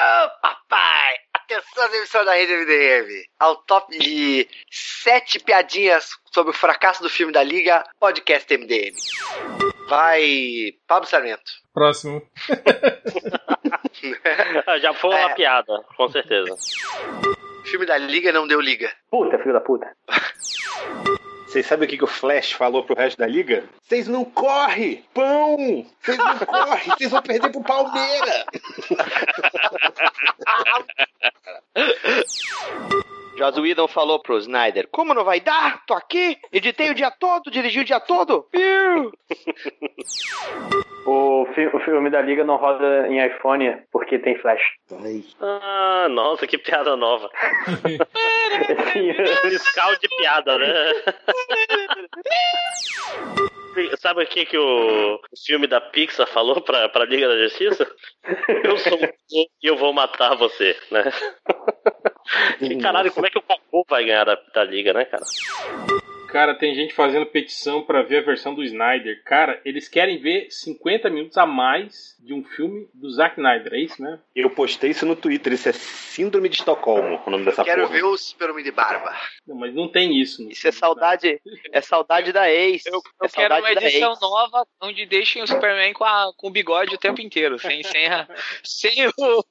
papai! Atenção às emissões da Rede MDM. Ao top de 7 piadinhas sobre o fracasso do filme da Liga, podcast MDM. Vai, Pablo Sarmento. Próximo. Já foi uma piada, com certeza. O filme da Liga não deu liga. Puta, filho da puta. Vocês sabem o que o Flash falou pro resto da liga? Vocês não correm, pão! Vocês não correm, vocês vão perder pro Palmeiras! Joss Whedon falou pro Snyder: como não vai dar? Tô aqui, editei o dia todo, dirigi o dia todo. O filme da Liga não roda em iPhone porque tem flash. Ah, nossa, que piada nova. Fiscal de piada, né? Sabe o que o filme da Pixar falou pra Liga da Justiça? Eu sou um e eu vou matar você, né? E caralho, como é que o Goku vai ganhar da Liga, né, cara? Cara, tem gente fazendo petição pra ver a versão do Snyder. Cara, eles querem ver 50 minutos a mais de um filme do Zack Snyder, é isso mesmo? Eu postei isso no Twitter, isso é Síndrome de Estocolmo, o nome dessa porra. Quero ver o Super-Homem de barba. Não, mas não tem isso. Isso é saudade da ex. Eu quero uma edição nova onde deixem o Superman com o bigode o tempo inteiro, sem o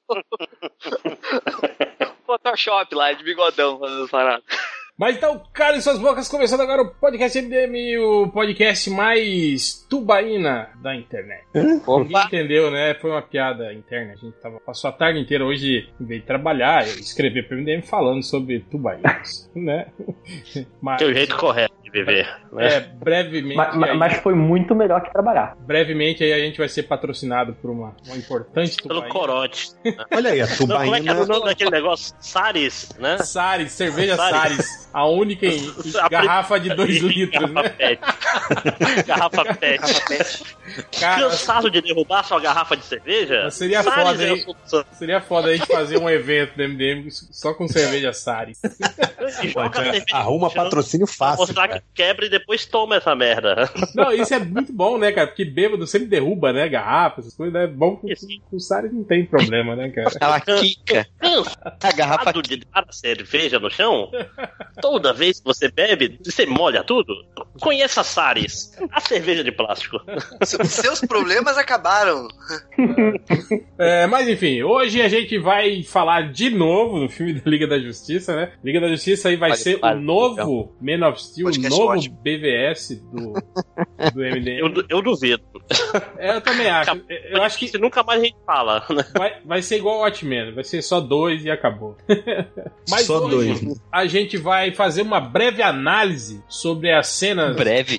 Photoshop lá, de bigodão fazendo parada. Mas então, calem suas bocas, começando agora o podcast MDM, o podcast mais tubaína da internet. Ninguém entendeu, né? Foi uma piada interna. A gente passou a tarde inteira hoje, em vez de trabalhar, escrever pro MDM falando sobre tubaínas, né? Mas, que é o jeito correto de viver, né? Brevemente... Mas foi muito melhor que trabalhar. Brevemente aí a gente vai ser patrocinado por uma importante tubaína. Pelo corote. Olha aí, a tubaína... Como é que era o nome daquele negócio? Saris, né? Saris, cerveja Saris. A única em garrafa de 2 litros, garrafa né? Pet. Garrafa Pet. Cara, cansado de derrubar sua garrafa de cerveja? Seria foda aí de fazer um evento do MDM só com cerveja Saris. Arruma patrocínio fácil. Mostrar que quebra e depois toma essa merda. Não, isso é muito bom, né, cara? Porque bêbado sempre derruba, né? Garrafa, essas coisas, né? Bom com Saris não tem problema, né, cara? Ela quica. A garrafa de dar cerveja no chão? Toda vez que você bebe, você molha tudo? Conheça a Saris, a cerveja de plástico. Seus problemas acabaram. Mas enfim, hoje a gente vai falar de novo do filme da Liga da Justiça, né? Liga da Justiça aí vai ser o novo Man of Steel, o novo BVS do MDM. Eu duvido. Eu também acho. Eu acho que nunca mais a gente fala. Vai ser igual o Watchmen, vai ser só 2 e acabou. Mas só hoje 2. A gente vai fazer uma breve análise sobre as cenas. Breve.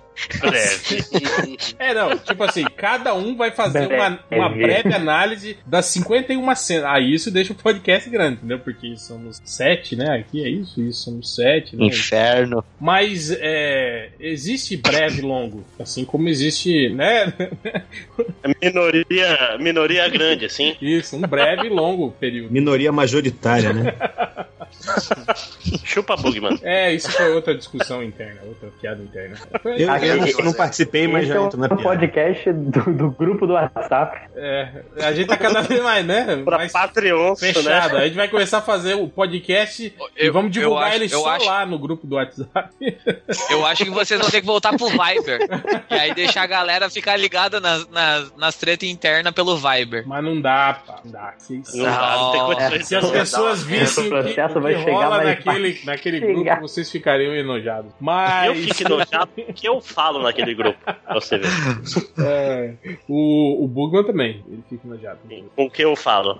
Não, tipo assim, cada um vai fazer uma breve análise das 51 cenas. Isso deixa o podcast grande, entendeu? Porque somos 7, né? Aqui é isso somos 7, né? Inferno. Mas existe breve e longo, assim como existe, né? Minoria grande, assim. Isso, um breve e longo período. Minoria majoritária, né? Chupa Bugman. Isso foi outra discussão interna, outra piada interna. Eu não participei, mas já entro na piada. Podcast do grupo do WhatsApp. A gente tá cada vez mais, né? Pra Patreon, fechado. Né? A gente vai começar a fazer o podcast e vamos divulgar ele só lá no grupo do WhatsApp. Eu acho que vocês vão ter que voltar pro Viber. E aí deixar a galera ficar ligada nas tretas internas pelo Viber. Mas não dá, pá. Não dá. Não tem condições. Se as pessoas vissem o que rola naquele grupo, vocês ficariam enojados. Mas... Eu fico enojado porque eu falo naquele grupo. Você vê. O Bugman também. Ele fica enojado. Com o que eu falo.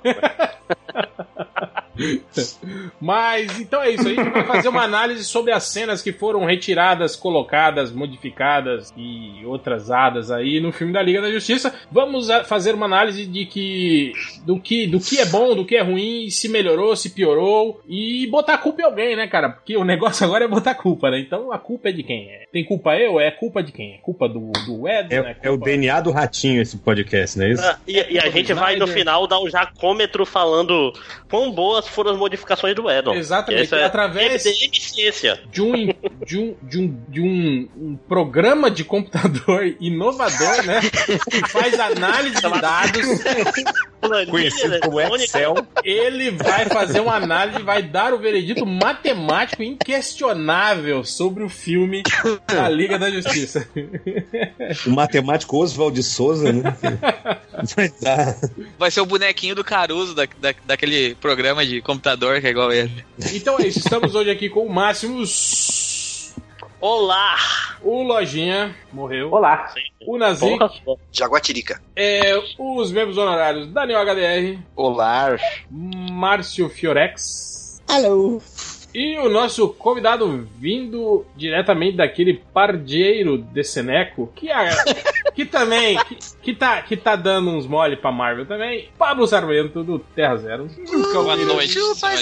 Mas então é isso, a gente vai fazer uma análise sobre as cenas que foram retiradas, colocadas, modificadas e outras hadas aí no filme da Liga da Justiça. Vamos fazer uma análise do que é bom, do que é ruim, se melhorou, se piorou e botar a culpa em alguém, né, cara? Porque o negócio agora é botar a culpa, né? Então a culpa é de quem? Tem culpa eu? É culpa de quem? É culpa do Ed? Né? É o DNA do ratinho esse podcast, não é isso? E a gente vai no final dar um jacômetro falando quão boas foram as modificações do Edon. Exatamente, através de um programa de computador inovador, né? Que faz análise de dados conhecido como Excel. Ele vai fazer uma análise, vai dar o veredito matemático inquestionável sobre o filme da Liga da Justiça. O matemático Oswald de Souza, né? Vai ser o bonequinho do Caruso daquele programa de computador que é igual ele. Então é isso, estamos hoje aqui com o Máximos. Olá! O Lojinha morreu. Olá. O Nazik. Jaguatirica. Os membros honorários Daniel HDR. Olá. Márcio Fiorex. Alô. E o nosso convidado vindo diretamente daquele pardieiro de Seneco, que também tá dando uns mole pra Marvel também, Pablo Sarmento do Terra Zero. Boa noite.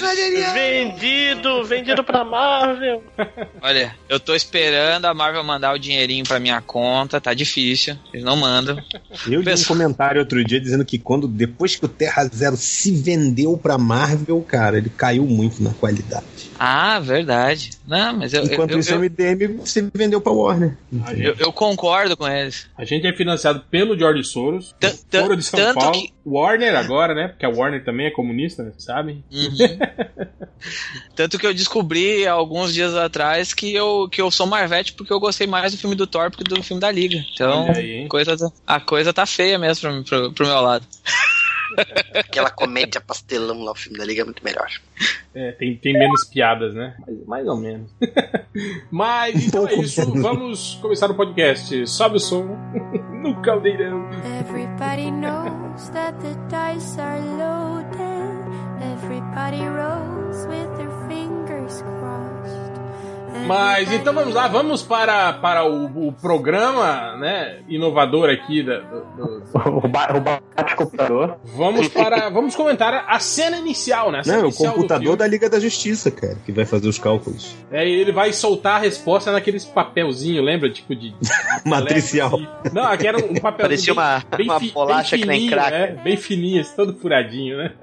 Vendido pra Marvel. Olha, eu tô esperando a Marvel mandar o dinheirinho pra minha conta, tá difícil, eles não mandam. Eu li um comentário outro dia dizendo que depois que o Terra Zero se vendeu pra Marvel, cara, ele caiu muito na qualidade. Ah, verdade. Não, mas Enquanto isso, o MDM se vendeu pra Warner. Eu concordo com eles. A gente é financiado pelo George Soros, Foro de São Paulo, Warner agora, né? Porque a Warner também é comunista, né? Sabem? Uhum. Tanto que eu descobri alguns dias atrás que eu sou Marvete porque eu gostei mais do filme do Thor do que do filme da Liga. Então, a coisa tá feia mesmo pro meu lado. Aquela comédia pastelão lá, o filme da Liga é muito melhor. Tem menos piadas, né? Mais ou menos. Mas então é isso, vamos começar o podcast. Sobe o som no caldeirão. Everybody knows that the dice are loaded. Everybody rolls with their fingers crossed. Mas então vamos lá, vamos para o programa, né, inovador aqui O bate-computador. Vamos comentar a cena inicial, né? Não, o computador da Liga da Justiça, cara, que vai fazer os cálculos. Ele vai soltar a resposta naqueles papelzinhos, lembra? Tipo de matricial. Não, aqui era um papelzinho parecia uma bolacha que nem crack. Né? Bem fininho, assim, todo furadinho, né?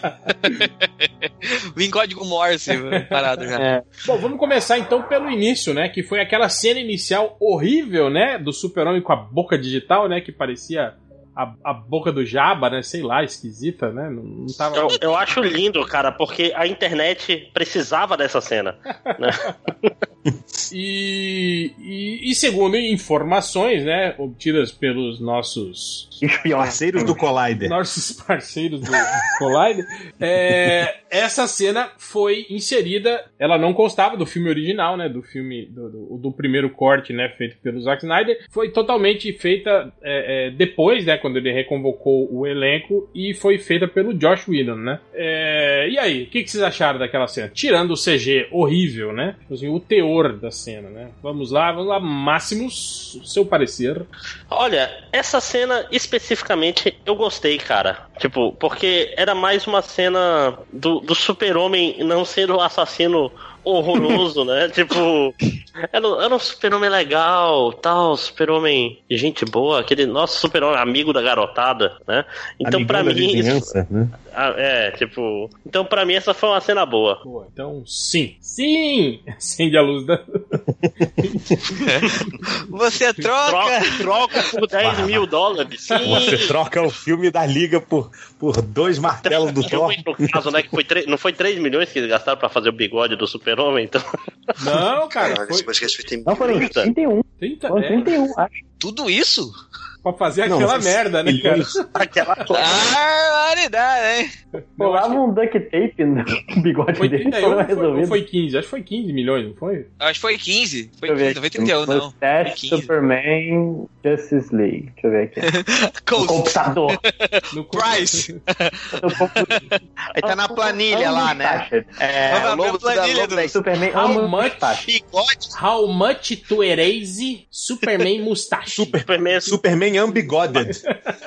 Vim código Morse parado já. Bom, vamos começar então pelo início, né? Que foi aquela cena inicial horrível, né? Do Super-Homem com a boca digital, né? Que parecia a boca do Jabba, né? Sei lá, esquisita, né? Não tava... eu acho lindo, cara, porque a internet precisava dessa cena. Né? E segundo informações, né? Obtidas pelos nossos parceiros do Collider. Nossos parceiros do Collider. Essa cena foi inserida, ela não constava do filme original, né? Do filme, do primeiro corte, né? Feito pelo Zack Snyder. Foi totalmente feita depois, né? Quando ele reconvocou o elenco, e foi feita pelo Joss Whedon, né? E aí, o que vocês acharam daquela cena? Tirando o CG horrível, né? Assim, o teor da cena, né? Vamos lá, Máximos, seu parecer. Olha, essa cena especificamente eu gostei, cara. Tipo, porque era mais uma cena do Super-Homem não ser o assassino horroroso, né? Tipo, era um Super-Homem legal, tal, Super-Homem gente boa, aquele nosso Super-Homem amigo da garotada, né? Então, pra mim, né? Então, pra mim, essa foi uma cena boa. Então, sim! Acende a luz da... Você troca por $10 mil. Sim. Você troca o filme da Liga por 2 martelos do Thor. No caso, né, que não foi 3 milhões que eles gastaram pra fazer o bigode do Super-Homem, então... Não, cara, Não, foram 31. 31, acho. Tudo isso? Pra fazer aquela merda, né, cara? Aquela barbaridade, hein? Colava um duct tape no bigode dele e foi resolvido. Foi 15, acho que foi 15 milhões, não foi? Acho que foi 15. Foi 15, não foi 31, não. Mustache, Superman, Justice League. Deixa eu ver aqui. No computador. Price. Aí tá na planilha lá, né? O logo da Superman How much to erase Superman mustache? Superman unbigoded.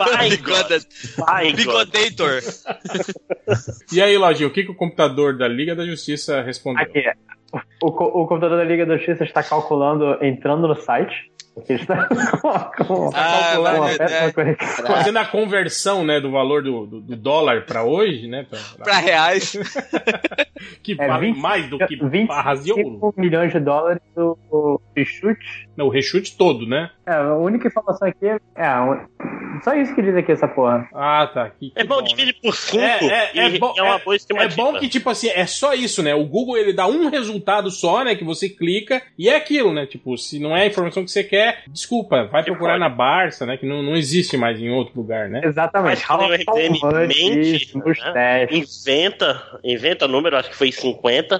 Bigodator. E aí, Lojinho, o que o computador da Liga da Justiça respondeu? Aqui, o computador da Liga da Justiça está calculando, entrando no site. Porque está fazendo a conversão, né, do valor do dólar para hoje, né? Para reais. Que vale mais do que barras de ouro. 25 milhões de dólares Rechute? Não, o rechute todo, né? A única informação aqui só isso que diz aqui, essa porra. Ah, tá. É bom, divide por 5 é uma boa estimativa. É bom que, tipo assim, é só isso, né? O Google, ele dá um resultado só, né? Que você clica e é aquilo, né? Tipo, se não é a informação que você quer, desculpa, vai procurar na Barça, né? Que não existe mais em outro lugar, né? Exatamente. Mas o RDM mente, né? Inventa número, acho que foi 50.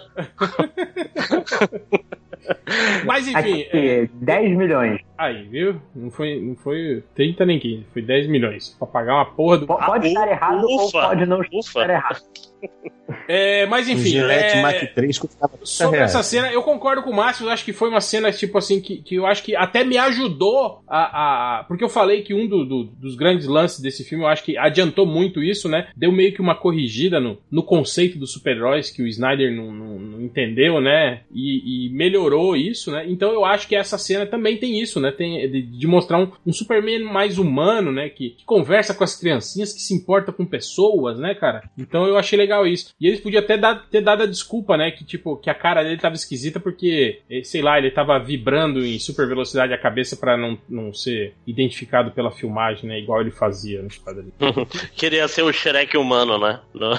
Mas enfim. Aqui, 10 milhões. Aí, viu? Não foi 30 nem 15, foi 10 milhões. Pra pagar uma porra do. Pode estar errado ou pode não estar errado. Mas enfim. Gillette Mach 3 sobre essa cena, eu concordo com o Márcio. Eu acho que foi uma cena, tipo assim, que eu acho que até me ajudou porque eu falei que um dos grandes lances desse filme, eu acho que adiantou muito isso, né? Deu meio que uma corrigida no conceito dos super-heróis que o Snyder não entendeu, né? E melhorou isso, né? Então eu acho que essa cena também tem isso, né? Tem de mostrar um Superman mais humano, né? Que conversa com as criancinhas, que se importa com pessoas, né, cara? Então eu achei legal isso. E eles podiam até ter dado a desculpa, né? Que tipo, que a cara dele tava esquisita porque, sei lá, ele tava vibrando em super velocidade a cabeça pra não ser identificado pela filmagem, né? Igual ele fazia no quadrinho. Queria ser o Shrek humano, né?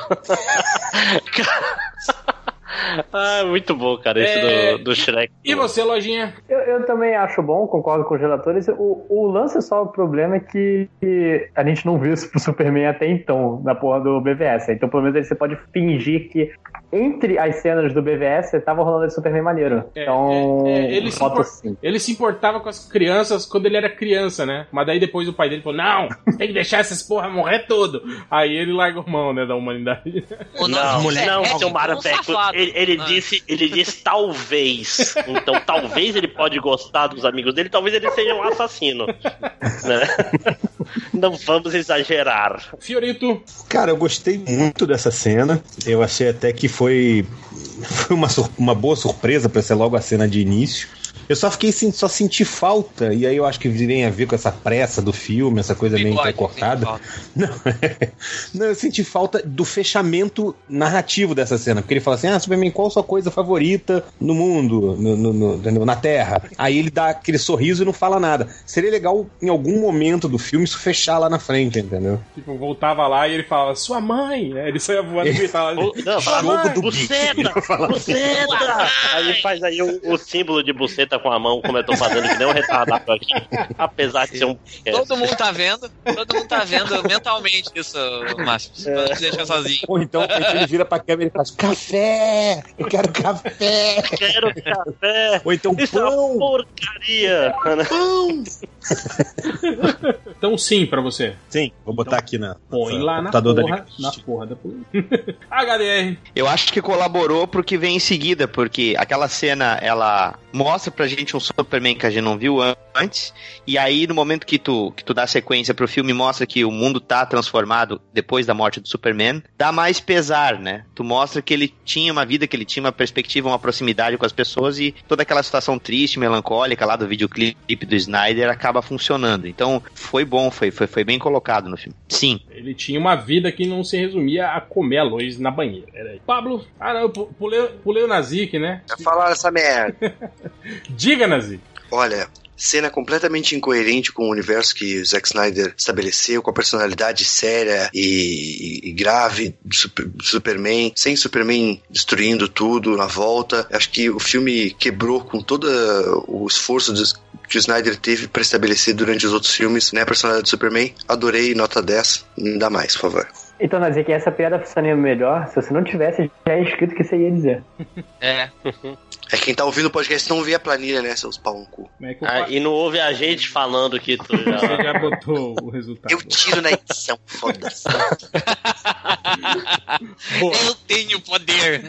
Muito bom, cara, esse do Shrek. E você, Lojinha? Eu também acho bom, concordo com os relatores. O lance só, o problema é que a gente não viu isso pro Superman até então, na porra do BVS. Então, pelo menos, você pode fingir que entre as cenas do BVS tava rolando esse Superman maneiro. Então, ele se importava com as crianças quando ele era criança, né? Mas daí depois o pai dele falou, não, tem que deixar essas porra morrer tudo. Aí ele largou mão, né, da humanidade. Não, seu Maraveco, ele disse talvez. Então talvez ele pode gostar dos amigos dele, talvez ele seja um assassino. Né? Não vamos exagerar. Fiorito. Cara, eu gostei muito dessa cena. Eu achei até que foi uma boa surpresa pra ser logo a cena de início. Eu só senti falta, e aí eu acho que tem a ver com essa pressa do filme, essa coisa meio entrecortada. Não, eu senti falta do fechamento narrativo dessa cena, porque ele fala assim, Superman, qual a sua coisa favorita no mundo, na Terra? Aí ele dá aquele sorriso e não fala nada. Seria legal, em algum momento do filme, isso fechar lá na frente, entendeu? Tipo, voltava lá e ele falava, sua mãe! Ele saia voando e gritava, jogo do buceta! Aí ele faz aí o símbolo de buceta com a mão, como eu tô fazendo, que nem um retardado aqui. Apesar de ser um... Todo mundo tá vendo mentalmente isso, Márcio. Pra não se deixar sozinho. Ou então ele vira pra câmera e faz café! Eu quero café! Quero café! Ou então isso pão! É uma porcaria! Pão! Então sim, pra você. Sim, vou botar aqui na... Põe lá na porra da polícia. HDR. Eu acho que colaborou pro que vem em seguida, porque aquela cena, ela mostra pra gente um Superman que a gente não viu antes, e aí no momento que tu dá sequência pro filme, mostra que o mundo tá transformado depois da morte do Superman, dá mais pesar, né? Tu mostra que ele tinha uma vida, que ele tinha uma perspectiva, uma proximidade com as pessoas, e toda aquela situação triste, melancólica lá do videoclipe do Snyder acaba funcionando. Então, foi bom, foi bem colocado no filme. Sim. Ele tinha uma vida que não se resumia a comer a Lois na banheira. Era aí. Pablo, não, eu pulei o Nazik, né? Já falaram essa merda. Diga, Nazik. Olha, cena completamente incoerente com o universo que o Zack Snyder estabeleceu, com a personalidade séria e grave do Superman, sem Superman destruindo tudo na volta. Acho que o filme quebrou com todo o esforço que o Snyder teve para estabelecer durante os outros filmes, né, a personalidade do Superman. Adorei, nota 10, me dá mais, por favor. Então, nós dizer que essa piada funcionaria melhor se você não tivesse já escrito o que você ia dizer. É. É quem tá ouvindo o podcast não vê a planilha, né, seus pau no cu. E não ouve a gente falando que tu já... Você já botou o resultado. Eu tiro na edição, foda-se. Eu tenho poder.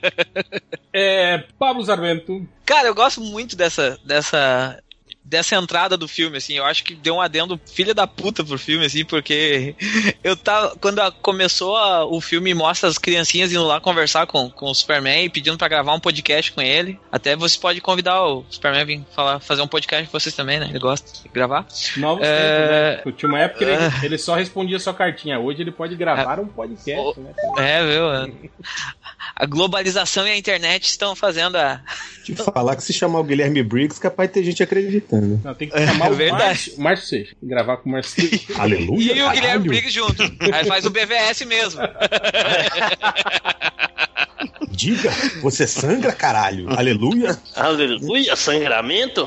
Pablo Zarvento. Cara, eu gosto muito dessa entrada do filme, assim, eu acho que deu um adendo filha da puta pro filme, assim, porque quando começou o filme, mostra as criancinhas indo lá conversar com o Superman e pedindo pra gravar um podcast com ele. Até você pode convidar o Superman a vir fazer um podcast com vocês também, né? Ele gosta de gravar. Novos tempos, né? Tinha uma época que ele só respondia sua cartinha. Hoje ele pode gravar um podcast, né? Viu? a globalização e a internet estão fazendo a... Te falar que se chamar o Guilherme Briggs, capaz de ter gente acreditando. Não, tem que chamar o Márcio Seixas. Gravar com o Márcio Seixas. Aleluia. E o Guilherme Briggs junto. Aí faz o BVS mesmo. Diga, você sangra, caralho. Aleluia. Aleluia, sangramento?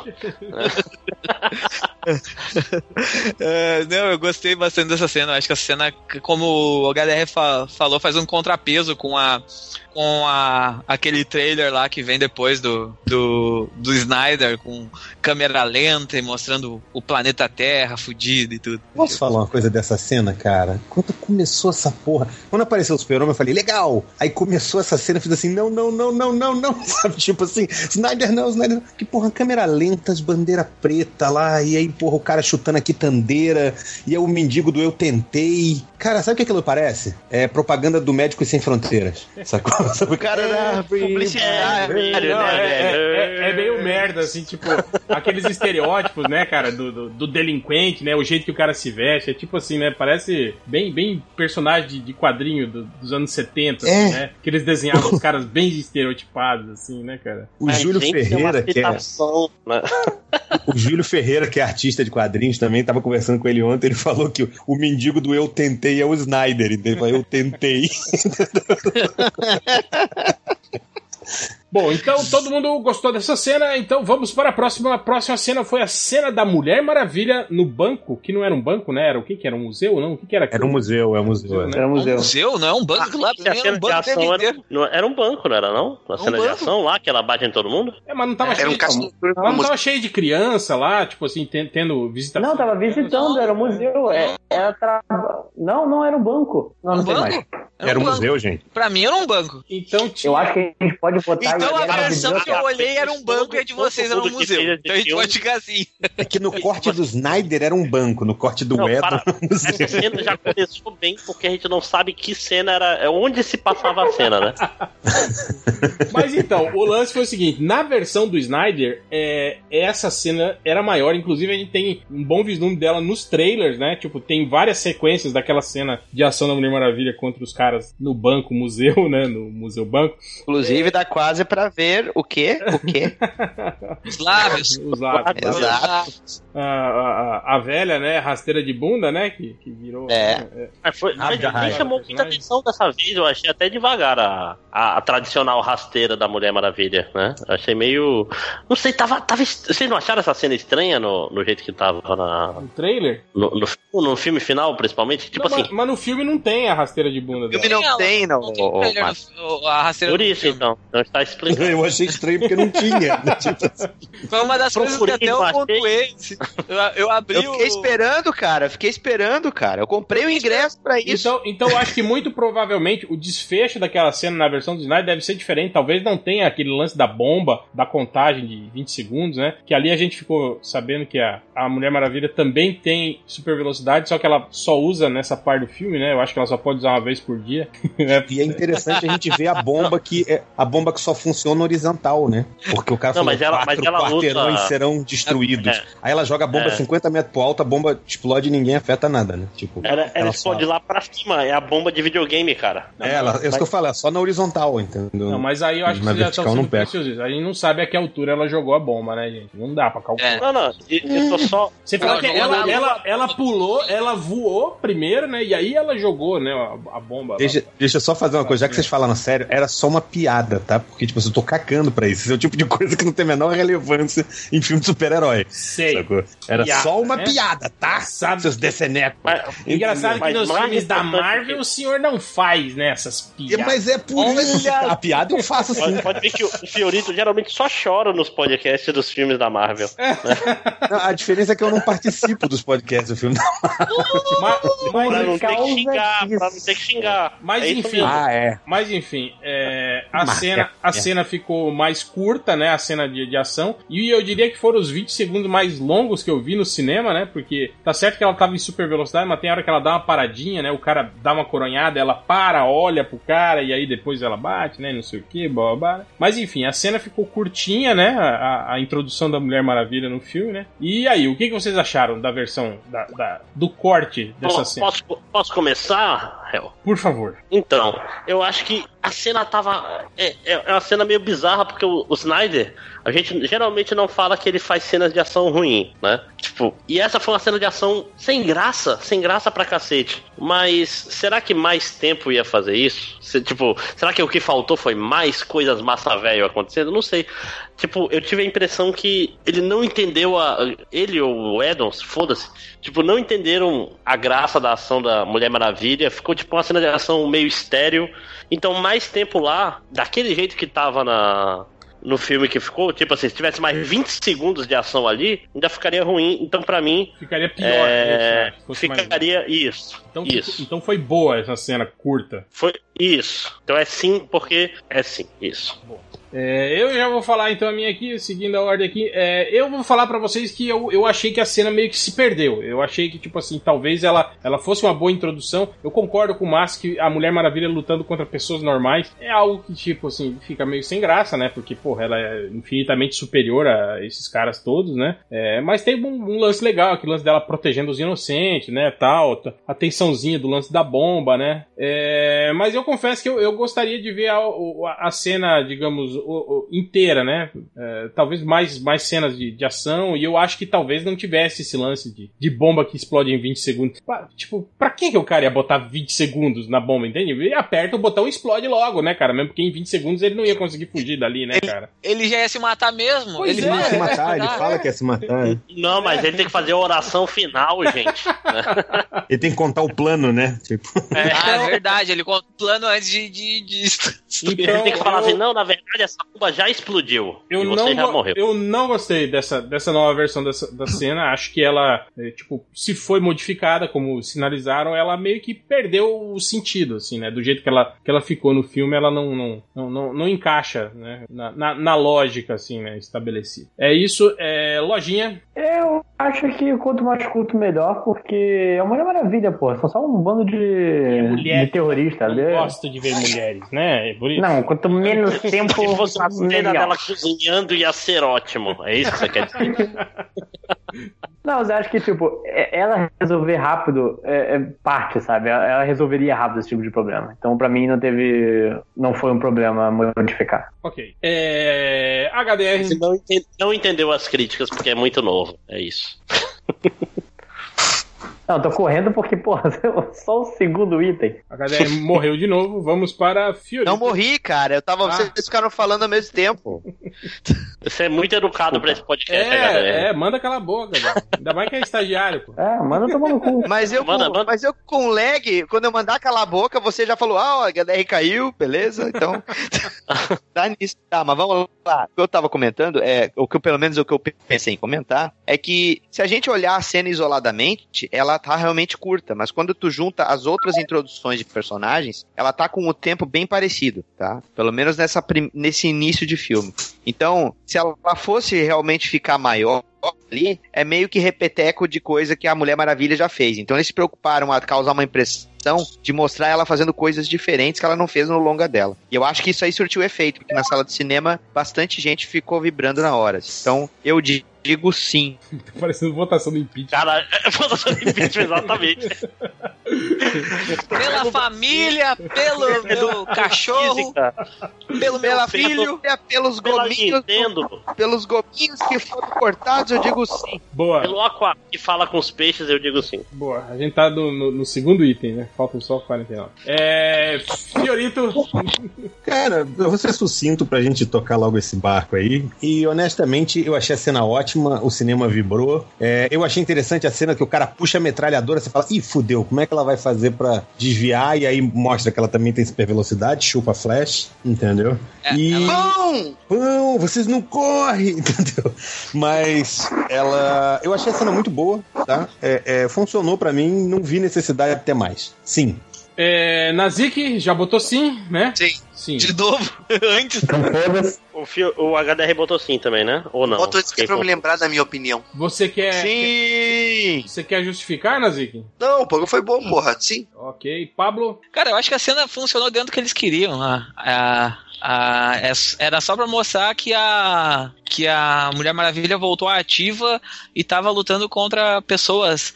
Não, eu gostei bastante dessa cena. Acho que a cena, como o HDR falou, faz um contrapeso com aquele trailer lá que vem depois do Snyder, com câmera lenta e mostrando o planeta Terra fudido e tudo. Posso falar uma coisa dessa cena, cara? Quando começou essa porra, quando apareceu o Super-Homem, eu falei, legal! Aí começou essa cena, eu fiz assim, não, sabe? Tipo assim, Snyder não. Que porra, câmera lenta, as bandeiras pretas lá, e aí, porra, o cara chutando a quitandeira, e é o mendigo do Eu Tentei. Cara, sabe o que aquilo parece? É propaganda do Médicos Sem Fronteiras, sacou? O cara era publicidade, é meio merda, assim, tipo, aqueles estereótipos, né, cara, do delinquente, né, o jeito que o cara se veste, é tipo assim, né, parece bem personagem de quadrinho dos anos 70, assim, né, que eles desenhavam os caras bem estereotipados, assim, né, cara. O Júlio Ferreira, que é... O Júlio Ferreira, que é artista de quadrinhos também, tava conversando com ele ontem, ele falou que o mendigo do Eu Tentei é o Snyder, então eu tentei. Bom, então todo mundo gostou dessa cena, então vamos para a próxima. A próxima cena foi a cena da Mulher Maravilha no banco, que não era um banco, né? Era o que? Era um museu, não? O que era aquilo? Era um museu, né? Era um museu. Um museu? Não é um banco lá, a cena de ação era um banco, não era não? A cena de ação lá, que ela bate em todo mundo? Mas não tava não tava cheio de criança lá, tipo assim, tendo visitação. Não, tava visitando, era um museu. Não era um banco. Não sei mais. Era um museu, gente. Pra mim era um banco. Então eu acho que a gente pode botar... Então a versão que eu olhei era um banco e a de vocês era um museu. Então a gente pode ficar assim. É que no corte do Snyder era um banco, no corte do Edon era um museu. Essa cena já começou bem, porque a gente não sabe que cena era... Onde se passava a cena, né? Mas então, o lance foi o seguinte. Na versão do Snyder, essa cena era maior. Inclusive a gente tem um bom vislumbre dela nos trailers, né? Tipo, tem várias sequências daquela cena de ação da Mulher Maravilha contra os caras no banco, museu, né? No museu banco. Inclusive dá quase pra ver o quê? Os lábios. Os lábios. Exato. A velha, né? Rasteira de bunda, né? Que virou... Me chamou muita atenção dessa vez. Eu achei até devagar a tradicional rasteira da Mulher Maravilha, né? Eu achei meio... Não sei, tava... Vocês não acharam essa cena estranha no jeito que tava no trailer? No filme final, principalmente? Tipo não, assim... Mas no filme não tem a rasteira de bunda dela. O filme não tem, não. A rasteira por isso, então. Não está explicando. Eu achei estranho porque não tinha. Foi uma das coisas que até eu pontuei. Eu abri Eu fiquei esperando, cara. Eu comprei o ingresso pra isso. Então eu acho que muito provavelmente o desfecho daquela cena na versão do Snyder deve ser diferente. Talvez não tenha aquele lance da bomba, da contagem de 20 segundos, né? Que ali a gente ficou sabendo que a Mulher Maravilha também tem super velocidade, só que ela só usa nessa parte do filme, né? Eu acho que ela só pode usar uma vez por dia. E é interessante a gente ver a bomba que só funciona horizontal, né? Porque o cara falou mas ela quarteirões usa... serão destruídos. Aí ela joga a bomba 50 metros pro alto, a bomba explode e ninguém afeta nada, né? Tipo, ela explode lá pra cima, é a bomba de videogame, cara. É isso que eu falo, é só na horizontal, entendeu? Não, mas aí eu acho que já estão sendo preciosistas. A gente não sabe a que altura ela jogou a bomba, né, gente? Não dá pra calcular. Não, eu tô só... Você fala que ela pulou, ela voou primeiro, né? E aí ela jogou, né, a bomba. Deixa eu só fazer uma coisa, já que vocês falaram sério, era só uma piada, tá? Porque, tipo, eu tô cacando pra isso. Esse é o tipo de coisa que não tem a menor relevância em filme de super-herói. Sei. Sacou? Era só uma piada, tá? Sabe, seus decenecos. Engraçado que nos filmes da Marvel o senhor não faz, né, essas piadas. Mas é por isso. A piada eu faço assim. Pode ver que o Fiorito geralmente só chora nos podcasts dos filmes da Marvel. Né? Não, a diferença é que eu não participo dos podcasts do filme da Marvel. Pra não ter que xingar. Mas enfim. Mas enfim, a cena ficou mais curta, né? A cena de ação. E eu diria que foram os 20 segundos mais longos que eu vi no cinema, né? Porque tá certo que ela tava em super velocidade, mas tem hora que ela dá uma paradinha, né? O cara dá uma coronhada, ela para, olha pro cara e aí depois ela bate, né? Não sei o que, blá, blá, blá. Mas enfim, a cena ficou curtinha, né? A introdução da Mulher Maravilha no filme, né? E aí, o que vocês acharam da versão do corte dessa cena? Posso começar, Hel? Por favor. Então, eu acho que a cena tava... é uma cena meio bizarra, porque o Snyder, a gente geralmente não fala que ele faz cenas de ação ruim, né? Tipo, e essa foi uma cena de ação sem graça pra cacete. Mas será que mais tempo ia fazer isso? Será que o que faltou foi mais coisas massa velho acontecendo? Não sei. Tipo, eu tive a impressão que ele não entendeu ele ou o Edons, foda-se, tipo, não entenderam a graça da ação da Mulher Maravilha. Ficou tipo uma cena de ação meio estéril. Então mais tempo lá, daquele jeito que tava no filme que ficou, tipo assim, se tivesse mais 20 segundos de ação ali, ainda ficaria ruim. Então pra mim ficaria pior, ficaria mais... isso. Então foi boa essa cena curta. Foi isso. Então é sim, porque é sim, isso. Bom. Eu já vou falar então a minha aqui, seguindo a ordem aqui. Eu vou falar pra vocês que eu achei que a cena meio que se perdeu. Eu achei que, tipo assim, talvez ela fosse uma boa introdução. Eu concordo com o Márcio que a Mulher Maravilha lutando contra pessoas normais é algo que, tipo assim, fica meio sem graça, né? Porque, porra, ela é infinitamente superior a esses caras todos, né? Mas tem um lance legal, aquele lance dela protegendo os inocentes, né? Tal, a tensãozinha do lance da bomba, né? Mas eu confesso que eu gostaria de ver a cena, digamos, inteira, né? Talvez mais cenas de ação, e eu acho que talvez não tivesse esse lance de bomba que explode em 20 segundos. Tipo, pra que o cara ia botar 20 segundos na bomba, entende? Ele aperta o botão e explode logo, né, cara? Mesmo porque em 20 segundos ele não ia conseguir fugir dali, né, cara? Ele já ia se matar mesmo. Ele ia se matar, ele fala que ia se matar. Não, mas ele tem que fazer a oração final, gente. Ele tem que contar o plano, né? Tipo... é verdade, ele conta o plano antes de então, ele tem que falar assim, não, na verdade essa bomba já explodiu e você já morreu. Eu não gostei dessa nova versão da cena. Acho que ela, tipo, se foi modificada, como sinalizaram, ela meio que perdeu o sentido, assim, né? Do jeito que ela ficou no filme, ela não encaixa, né? Na lógica, assim, né? Estabelecida. É isso, Lojinha. Eu acho que quanto mais curto, melhor, porque é uma maravilha, pô. São só um bando de terroristas. Eu gosto de ver mulheres, né? Por isso. Não, quanto menos tempo... Se fosse a cena dela cozinhando, ia ser ótimo. É isso que você quer dizer? Não, eu acho que, tipo, ela resolver rápido é parte, sabe? Ela resolveria rápido esse tipo de problema. Então, pra mim, não foi um problema modificar. Ok. HDR... Você não entendeu as críticas porque é muito novo. É isso. Não, tô correndo porque, porra, só o segundo item. A HDR morreu de novo, vamos para Fiorito. Não morri, cara, vocês ficaram falando ao mesmo tempo. Você é muito educado pra esse podcast, HDR. Manda cala a boca, cara. Ainda mais que é estagiário, pô. Manda tomar no cu. Mas eu com lag, quando eu mandar calar a boca, você já falou, o HDR caiu, beleza, então... Tá nisso. Tá, mas vamos lá. O que eu tava comentando, pelo menos o que eu pensei em comentar, é que se a gente olhar a cena isoladamente, ela tá realmente curta, mas quando tu junta as outras introduções de personagens, ela tá com o tempo bem parecido, tá? Pelo menos nesse início de filme. Então, se ela fosse realmente ficar maior ali, é meio que repeteco de coisa que a Mulher Maravilha já fez. Então eles se preocuparam a causar uma impressão de mostrar ela fazendo coisas diferentes que ela não fez no longa dela. E eu acho que isso aí surtiu efeito, porque na sala de cinema bastante gente ficou vibrando na hora. Então eu digo sim. Tá parecendo votação do impeachment. Cara, votação do impeachment, exatamente. Pela família, pelo meu cachorro, pelo meu filho, pelos gominhos que foram cortados, eu digo sim. Boa. Pelo Aqua que fala com os peixes, eu digo sim. Boa, a gente tá no segundo item, né? Faltam só 49. Fiorito. Cara, eu vou ser sucinto pra gente tocar logo esse barco aí. E honestamente, eu achei a cena ótima, o cinema vibrou. Eu achei interessante a cena que o cara puxa a metralhadora, você fala, ih, fudeu, como é que ela vai fazer pra desviar? E aí mostra que ela também tem super velocidade, chupa flash, entendeu? Pão, vocês não correm, entendeu? Mas eu achei a cena muito boa, tá? Funcionou pra mim, não vi necessidade de ter mais. Sim. Nazik, já botou sim, né? Sim. De novo, antes. O HDR botou sim também, né? Ou não? Botou isso pra me lembrar da minha opinião. Você quer... Sim! Você quer justificar, Nazik? Não, o bagulho foi bom, porra, sim. Ok. Pablo? Cara, eu acho que a cena funcionou dentro do que eles queriam. Era só pra mostrar que a Mulher Maravilha voltou ativa e tava lutando contra pessoas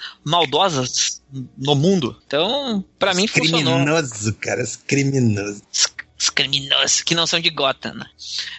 maldosas no mundo. Então, pra mim funcionou. Criminoso, cara, criminoso. Os criminosos que não são de Gotham, né?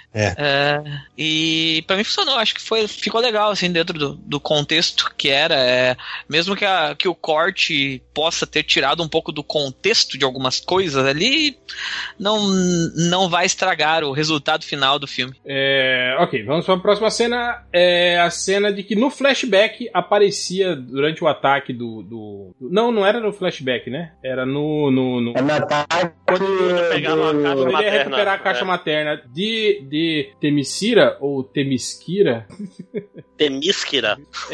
E pra mim funcionou, acho que ficou legal, assim, dentro do contexto que era, mesmo que o corte possa ter tirado um pouco do contexto de algumas coisas ali, não vai estragar o resultado final do filme. Ok, vamos para a próxima cena, a cena de que no flashback aparecia durante o ataque não era no flashback, né? Era no ataque quando ele ia recuperar a caixa materna de Themyscira ou Themyscira. Themyscira.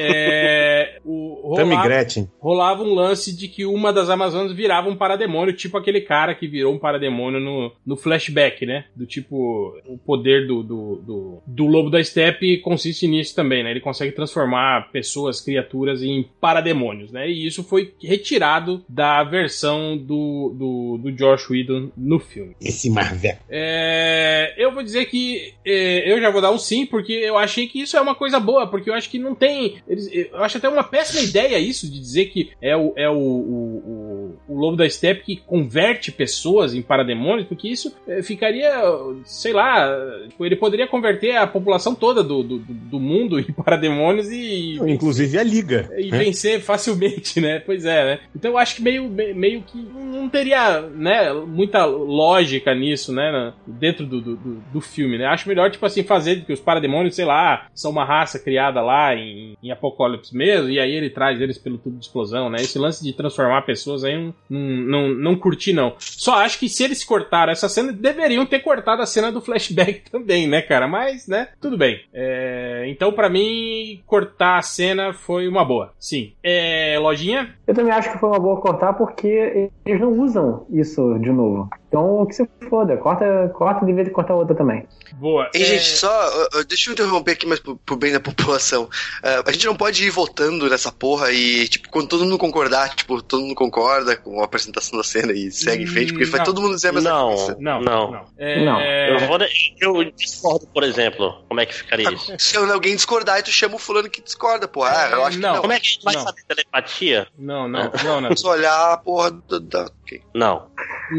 Rolava um lance de que uma das Amazonas virava um parademônio, tipo aquele cara que virou um parademônio no flashback, né? Do tipo, o poder do Lobo da Steppe consiste nisso também, né? Ele consegue transformar pessoas, criaturas em parademônios, né? E isso foi retirado da versão do Joss Whedon no filme. Esse Marvel. Eu vou dizer que eu já vou dar um sim, porque eu achei que isso é uma coisa boa, porque eu acho que não tem... eu acho até uma péssima ideia isso, de dizer que é o Lobo da Steppe que converte pessoas em parademônios, porque isso ficaria, sei lá, ele poderia converter a população toda do mundo em parademônios inclusive a Liga. E vencer facilmente, né? Pois é, né? Então eu acho que meio que não teria, né, muita lógica nisso, né? Dentro do filme, né? Acho melhor, tipo assim, fazer que os parademônios, sei lá, são uma raça criada lá em Apocalipse mesmo, e aí ele traz eles pelo tubo de explosão, né? Esse lance de transformar pessoas aí não curti, não. Só acho que se eles cortaram essa cena, deveriam ter cortado a cena do flashback também, né, cara? Mas, né, tudo bem. Então, pra mim, cortar a cena foi uma boa. Sim. Lojinha? Eu também acho que foi uma boa cortar, porque eles não usam isso de novo. Então, que se foda. Corta e devia cortar outra também. Boa. E, gente, só... deixa eu interromper aqui, mas pro bem da população. A gente não pode ir votando nessa porra e, tipo, quando todo mundo concordar, tipo, todo mundo concorda com a apresentação da cena e segue em frente, porque vai todo mundo dizer a mesma coisa. Não. Eu discordo, por exemplo. Como é que ficaria isso? Se alguém discordar, e tu chama o fulano que discorda, porra. Eu acho que não. Como é que a gente vai saber telepatia? Não. Só olhar a porra okay. Não.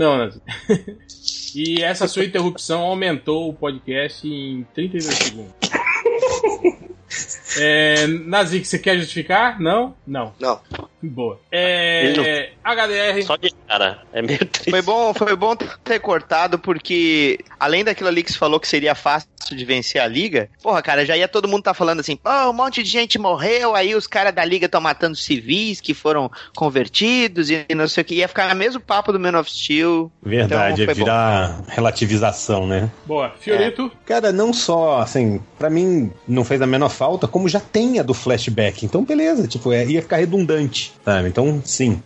E essa sua interrupção aumentou o podcast em 32 segundos. Nazik, você quer justificar? Não. Boa. HDR. Só de cara. É meio triste. Foi bom ter cortado, porque além daquilo ali que você falou que seria fácil de vencer a Liga, porra, cara, já ia todo mundo tá falando assim, um monte de gente morreu, aí os caras da Liga estão matando civis que foram convertidos e não sei o que. Ia ficar no mesmo papo do Man of Steel. Verdade, então, ia virar relativização, né? Boa. Fiorito? Cara, não só, assim, pra mim não fez a menor falta, como já tem a do flashback. Então, beleza, tipo, ia ficar redundante, sabe? Então, sim.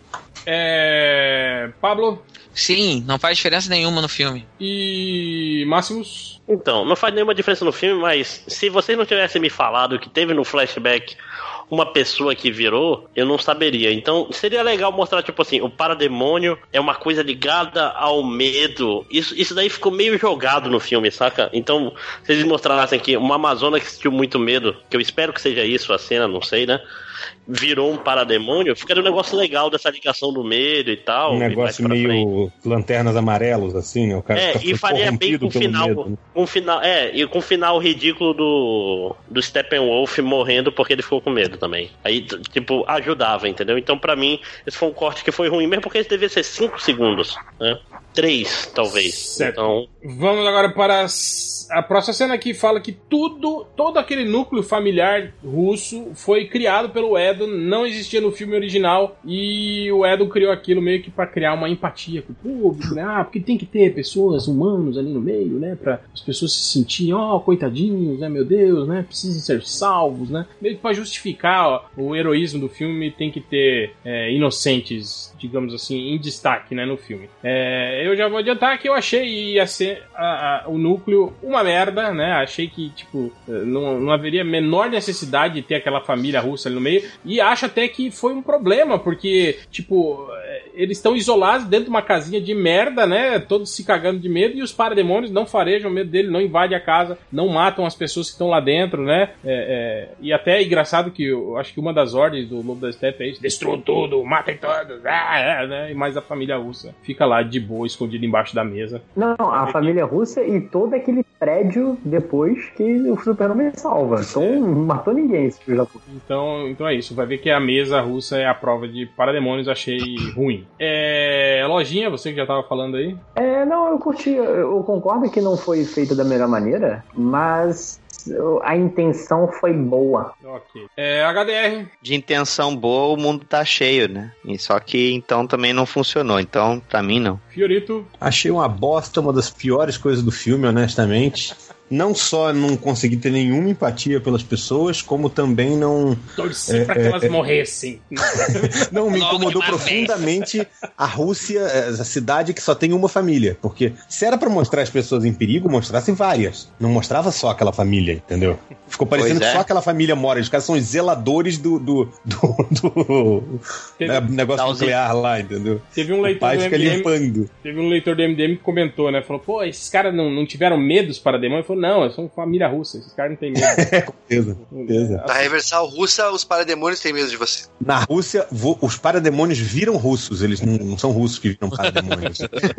Pablo? Sim, não faz diferença nenhuma no filme. E Máximos? Então, não faz nenhuma diferença no filme, mas se vocês não tivessem me falado que teve no flashback uma pessoa que virou, eu não saberia. Então, seria legal mostrar, tipo assim, o parademônio é uma coisa ligada ao medo. Isso daí ficou meio jogado no filme, saca? Então, se eles mostrassem que uma Amazona que sentiu muito medo, que eu espero que seja isso a cena, não sei, né? Virou um parademônio, ficaria um negócio legal dessa ligação do medo e tal. Um negócio meio frente. Lanternas amarelos, assim, né? O cara e faria bem com o final. Medo, né? E com o final ridículo do Steppenwolf morrendo porque ele ficou com medo também. Aí, tipo, ajudava, entendeu? Então, pra mim, esse foi um corte que foi ruim, mesmo porque esse devia ser 5 segundos, né? 3, talvez. Certo. Então... Vamos agora para a próxima cena que fala que todo aquele núcleo familiar russo foi criado pelo Whedon, não existia no filme original, e o Whedon criou aquilo meio que pra criar uma empatia com o público, né? Porque tem que ter pessoas, humanos ali no meio, né? Pra as pessoas se sentirem, coitadinhos, né? Meu Deus, né? Precisam ser salvos, né? Meio que pra justificar o heroísmo do filme, tem que ter inocentes, digamos assim, em destaque, né? No filme. Eu já vou adiantar que eu achei ia ser o núcleo uma merda, né? Achei que, tipo, não haveria a menor necessidade de ter aquela família russa ali no meio, e acho até que foi um problema, porque, tipo, eles estão isolados dentro de uma casinha de merda, né? Todos se cagando de medo, e os parademônios não farejam o medo dele, não invadem a casa, não matam as pessoas que estão lá dentro, né? E até é engraçado que eu acho que uma das ordens do Lobo da Steppe é isso: destruam tudo, matem todos, né? E mais a família russa fica lá de boa, escondida embaixo da mesa. Não, a família russa e todo aquele prédio depois que o Super-Homem salva. Então não matou ninguém esse filho da puta. Então é isso, vai ver que a mesa russa é a prova de parademônios, achei ruim. Lojinha, você que já tava falando aí? Não, eu curti, eu concordo que não foi feito da melhor maneira, mas a intenção foi boa. Ok. HDR. De intenção boa, o mundo tá cheio, né? Só que então também não funcionou. Então, pra mim, não. Fiorito. Achei uma bosta, uma das piores coisas do filme, honestamente. Não só não consegui ter nenhuma empatia pelas pessoas, como também não... Torcer pra que elas morressem. Não, me incomodou profundamente a Rússia, a cidade que só tem uma família. Porque se era pra mostrar as pessoas em perigo, mostrasse várias. Não mostrava só aquela família, entendeu? Ficou parecendo que só aquela família mora. Os caras são os zeladores do negócio nuclear lá, entendeu? Teve um leitor do MDM, teve um leitor do MDM que comentou, né? Falou, pô, esses caras não tiveram medo dos parademônios? Ele falou, não, são família russa, esses caras não têm medo. Certeza. Na Reversal russa, os parademônios têm medo de você. Na Rússia, os parademônios viram russos, eles não são russos que viram parademônios.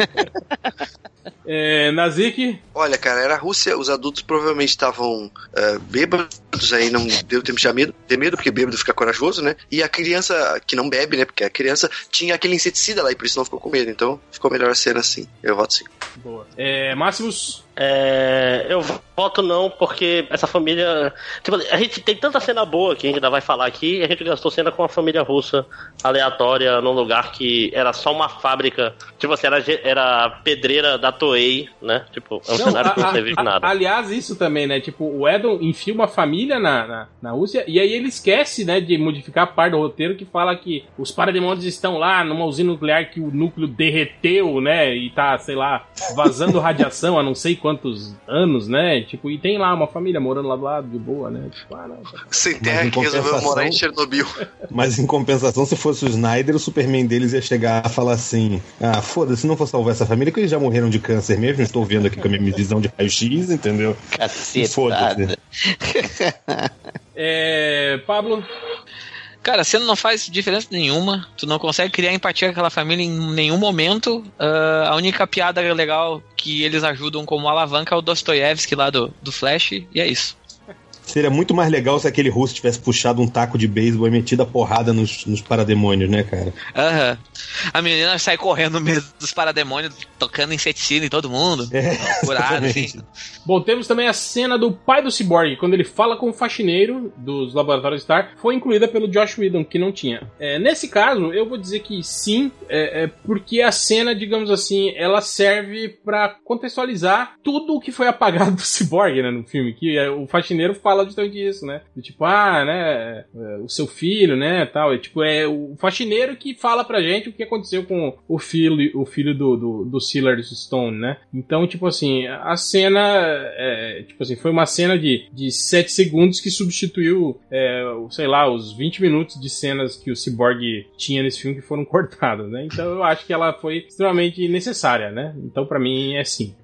Nazik? Olha, cara, era a Rússia, os adultos provavelmente estavam bêbados, aí não deu tempo de ter medo, porque bêbado fica corajoso, né? E a criança, que não bebe, né? Porque a criança tinha aquele inseticida lá e por isso não ficou com medo. Então ficou melhor a cena assim. Eu voto sim. Boa. Máximos? Eu voto não, porque essa família... Tipo, a gente tem tanta cena boa que a gente ainda vai falar aqui, e a gente gastou cena com uma família russa aleatória num lugar que era só uma fábrica. Tipo assim, era a pedreira da Toei, né? Tipo, é um cenário que não serviu de nada. Aliás, isso também, né? Tipo, o Edon enfia uma família na Rússia, e aí ele esquece, né, de modificar a parte do roteiro que fala que os parademônios estão lá numa usina nuclear que o núcleo derreteu, né? E tá, sei lá, vazando radiação há não sei quantos anos, né? Tipo, e tem lá uma família morando lá do lado, de boa, né? Tipo, não. Sem terra que resolveu morar em Chernobyl. Mas em compensação, se fosse o Snyder, o Superman deles ia chegar a falar assim: foda-se, não vou salvar essa família, que eles já morreram de câncer mesmo, estou vendo aqui com a minha visão de raio-x, entendeu? Cacetada. Pablo? Cara, a cena não faz diferença nenhuma. Tu não consegue criar empatia com aquela família em nenhum momento. A única piada legal que eles ajudam como alavanca é o Dostoiévski lá do Flash, e é isso. Seria muito mais legal se aquele russo tivesse puxado um taco de beisebol e metido a porrada nos parademônios, né, cara? Aham. A menina sai correndo no meio dos parademônios, tocando inseticida em todo mundo. Curado, assim. Bom, temos também a cena do pai do Cyborg, quando ele fala com o faxineiro dos laboratórios Stark, foi incluída pelo Joss Whedon, que não tinha. Nesse caso, eu vou dizer que sim, porque a cena, digamos assim, ela serve pra contextualizar tudo o que foi apagado do Cyborg, né, no filme, que o faxineiro fala justamente isso, né? Tipo, né, o seu filho, né, tal. É o faxineiro que fala pra gente o que aconteceu com o filho do Silas Stone, né? Então, tipo assim, a cena, tipo assim, foi uma cena de 7 segundos que substituiu, sei lá, os 20 minutos de cenas que o Cyborg tinha nesse filme que foram cortadas, né? Então eu acho que ela foi extremamente necessária, né? Então pra mim é sim.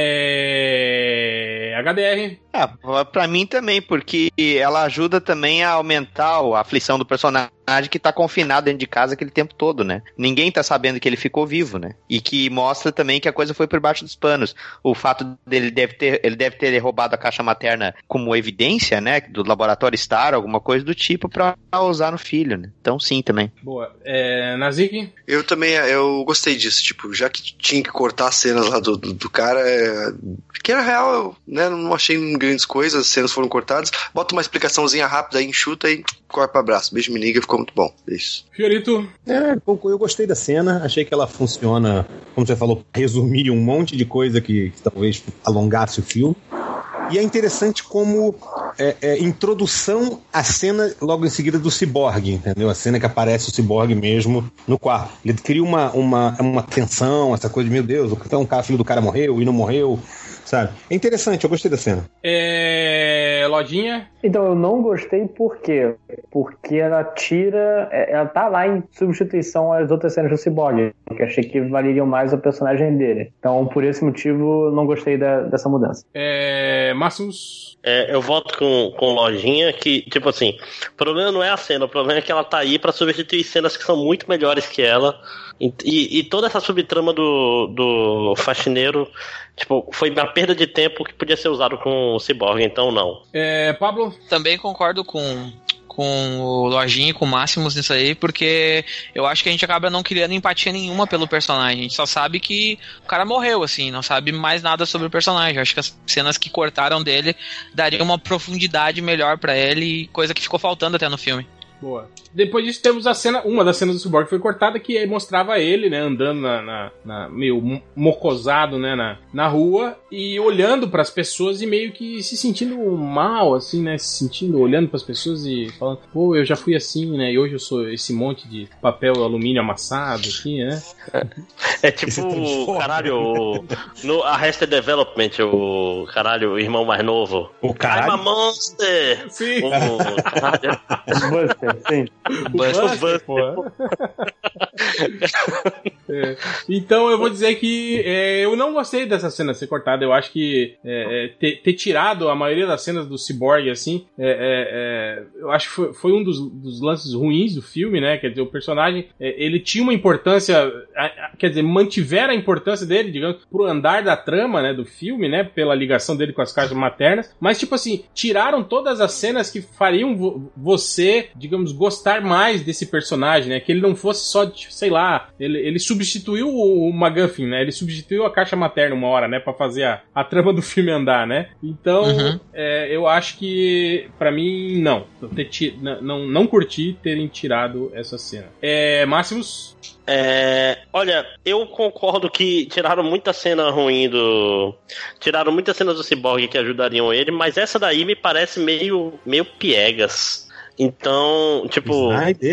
HDR? Pra mim também, porque ela ajuda também a aumentar a aflição do personagem que tá confinado dentro de casa aquele tempo todo, né? Ninguém tá sabendo que ele ficou vivo, né? E que mostra também que a coisa foi por baixo dos panos. O fato dele ele deve ter roubado a caixa materna como evidência, né? Do laboratório Star, alguma coisa do tipo, pra usar no filho, né? Então sim, também. Boa. Nazik? Eu também, eu gostei disso, tipo, já que tinha que cortar as cenas lá do cara, que era real, né? Não achei grandes coisas, as cenas foram cortadas. Bota uma explicaçãozinha rápida aí, enxuta e corta pra abraço. Beijo, me liga, ficou muito bom. Beijos. Fiorito? Eu gostei da cena, achei que ela funciona, como você falou, resumir um monte de coisa que talvez alongasse o filme. E é interessante como introdução à cena logo em seguida do Cyborg, entendeu? A cena que aparece o Cyborg mesmo no quarto. Ele cria uma tensão, essa coisa de, meu Deus, então o filho do cara morreu e não morreu. sabe? É interessante, eu gostei da cena. Lojinha? Então, eu não gostei por quê? Porque ela tá lá em substituição às outras cenas do Cyborg, que achei que valeriam mais o personagem dele. Então, por esse motivo, eu não gostei dessa mudança. Máximos? Eu voto com Lojinha que, tipo assim, o problema não é a cena, o problema é que ela tá aí pra substituir cenas que são muito melhores que ela. E toda essa subtrama do faxineiro, tipo, foi uma perda de tempo que podia ser usado com o Cyborg, então não. Pablo? Também concordo com o Lojinha e com o Máximos nisso aí, porque eu acho que a gente acaba não criando empatia nenhuma pelo personagem. A gente só sabe que o cara morreu, assim, não sabe mais nada sobre o personagem. Eu acho que as cenas que cortaram dele dariam uma profundidade melhor pra ele, coisa que ficou faltando até no filme. Boa. Depois disso temos uma das cenas do Cyborg que foi cortada, que mostrava ele, né, andando meio mocosado, né, na rua e olhando pras pessoas e meio que se sentindo mal, assim, né, olhando pras pessoas e falando, pô, eu já fui assim, né, e hoje eu sou esse monte de papel alumínio amassado aqui, né. É tipo, caralho, no Arrested Development, o irmão mais novo. O caralho? I'm a monster! Sim. Buster, sim. Buster, pô. Então eu vou dizer que eu não gostei dessa cena ser cortada. Eu acho que ter tirado a maioria das cenas do Cyborg, assim, eu acho que foi um dos lances ruins do filme, né? Quer dizer, o personagem, ele tinha uma importância, quer dizer, mantiveram a importância dele, digamos, pro andar da trama, né, do filme, né, pela ligação dele com as caixas maternas, mas, tipo assim, tiraram todas as cenas que fariam você, digamos, gostar mais desse personagem, né, que ele não fosse só, sei lá, ele substituiu o McGuffin, né, ele substituiu a caixa materna uma hora, né, pra fazer a trama do filme andar, né, então, eu acho que, pra mim, não curti terem tirado essa cena. Máximos? Olha, eu concordo que tiraram muita cena ruim tiraram muitas cenas do Cyborg que ajudariam ele, mas essa daí me parece meio piegas. Então, tipo...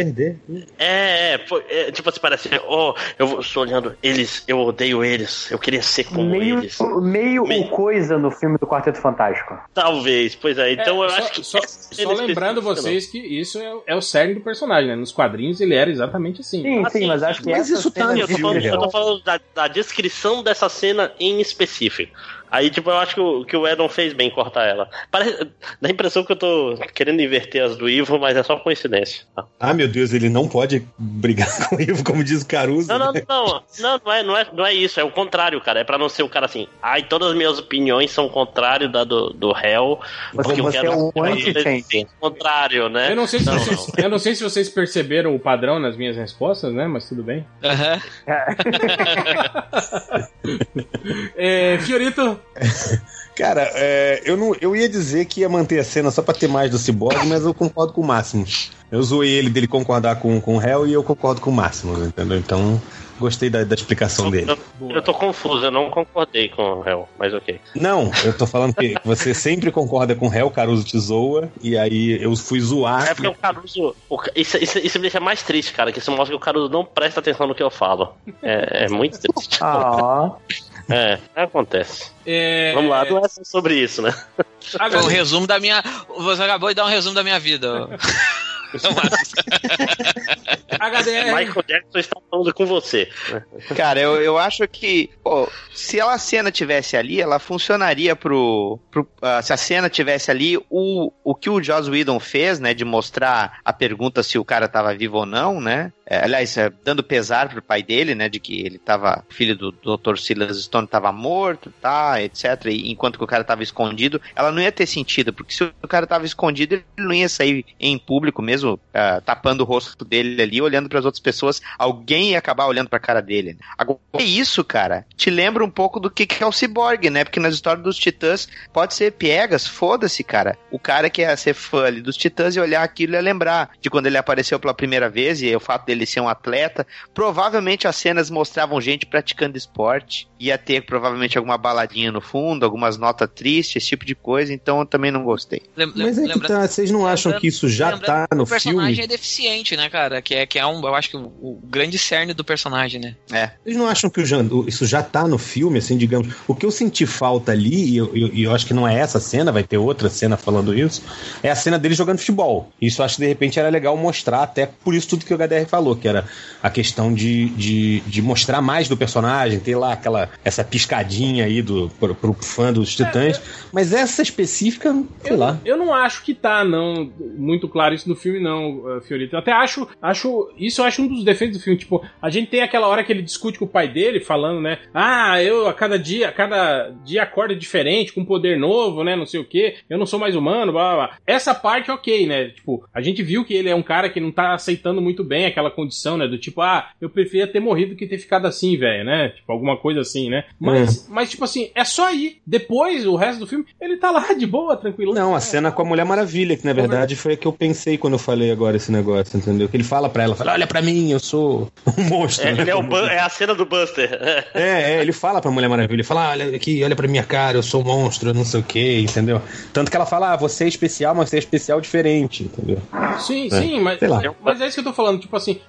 tipo assim, parece... eu estou olhando eles, eu odeio eles, eu queria ser como eles. Meio coisa no filme do Quarteto Fantástico. Talvez, pois é. Então eu acho que... Só lembrando vocês que isso é o cerne do personagem, né? Nos quadrinhos ele era exatamente assim. Sim, mas acho que mas isso tá no filme. Eu tô falando da descrição dessa cena em específico. Aí, tipo, eu acho que o Edon fez bem cortar ela. Dá a impressão que eu tô querendo inverter as do Ivo, mas é só coincidência. Ah, meu Deus, ele não pode brigar com o Ivo, como diz o Caruso. Não é isso, é o contrário, cara. É pra não ser o cara assim, todas as minhas opiniões são contrário da do réu. Porque você é um anti-change. Contrário, né? Eu não sei se vocês perceberam o padrão nas minhas respostas, né? Mas tudo bem. Fiorito? Cara, eu ia dizer que ia manter a cena só pra ter mais do Cyborg, mas eu concordo com o Máximo. Eu zoei ele dele concordar com o réu e eu concordo com o Máximo, entendeu? Então, gostei da explicação dele. Eu tô confuso, eu não concordei com o réu, mas ok. Não, eu tô falando que você sempre concorda com o réu, o Caruso te zoa, e aí eu fui zoar. É porque o Caruso... Isso me deixa mais triste, cara, que isso mostra que o Caruso não presta atenção no que eu falo. É muito triste. Acontece. Vamos lá, não é só sobre isso, né? Foi um resumo da minha... Você acabou de dar um resumo da minha vida. HDR. Michael Jackson está falando com você. Cara, eu acho que se a cena tivesse ali, ela funcionaria se a cena tivesse ali, o que o Joss Whedon fez, né, de mostrar a pergunta se o cara tava vivo ou não, né, aliás, dando pesar pro pai dele, né, de que ele tava, filho do Dr. Silas Stone tava morto, etc, e enquanto que o cara tava escondido, ela não ia ter sentido, porque se o cara tava escondido, ele não ia sair em público mesmo, tapando o rosto dele ali, olhando pras outras pessoas, alguém ia acabar olhando pra cara dele. Agora, isso, cara, te lembra um pouco do que é o Cyborg, né, porque nas histórias dos Titãs, pode ser piegas, foda-se, cara. O cara que ia ser fã ali dos Titãs e olhar aquilo ia lembrar de quando ele apareceu pela primeira vez, e o fato dele ele ser um atleta. Provavelmente as cenas mostravam gente praticando esporte. Ia ter provavelmente alguma baladinha no fundo, algumas notas tristes, esse tipo de coisa. Então eu também não gostei. Mas é que tá, vocês não acham que isso já tá no filme? O personagem é deficiente, né, cara? Que é eu acho que o grande cerne do personagem, né? Vocês não acham que isso já tá no filme, assim, digamos? O que eu senti falta ali, e eu acho que não é essa cena, vai ter outra cena falando isso, é a cena dele jogando futebol. Isso eu acho que de repente era legal mostrar, até por isso tudo que o HDR falou, que era a questão de mostrar mais do personagem, ter lá essa piscadinha aí pro fã dos Titãs. Mas essa específica, sei lá. Eu não acho que tá, não, muito claro isso no filme, não, Fiorito. Eu até acho isso eu acho um dos defeitos do filme. Tipo, a gente tem aquela hora que ele discute com o pai dele, falando, né? Eu a cada dia acordo diferente, com um poder novo, né? Não sei o quê. Eu não sou mais humano, blá, blá, blá. Essa parte, ok, né? Tipo, a gente viu que ele é um cara que não tá aceitando muito bem aquela condição, né? Do tipo, eu preferia ter morrido que ter ficado assim, velho, né? Tipo, alguma coisa assim, né? Mas, tipo assim, é só ir. Depois, o resto do filme, ele tá lá de boa, tranquilo. Não, a cena com a Mulher Maravilha, que na verdade foi a que eu pensei quando eu falei agora esse negócio, entendeu? Que ele fala pra ela, olha pra mim, eu sou um monstro. É a cena do Buster. Ele fala pra Mulher Maravilha, ele fala, olha aqui, olha pra minha cara, eu sou um monstro, não sei o que, entendeu? Tanto que ela fala, você é especial, mas você é especial diferente, entendeu? Sim, mas é isso que eu tô falando, tipo assim,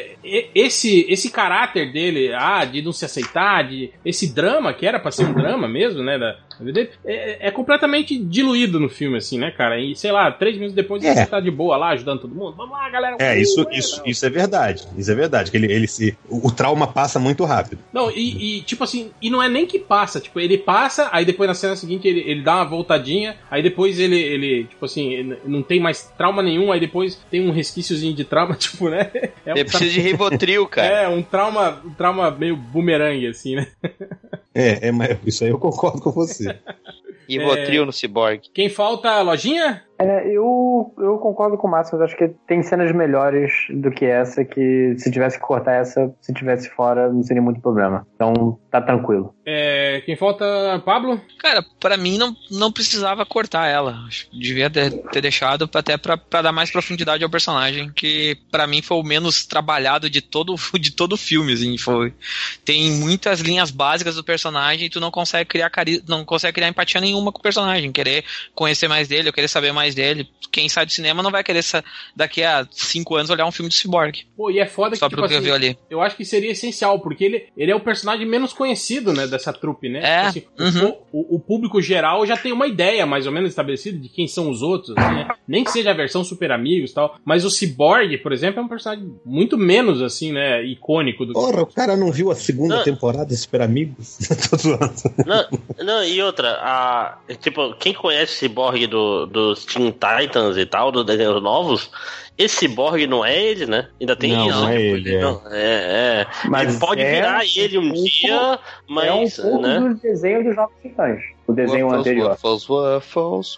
esse caráter dele, de não se aceitar, esse drama, que era pra ser um drama mesmo, né, da vida dele, é completamente diluído no filme, assim, né, cara? E, sei lá, 3 minutos depois você tá de boa lá, ajudando todo mundo, vamos lá, galera. Isso é verdade, que o trauma passa muito rápido. Não, tipo assim, e não é nem que passa, tipo, ele passa, aí depois na cena seguinte ele dá uma voltadinha, aí depois ele tipo assim, ele não tem mais trauma nenhum, aí depois tem um resquíciozinho de trauma, tipo, né? Ele precisa de Rivotril, cara. Um trauma meio bumerangue, assim, né? Mas isso aí eu concordo com você. Rivotril no Cyborg. Quem falta, Lojinha? Eu concordo com o Márcio, mas acho que tem cenas melhores do que essa, que se tivesse que cortar essa, se tivesse fora, não seria muito problema. Então, tá tranquilo. Quem falta, Pablo? Cara, pra mim não precisava cortar ela. Acho que devia ter deixado até pra dar mais profundidade ao personagem, que pra mim foi o menos trabalhado de todo o filme, assim. Tem muitas linhas básicas do personagem e tu não consegue criar empatia nenhuma com o personagem, querer conhecer mais dele, ou querer saber mais dele. Quem sai do cinema não vai querer daqui a 5 anos olhar um filme do Cyborg. Pô, e é foda só que, tipo assim, viu ali. Eu acho que seria essencial, porque ele é o personagem menos conhecido, né, dessa trupe, né? Tipo assim, o público geral já tem uma ideia mais ou menos estabelecida de quem são os outros, assim, né? Nem que seja a versão Super Amigos e tal, mas o Cyborg, por exemplo, é um personagem muito menos, assim, né, icônico do o cara não viu a segunda temporada de Super Amigos? Tô zoando. Não, e outra, tipo, quem conhece o Cyborg dos Teen Titans e tal, dos desenhos novos, esse Cyborg não é ele, né? Ainda tem isso. Não é ele. Não, mas ele pode virar ele um dia, mas... É um pouco do desenho dos Novos Titãs. O desenho anterior. Waffles.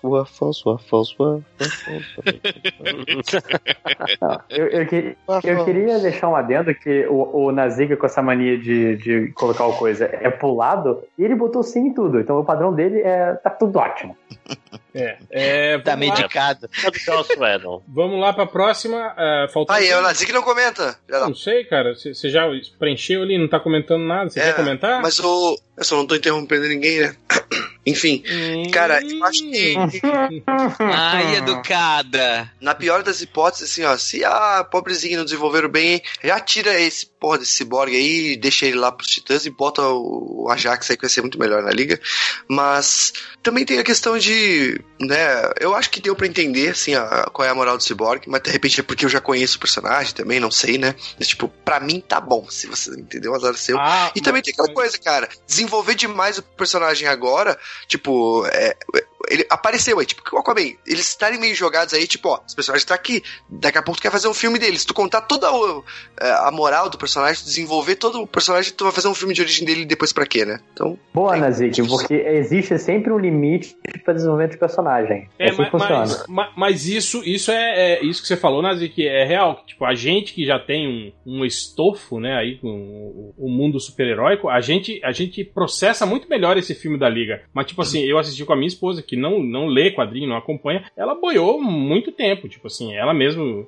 Eu queria deixar um adendo que o Naziga, com essa mania de colocar o coisa, é pulado, e ele botou sim em tudo. Então o padrão dele tá tudo ótimo. Tá medicado. Vamos lá pra próxima. É o Naziga não comenta. Não sei, cara. Você já preencheu ali, não tá comentando nada. Você quer comentar? Mas eu só não tô interrompendo ninguém, né? Enfim, cara, eu acho que... Ai, educada! Na pior das hipóteses, assim, ó, se a pobrezinha não desenvolveram bem, já tira esse porra desse Cyborg aí, deixa ele lá pros Titãs e bota o Ajax aí, que vai ser muito melhor na liga. Mas também tem a questão de, né, eu acho que deu pra entender, assim, qual é a moral do Cyborg, mas de repente é porque eu já conheço o personagem também, não sei, né? Mas, tipo, pra mim tá bom, se você entendeu, azar seu. E também tem aquela coisa, cara, desenvolver demais o personagem agora, tipo, ele apareceu aí, tipo, o Aquaman, eles estarem meio jogados aí, tipo, ó, os personagens estão aqui, daqui a pouco tu quer fazer um filme deles, se tu contar toda a moral do personagem, desenvolver todo o personagem, tu vai fazer um filme de origem dele depois pra quê, né? Então... Boa, Nazik, porque existe sempre um limite pra desenvolvimento de personagem. Assim funciona. Mas isso é isso que você falou, Nazik, é real, que, tipo, a gente que já tem um estofo, né, aí com o mundo super-heróico, a gente processa muito melhor esse filme da Liga. Mas, tipo assim, eu assisti com a minha esposa, que não lê quadrinho, não acompanha, ela boiou muito tempo, tipo assim, ela mesmo,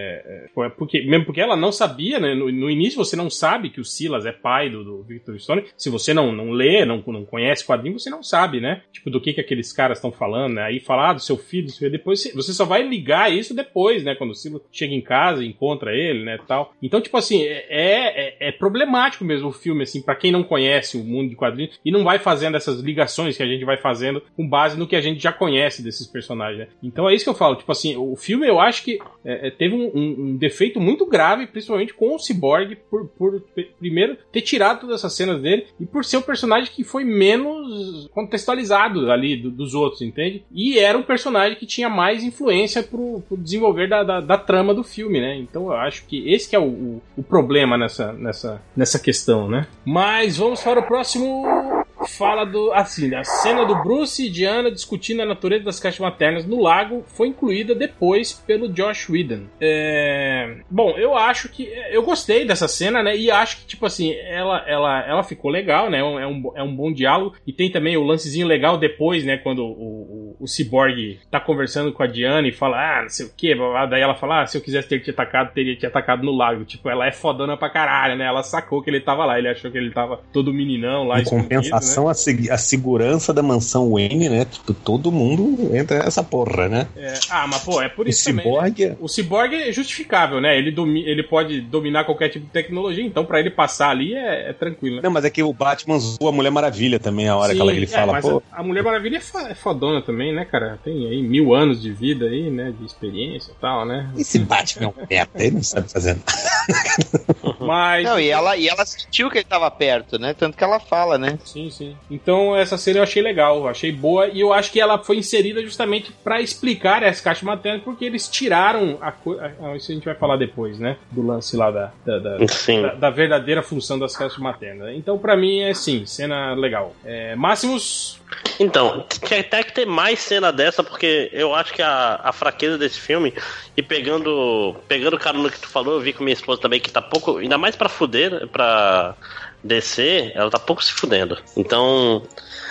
mesmo porque ela não sabia, né, no início você não sabe que o Silas é pai do Victor Stone, se você não lê, não conhece quadrinho, você não sabe, né, tipo, do que aqueles caras estão falando, né, aí falar do seu filho, depois você só vai ligar isso depois, né, quando o Silas chega em casa e encontra ele, né, tal. Então, tipo assim, é problemático mesmo o filme, assim, pra quem não conhece o mundo de quadrinhos e não vai fazendo essas ligações que a gente vai fazendo com base no que a gente já conhece desses personagens, né? Então é isso que eu falo, tipo assim, o filme eu acho que teve um defeito muito grave, principalmente com o Cyborg, por primeiro ter tirado todas essas cenas dele e por ser um personagem que foi menos contextualizado ali dos outros, entende? E era um personagem que tinha mais influência pro desenvolver da trama do filme, né? Então eu acho que esse que é o problema nessa questão, né? Mas vamos para o próximo. Fala da cena do Bruce e Diana discutindo a natureza das caixas maternas no lago foi incluída depois pelo Joss Whedon. Bom, eu acho que eu gostei dessa cena, né? E acho que, tipo assim, ela ficou legal, né? É um bom diálogo. E tem também o lancezinho legal depois, né? Quando o Cyborg tá conversando com a Diana e fala, não sei o que, daí ela fala, se eu quisesse ter te atacado, teria te atacado no lago. Tipo, ela é fodona pra caralho, né? Ela sacou que ele tava lá, ele achou que ele tava todo meninão lá. Em compensação, né? A segurança da mansão Wayne, né? Tipo, todo mundo entra nessa porra, né? Mas pô, é por isso também. Né? O Cyborg é justificável, né? Ele pode dominar qualquer tipo de tecnologia, então pra ele passar ali é tranquilo, né? Não, mas é que o Batman zoa a Mulher Maravilha também, a hora que ele fala, mas pô... A Mulher Maravilha é fodona também, né, cara? Tem aí 1000 anos de vida aí, né? De experiência e tal, né? Esse Batman é um merda, ele não sabe fazer nada. Mas... Não, e ela sentiu que ele tava perto, né? Tanto que ela fala, né? Sim. Então essa cena eu achei legal, achei boa, e eu acho que ela foi inserida justamente pra explicar as caixas maternas, porque eles tiraram isso a gente vai falar depois, né? Do lance lá da verdadeira função das caixas maternas. Então pra mim é sim, cena legal. Máximos... Então, tinha até que ter mais cena dessa, porque eu acho que a fraqueza desse filme, e pegando o cara no que tu falou, eu vi com minha esposa também, que tá pouco, ainda mais pra fuder, pra descer, ela tá pouco se fudendo. Então,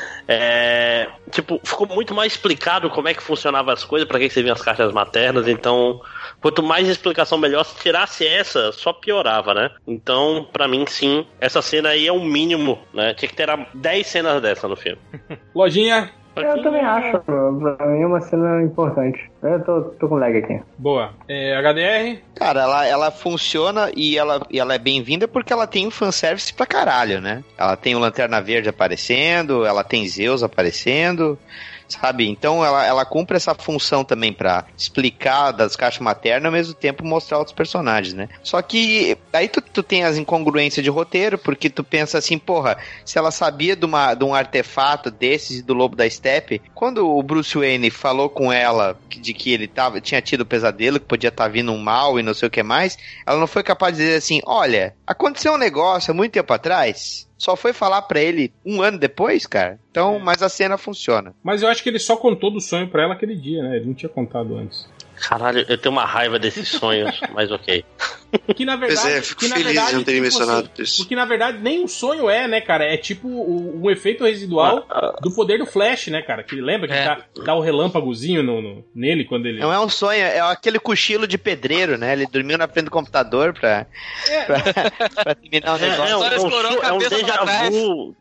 ficou muito mais explicado como é que funcionavam as coisas, pra que serviam as caixas maternas, então... Quanto mais explicação melhor, se tirasse essa, só piorava, né? Então, pra mim, sim, essa cena aí é o mínimo, né? Tinha que ter 10 cenas dessa no filme. Lojinha? Eu também acho, pra mim é uma cena importante. Eu tô com lag aqui. Boa. HDR? Cara, ela funciona e ela é bem-vinda porque ela tem um fanservice pra caralho, né? Ela tem o Lanterna Verde aparecendo, ela tem Zeus aparecendo... Sabe? Então ela cumpre essa função também pra explicar das caixas maternas e ao mesmo tempo mostrar outros personagens, né? Só que aí tu tem as incongruências de roteiro, porque tu pensa assim, porra, se ela sabia de um artefato desses do Lobo da Steppe, quando o Bruce Wayne falou com ela de que ele tinha tido pesadelo, que podia estar vindo um mal e não sei o que mais, ela não foi capaz de dizer assim, olha, aconteceu um negócio há muito tempo atrás... Só foi falar pra ele 1 ano depois, cara. Então, mas a cena funciona. Mas eu acho que ele só contou do sonho pra ela aquele dia, né? Ele não tinha contado antes. Caralho, eu tenho uma raiva desses sonhos, mas ok. Que na verdade, fico feliz de não terem mencionado isso. Porque na verdade nem o sonho né, cara? É tipo um efeito residual do poder do Flash, né, cara? Que lembra que dá o relâmpagozinho nele quando ele... Não é um sonho, é aquele cochilo de pedreiro, né? Ele dormiu na frente do computador pra terminar o negócio. É um déjà vu.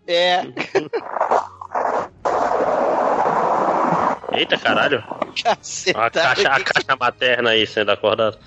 Eita, caralho. A caixa materna aí sendo acordada.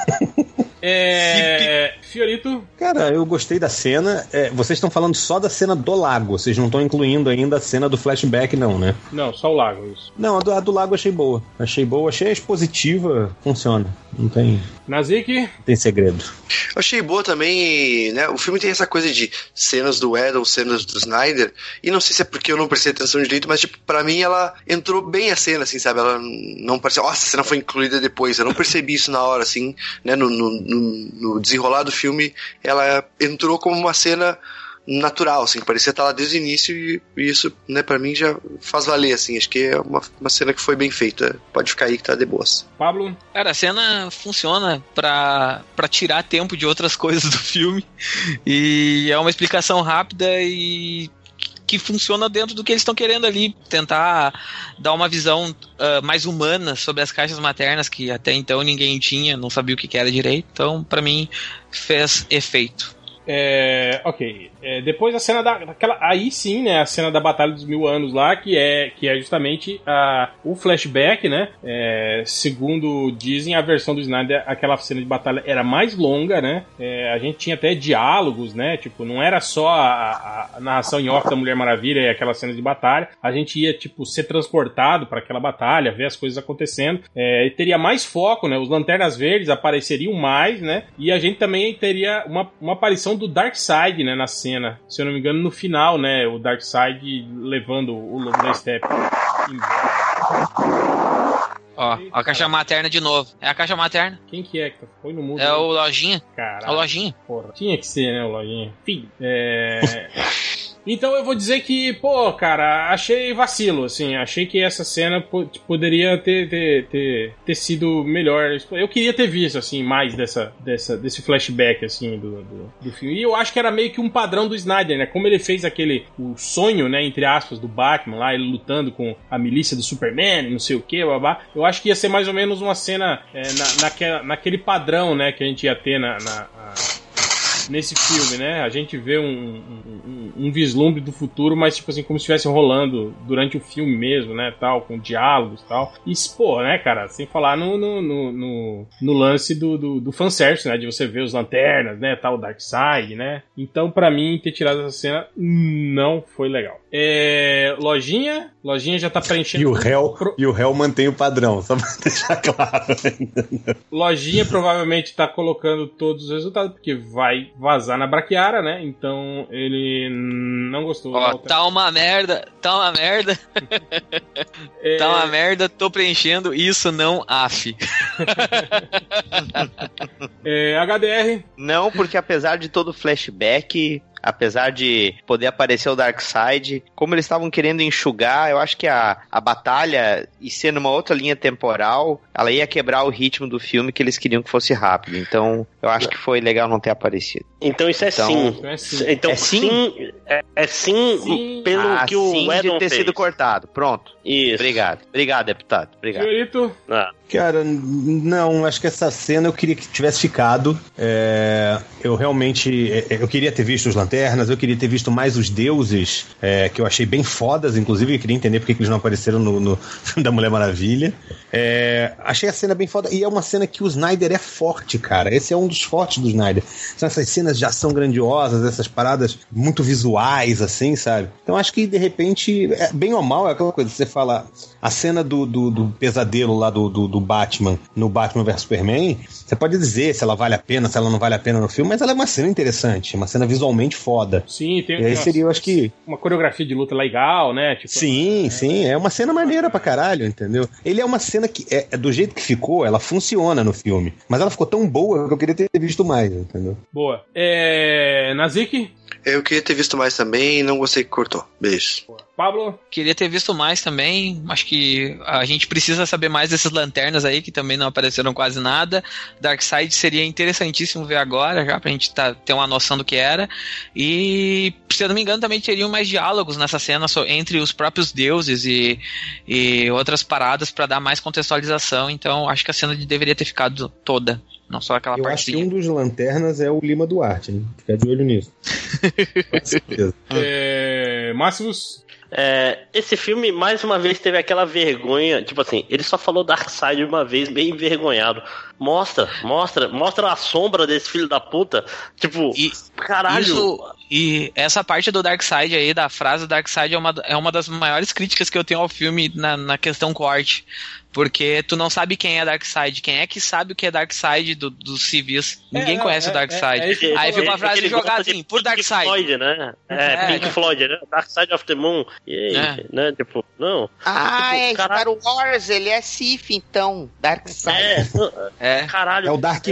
Fiorito? Cara, eu gostei da cena. Vocês estão falando só da cena do lago. Vocês não estão incluindo ainda a cena do flashback, não, né? Não, só o lago, isso. Não, a do lago achei boa. Achei expositiva. Funciona. Não tem... Nazik? Tem segredo. Eu achei boa também, né? O filme tem essa coisa de cenas do Whedon, cenas do Snyder. E não sei se é porque eu não prestei atenção direito, mas, tipo, pra mim ela entrou bem a cena, assim, sabe? Ela não pareceu... Nossa, a cena foi incluída depois. Eu não percebi isso na hora, assim, né? No desenrolar do filme, ela entrou como uma cena natural, assim, que parecia estar lá desde o início e isso, né, pra mim já faz valer, assim, acho que é uma cena que foi bem feita, pode ficar aí que tá de boas. Pablo? Cara, a cena funciona pra tirar tempo de outras coisas do filme e é uma explicação rápida e que funciona dentro do que eles estão querendo ali, tentar dar uma visão mais humana sobre as caixas maternas, que até então ninguém tinha, não sabia o que era direito, então pra mim fez efeito. Ok. Depois a cena daquela. Aí sim, né? A cena da Batalha dos 1000 Anos lá, que é justamente o flashback, né? Segundo dizem, a versão do Snyder, aquela cena de batalha era mais longa, né? A gente tinha até diálogos, né? Tipo, não era só a narração em off da Mulher Maravilha e aquela cena de batalha. A gente ia, tipo, ser transportado para aquela batalha, ver as coisas acontecendo. E teria mais foco, né? Os Lanternas Verdes apareceriam mais, né? E a gente também teria uma aparição do Darkseid, né, na cena. Se eu não me engano, no final, né, o Darkseid levando o Lobo da Steppe embora. Ó, a caixa materna de novo. É a caixa materna. Quem que é que foi no mundo? É o Lojinha. Caralho. É o Lojinha. Porra. Tinha que ser, né, o Lojinha. Enfim. Então eu vou dizer que, pô, cara, achei vacilo, assim, achei que essa cena poderia ter sido melhor. Eu queria ter visto, assim, mais desse flashback, assim, do filme. E eu acho que era meio que um padrão do Snyder, né? Como ele fez o sonho, né, entre aspas, do Batman lá, ele lutando com a milícia do Superman, não sei o que, babá. Eu acho que ia ser mais ou menos uma cena naquele padrão, né, que a gente ia ter nesse filme, né? A gente vê um vislumbre do futuro, mas tipo assim, como se estivesse rolando durante o filme mesmo, né? Tal, com diálogos e tal. E, pô, né, cara? Sem falar no lance do fanservice, né? De você ver os lanternas, né? Tal, o Darkseid, né? Então, pra mim, ter tirado essa cena não foi legal. Lojinha já tá preenchendo. E o réu mantém o padrão, só pra deixar claro. Lojinha provavelmente tá colocando todos os resultados, porque vai vazar na Braquiara, né? Então ele não gostou. Ó, tá uma merda. Tá uma merda, tô preenchendo, isso não af. HDR? Não, porque apesar de todo o flashback, apesar de poder aparecer o Darkseid, como eles estavam querendo enxugar, eu acho que a batalha, e ser numa outra linha temporal, ela ia quebrar o ritmo do filme, que eles queriam que fosse rápido. Então, eu acho que foi legal não ter aparecido. Então isso é sim. Então é sim? É sim pelo que o Whedon de ter fez. Sido cortado. Pronto. Isso. Obrigado, deputado. Obrigado. Senhorito? Cara, não, acho que essa cena eu queria que tivesse ficado. Eu realmente... Eu queria ter visto os Lanternas, eu queria ter visto mais os deuses, que eu achei bem fodas, inclusive eu queria entender porque eles não apareceram no filme da Mulher Maravilha. Achei a cena bem foda, e é uma cena que o Snyder é forte, cara. Esse é um dos fortes do Snyder. São essas cenas de ação grandiosas, essas paradas muito visuais, assim, sabe? Então acho que, de repente, bem ou mal, é aquela coisa, você fala, a cena do pesadelo lá do Batman, no Batman vs Superman, você pode dizer se ela vale a pena, se ela não vale a pena no filme, mas ela é uma cena interessante, uma cena visualmente foda. Sim, tem e aí seria, eu acho que... uma coreografia de luta legal, né? Tipo, sim, é uma cena maneira pra caralho, entendeu? Ele é uma cena que, do jeito que ficou, ela funciona no filme, mas ela ficou tão boa que eu queria ter visto mais, entendeu? Boa. Nazik? Eu queria ter visto mais também e não gostei que cortou. Beijo. Pablo? Queria ter visto mais também. Acho que a gente precisa saber mais desses lanternas aí, que também não apareceram quase nada. Darkseid seria interessantíssimo ver agora, já pra gente ter uma noção do que era. E, se eu não me engano, também teriam mais diálogos nessa cena entre os próprios deuses e outras paradas pra dar mais contextualização. Então, acho que a cena deveria ter ficado toda. Não só aquela eu partezinha. acho que um dos lanternas é o Lima Duarte, hein? Fica de olho nisso. Com certeza. Máximos? Esse filme, mais uma vez, teve aquela vergonha. Tipo assim, ele só falou Darkseid uma vez, bem envergonhado. Mostra a sombra desse filho da puta. Tipo, caralho. E essa parte do Darkseid aí, da frase do Darkseid, é uma das maiores críticas que eu tenho ao filme na questão corte. Porque tu não sabe quem é Darkseid. Quem é que sabe o que é Darkseid dos civis? Ninguém conhece o Darkseid. Aí fica uma frase jogada assim, por Darkseid. Pink Floyd, né? Pink Floyd, né? Dark Side of the Moon. E aí, né? Tipo, não. Tipo, Star Wars, ele é Sith, então. Darkseid. Caralho. É o Dark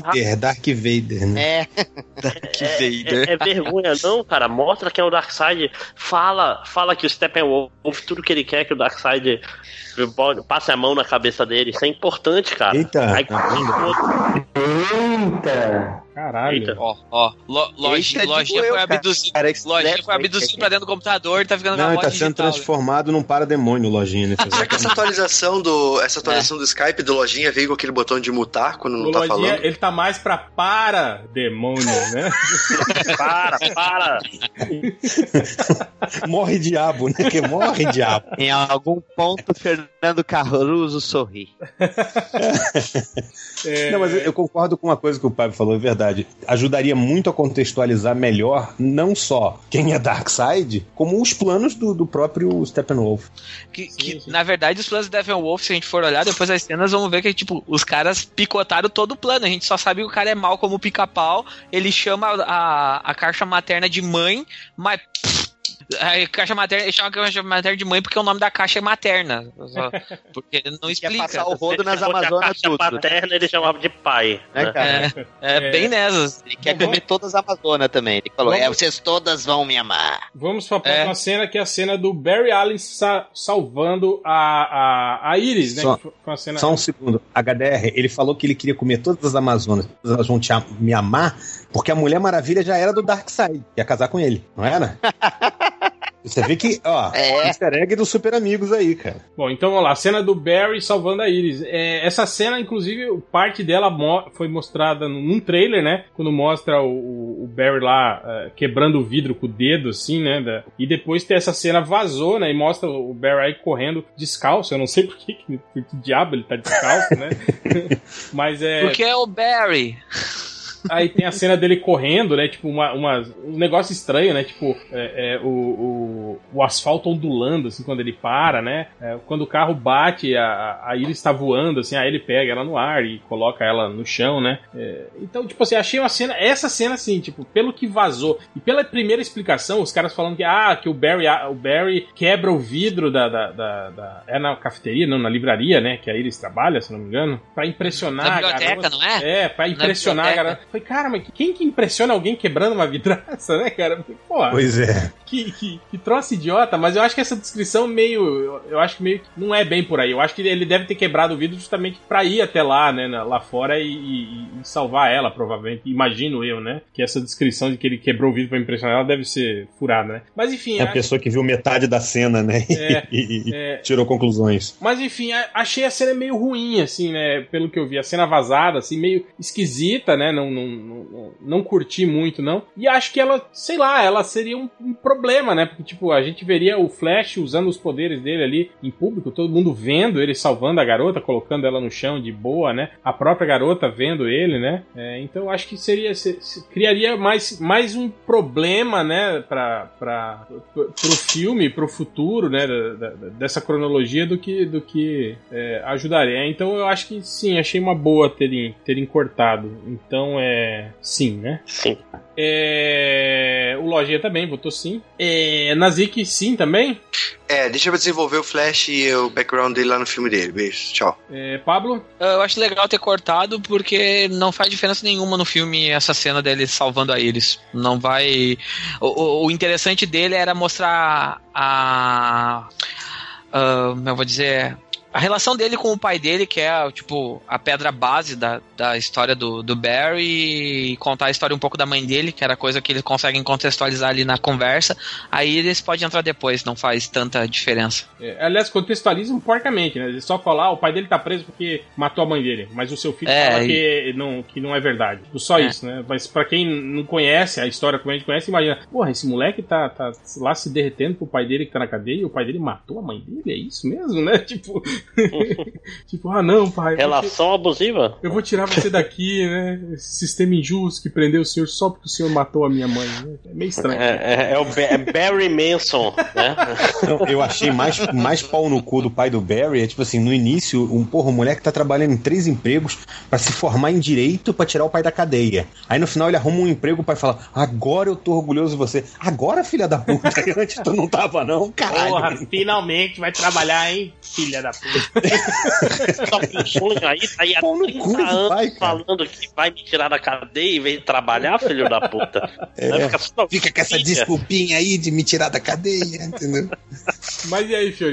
Vader, né? Dark Vader. É vergonha, não, cara. Mostra quem é o Darkseid. Fala que o Steppenwolf, tudo que ele quer é que o Darkseid passe a mão na cabeça dele. Isso é importante, cara. Eita. Aí, Eita! Caralho. Lojinha foi abduzido. Lojinha foi abduzido pra dentro do computador e tá ficando Não, na ele tá voz sendo digital, transformado num parademônio, Lojinha. Será que essa atualização do Skype do Lojinha veio com aquele botão de mutar quando não tá Lojinha, falando? ele tá mais para demônio, né? Para! Morre diabo, né? Que morre diabo. Em algum ponto, Fernando Caruso sorri. Não, mas eu concordo com uma coisa que o Pablo falou, é verdade. Ajudaria muito a contextualizar melhor, não só quem é Darkseid, como os planos do próprio Steppenwolf. Que na verdade, os planos do Steppenwolf, se a gente for olhar depois das cenas, vamos ver que, tipo, os caras picotaram todo o plano. A gente só sabe que o cara é mal como pica-pau. Ele chama a caixa materna de mãe, mas... A caixa materna, ele chama a caixa materna de mãe porque o nome da caixa é materna. Porque ele não explica. Quer passar o rodo nas Amazonas tudo. A materna ele chamava de pai. Né? Bem nessas. Ele quer comer todas as Amazonas também. Ele falou, vocês todas vão me amar. Vamos pra próxima cena, que é a cena do Barry Allen salvando a Iris, né? Só um segundo. HDR, ele falou que ele queria comer todas as Amazonas. Todas elas vão me amar, porque a Mulher Maravilha já era do Darkseid. Ia casar com ele, não era? Você vê que, easter egg dos Super Amigos aí, cara. Bom, então vamos lá. A cena do Barry salvando a Iris. Essa cena, inclusive, parte dela foi mostrada num trailer, né? Quando mostra o Barry lá quebrando o vidro com o dedo, assim, né? E depois tem essa cena vazou, né? E mostra o Barry aí correndo descalço. Eu não sei por que diabo ele tá descalço, né? Mas Porque é o Barry. Aí tem a cena dele correndo, né? Tipo, um negócio estranho, né? Tipo, o asfalto ondulando, assim, quando ele para, né? Quando o carro bate, a Iris tá voando, assim, aí ele pega ela no ar e coloca ela no chão, né? Então, tipo assim, achei essa cena, assim, tipo, pelo que vazou e pela primeira explicação, os caras falando que o Barry quebra o vidro é na cafeteria, não, na livraria, né? Que a Iris trabalha, se não me engano, pra impressionar a garota. Na biblioteca, não é? Pra impressionar a garota. Falei, cara, mas quem que impressiona alguém quebrando uma vidraça, né, cara? Porra, pois é. Que troço idiota, mas eu acho que essa descrição eu acho que meio que não é bem por aí. Eu acho que ele deve ter quebrado o vidro justamente pra ir até lá, né, lá fora e salvar ela, provavelmente. Imagino eu, né, que essa descrição de que ele quebrou o vidro pra impressionar ela deve ser furada, né? Mas enfim... É a pessoa que viu metade da cena, né, e tirou conclusões. Mas enfim, achei a cena meio ruim, assim, né, pelo que eu vi. A cena vazada, assim, meio esquisita, né, não curti muito, não. E acho que ela, sei lá, ela seria um problema, né? Porque, tipo, a gente veria o Flash usando os poderes dele ali em público, todo mundo vendo ele salvando a garota, colocando ela no chão de boa, né? A própria garota vendo ele, né? Então, acho que criaria mais um problema, né? Pro filme, pro futuro, né? Dessa cronologia do que ajudaria. Então, eu acho que, sim, achei uma boa terem cortado. Então, sim, né? Sim. O Lojinha também votou sim. Nazik, sim também? Deixa eu desenvolver o Flash e o background dele lá no filme dele. Beijo, tchau. Pablo? Eu acho legal ter cortado porque não faz diferença nenhuma no filme essa cena dele salvando a Iris. Não vai... O interessante dele era mostrar eu vou dizer... A relação dele com o pai dele, que é, tipo, a pedra base da história do Barry, e contar a história um pouco da mãe dele, que era coisa que eles conseguem contextualizar ali na conversa. Aí eles podem entrar depois, não faz tanta diferença. Aliás, contextualizam porcamente, né? Ele só fala, o pai dele tá preso porque matou a mãe dele, mas o seu filho fala que não é verdade. Só isso, né? Mas pra quem não conhece a história como a gente conhece, imagina, porra, esse moleque tá lá se derretendo pro pai dele que tá na cadeia e o pai dele matou a mãe dele? É isso mesmo, né? Tipo... tipo, não, pai. Relação abusiva? Eu vou tirar você daqui, né? Esse sistema injusto que prendeu o senhor só porque o senhor matou a minha mãe, né? É meio estranho. É o Barry Manson, né? Eu achei mais pau no cu do pai do Barry. Tipo assim, no início, o moleque tá trabalhando em 3 empregos pra se formar em direito pra tirar o pai da cadeia. Aí no final ele arruma um emprego, o pai fala, agora eu tô orgulhoso de você. Agora, filha da puta? Antes tu não tava, não? Caralho. Porra, finalmente vai trabalhar, hein, filha da puta. Só funciona aí, tá aí há 30 anos falando que vai me tirar da cadeia em vez de trabalhar, filho da puta. Fica com essa desculpinha aí de me tirar da cadeia, entendeu? Mas e aí, Fiorito?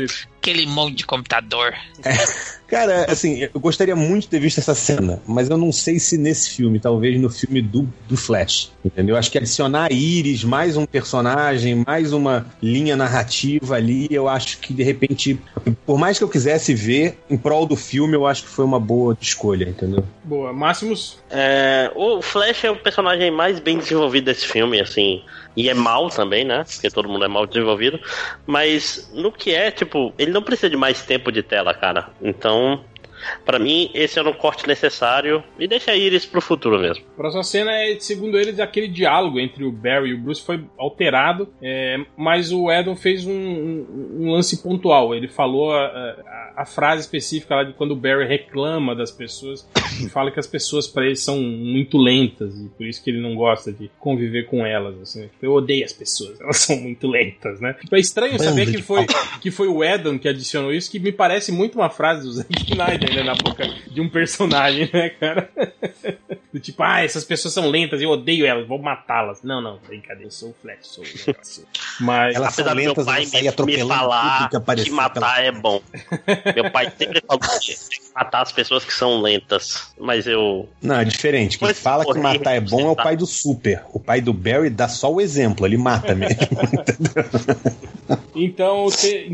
Aquele monte de computador. Cara, assim, eu gostaria muito de ter visto essa cena, mas eu não sei se nesse filme, talvez no filme do Flash, entendeu? Acho que adicionar a Iris, mais um personagem, mais uma linha narrativa ali, eu acho que de repente, por mais que eu quisesse ver, em prol do filme, eu acho que foi uma boa escolha, entendeu? Boa. Máximos? O Flash é o personagem mais bem desenvolvido desse filme, assim, e é mal também, né? Porque todo mundo é mal desenvolvido, mas no que é, tipo, ele não precisa de mais tempo de tela, cara. Então, pra mim, esse era um corte necessário e deixa a Iris pro futuro mesmo. A próxima cena é, segundo eles, aquele diálogo entre o Barry e o Bruce foi alterado, mas o Whedon fez um lance pontual. Ele falou a frase específica lá de quando o Barry reclama das pessoas e fala que as pessoas pra ele são muito lentas e por isso que ele não gosta de conviver com elas. Assim. Eu odeio as pessoas, elas são muito lentas, né? Tipo, é estranho saber que foi o Whedon que adicionou isso, que me parece muito uma frase do Zack Snyder, né, na boca de um personagem, né, cara? Do tipo, essas pessoas são lentas, eu odeio elas, vou matá-las. Não, brincadeira, eu sou o Flash, sou. Mas elas são lentas, meu pai me falar que matar é bom. Meu pai sempre falou que matar as pessoas que são lentas, mas eu... Não, é diferente. Quem fala que matar é bom é o pai do Super. O pai do Barry dá só o exemplo, ele mata mesmo. Então,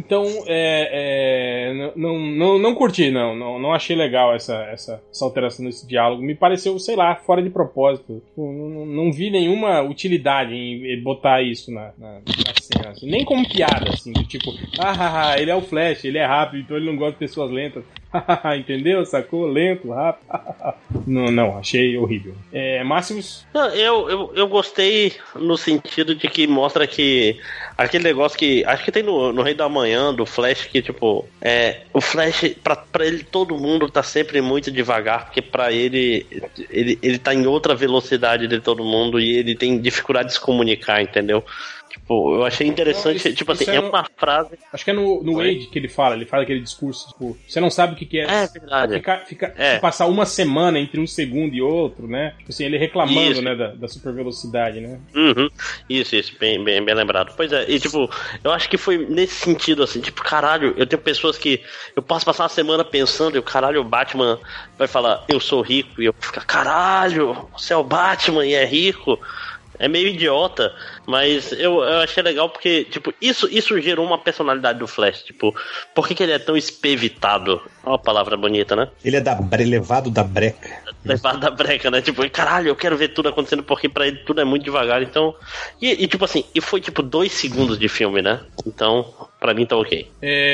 não curti, não achei legal essa alteração desse diálogo. Me pareceu, sei lá, fora de propósito. Não vi nenhuma utilidade em botar isso na cena. Assim. Nem como piada, assim, do tipo, ele é o Flash, ele é rápido, então ele não gosta de pessoas lentas. Entendeu? Sacou? Lento, rápido. Não, achei horrível. Máximos? Não, eu gostei no sentido de que mostra que aquele negócio que acho que tem no Rei da Manhã do Flash, que tipo, o Flash pra ele todo mundo tá sempre muito devagar, porque pra ele tá em outra velocidade de todo mundo e ele tem dificuldade de se comunicar, entendeu? Tipo, eu achei interessante, tipo assim, uma frase... Acho que é no Wade que ele fala aquele discurso, tipo, você não sabe o que é... É verdade. Passar uma semana entre um segundo e outro, né? Tipo assim, ele reclamando, isso, né, da super velocidade, né? Uhum. Isso, bem lembrado. Pois é, e tipo, eu acho que foi nesse sentido, assim, tipo, caralho, eu tenho pessoas que eu posso passar uma semana pensando e o caralho, o Batman vai falar, eu sou rico, e eu fico, caralho, você é o Batman e é rico... É meio idiota, mas eu achei legal porque, tipo, isso gerou uma personalidade do Flash. Tipo, por que ele é tão espevitado? É uma palavra bonita, né? Ele é levado da breca. Levado da breca, né? Tipo, caralho, eu quero ver tudo acontecendo porque pra ele tudo é muito devagar. Então, e tipo assim, e foi tipo 2 segundos de filme, né? Então, pra mim tá ok.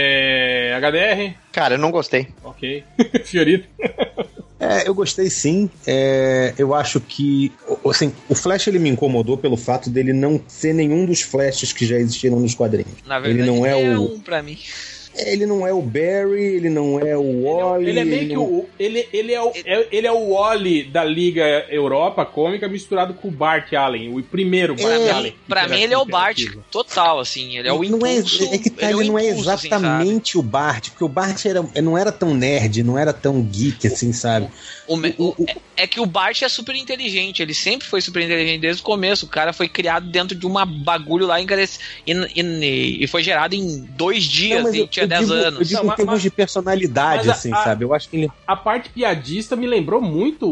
HDR? Cara, eu não gostei. Ok. Fiorito? Eu gostei sim. Eu acho que assim, o Flash ele me incomodou pelo fato dele não ser nenhum dos Flashes que já existiram nos quadrinhos. Na verdade, ele não é um pra mim. Ele não é o Barry, ele não é o Wally. Ele é meio que ele é o Wally da Liga Europa Cômica misturado com o Bart Allen, o primeiro Bart Allen. Pra mim ele é o Bart total, assim, ele é o impulso. Ele não é exatamente assim, o Bart, porque o Bart não era tão nerd, não era tão geek, assim, sabe? É que o Bart é super inteligente, ele sempre foi super inteligente desde o começo. O cara foi criado dentro de uma bagulho lá e foi gerado em 2 dias e tinha 10 anos. Eu digo em termos de personalidade, assim, sabe? Eu acho que a parte piadista me lembrou muito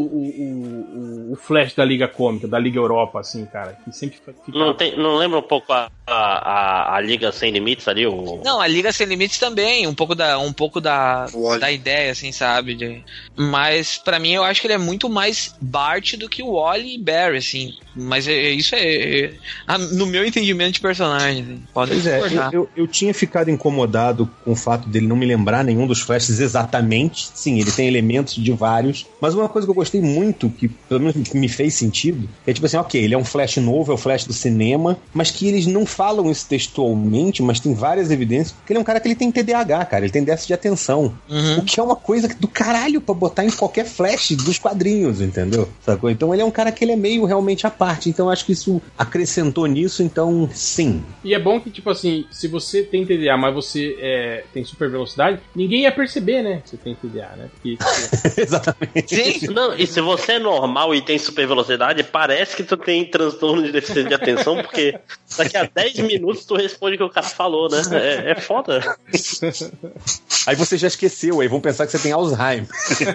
o Flash da Liga Cômica, da Liga Europa, assim, cara. Que sempre não lembra um pouco a Liga Sem Limites ali? Não, a Liga Sem Limites também, um pouco da ideia, assim, sabe? Mas pra mim eu acho que ele é muito mais Bart do que o Wally e Barry, assim. Mas isso no meu entendimento de personagem. Assim. Pois é, eu tinha ficado incomodado com o fato dele não me lembrar nenhum dos Flashes exatamente. Sim, ele tem elementos de vários. Mas uma coisa que eu gostei muito, que pelo menos me fez sentido, é tipo assim, ok, ele é um Flash novo, é o Flash do cinema, mas que eles não falam isso textualmente, mas tem várias evidências, porque ele é um cara que ele tem TDAH, cara, ele tem déficit de atenção. Uhum. O que é uma coisa do caralho pra botar em qualquer Flash dos quadrinhos, entendeu? Sacou? Então ele é um cara que ele é meio realmente à parte. Então acho que isso acrescentou nisso, então sim. E é bom que, tipo assim, se você tem TDA, mas você tem super velocidade, ninguém ia perceber, né? Que você tem TDA, né? Porque, exatamente. Sim, não, e se você é normal e tem super velocidade, parece que tu tem transtorno de deficiência de atenção, porque daqui a 10 minutos tu responde o que o cara falou, né? É foda. Aí você já esqueceu, aí vão pensar que você tem Alzheimer.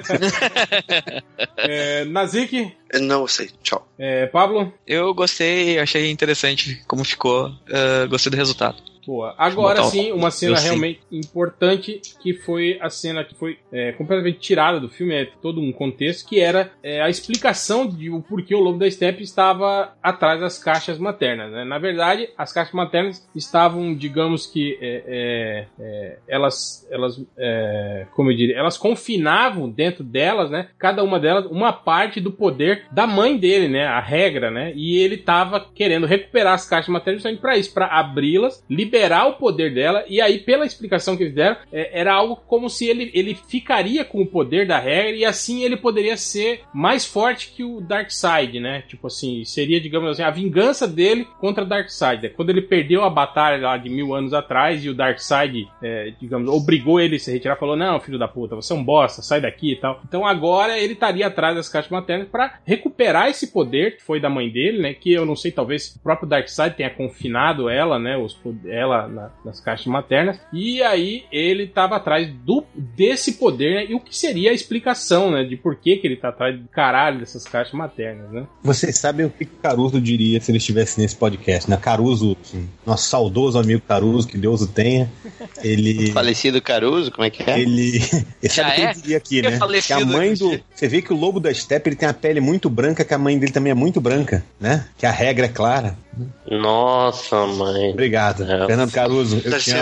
Nazik? Não sei, tchau. Pablo? Eu gostei, achei interessante como ficou, gostei do resultado. Boa. Agora sim, uma cena realmente importante, que foi a cena que foi completamente tirada do filme, todo um contexto, que era a explicação de o porquê o Lobo da Steppe estava atrás das caixas maternas, né? Na verdade, as caixas maternas estavam, digamos que, elas como eu diria, elas confinavam dentro delas, né? Cada uma delas, uma parte do poder da mãe dele, né? A regra, né? E ele estava querendo recuperar as caixas maternas justamente para isso, para abri-las, liberar o poder dela, e aí, pela explicação que eles deram, era algo como se ele ficaria com o poder da regra, e assim ele poderia ser mais forte que o Darkseid, né? Tipo assim, seria, digamos assim, a vingança dele contra Darkseid. Quando ele perdeu a batalha lá de 1000 anos atrás, e o Darkseid, digamos, obrigou ele a se retirar, falou, não, filho da puta, você é um bosta, sai daqui e tal. Então agora ele estaria atrás das caixas maternas para recuperar esse poder que foi da mãe dele, né? Que eu não sei, talvez o próprio Darkseid tenha confinado ela, né? Ela nas caixas maternas, e aí ele estava atrás desse poder, né, e o que seria a explicação, né, de por que ele tá atrás do caralho dessas caixas maternas, né? Vocês sabem o que o Caruso diria se ele estivesse nesse podcast, né? Caruso, nosso saudoso amigo Caruso, que Deus o tenha, ele... Falecido Caruso, como é que é? Ele sabe o que ele diria aqui, né? Que a mãe do... Você vê que o Lobo da Steppe, ele tem a pele muito branca, que a mãe dele também é muito branca, né? Que a regra é clara. Nossa, mãe. Obrigado. Fernando Caruso, eu te amo.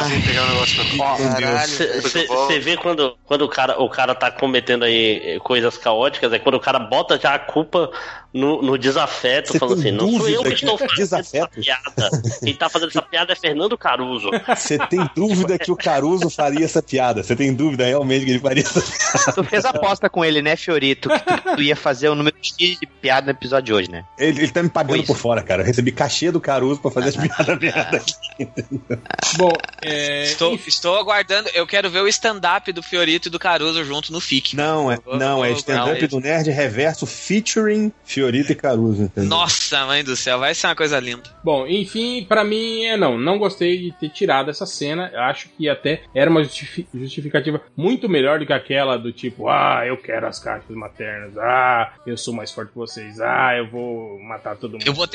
Você vê quando o cara tá cometendo aí coisas caóticas, é quando o cara bota já a culpa no desafeto, falando assim, não sou eu que estou fazendo essa piada. Quem tá fazendo essa piada é Fernando Caruso. Você tem dúvida que o Caruso faria essa piada? Você tem dúvida realmente que ele faria essa piada? Tu fez aposta com ele, né, Fiorito? Que tu ia fazer o número X de piada no episódio de hoje, né? Ele tá me pagando por fora, cara. Eu recebi cachê do Caruso pra fazer as piadas aqui. Bom, estou aguardando. Eu quero ver o stand-up do Fiorito e do Caruso junto no FIC. Não, é stand-up do Nerd Reverso featuring Fiorito e Caruso, entendeu? Nossa, mãe do céu, vai ser uma coisa linda. Bom, enfim, pra mim, não gostei de ter tirado essa cena. Eu acho que até era uma justificativa muito melhor do que aquela do tipo, eu quero as caixas maternas, eu sou mais forte que vocês, eu vou matar todo mundo. Eu vou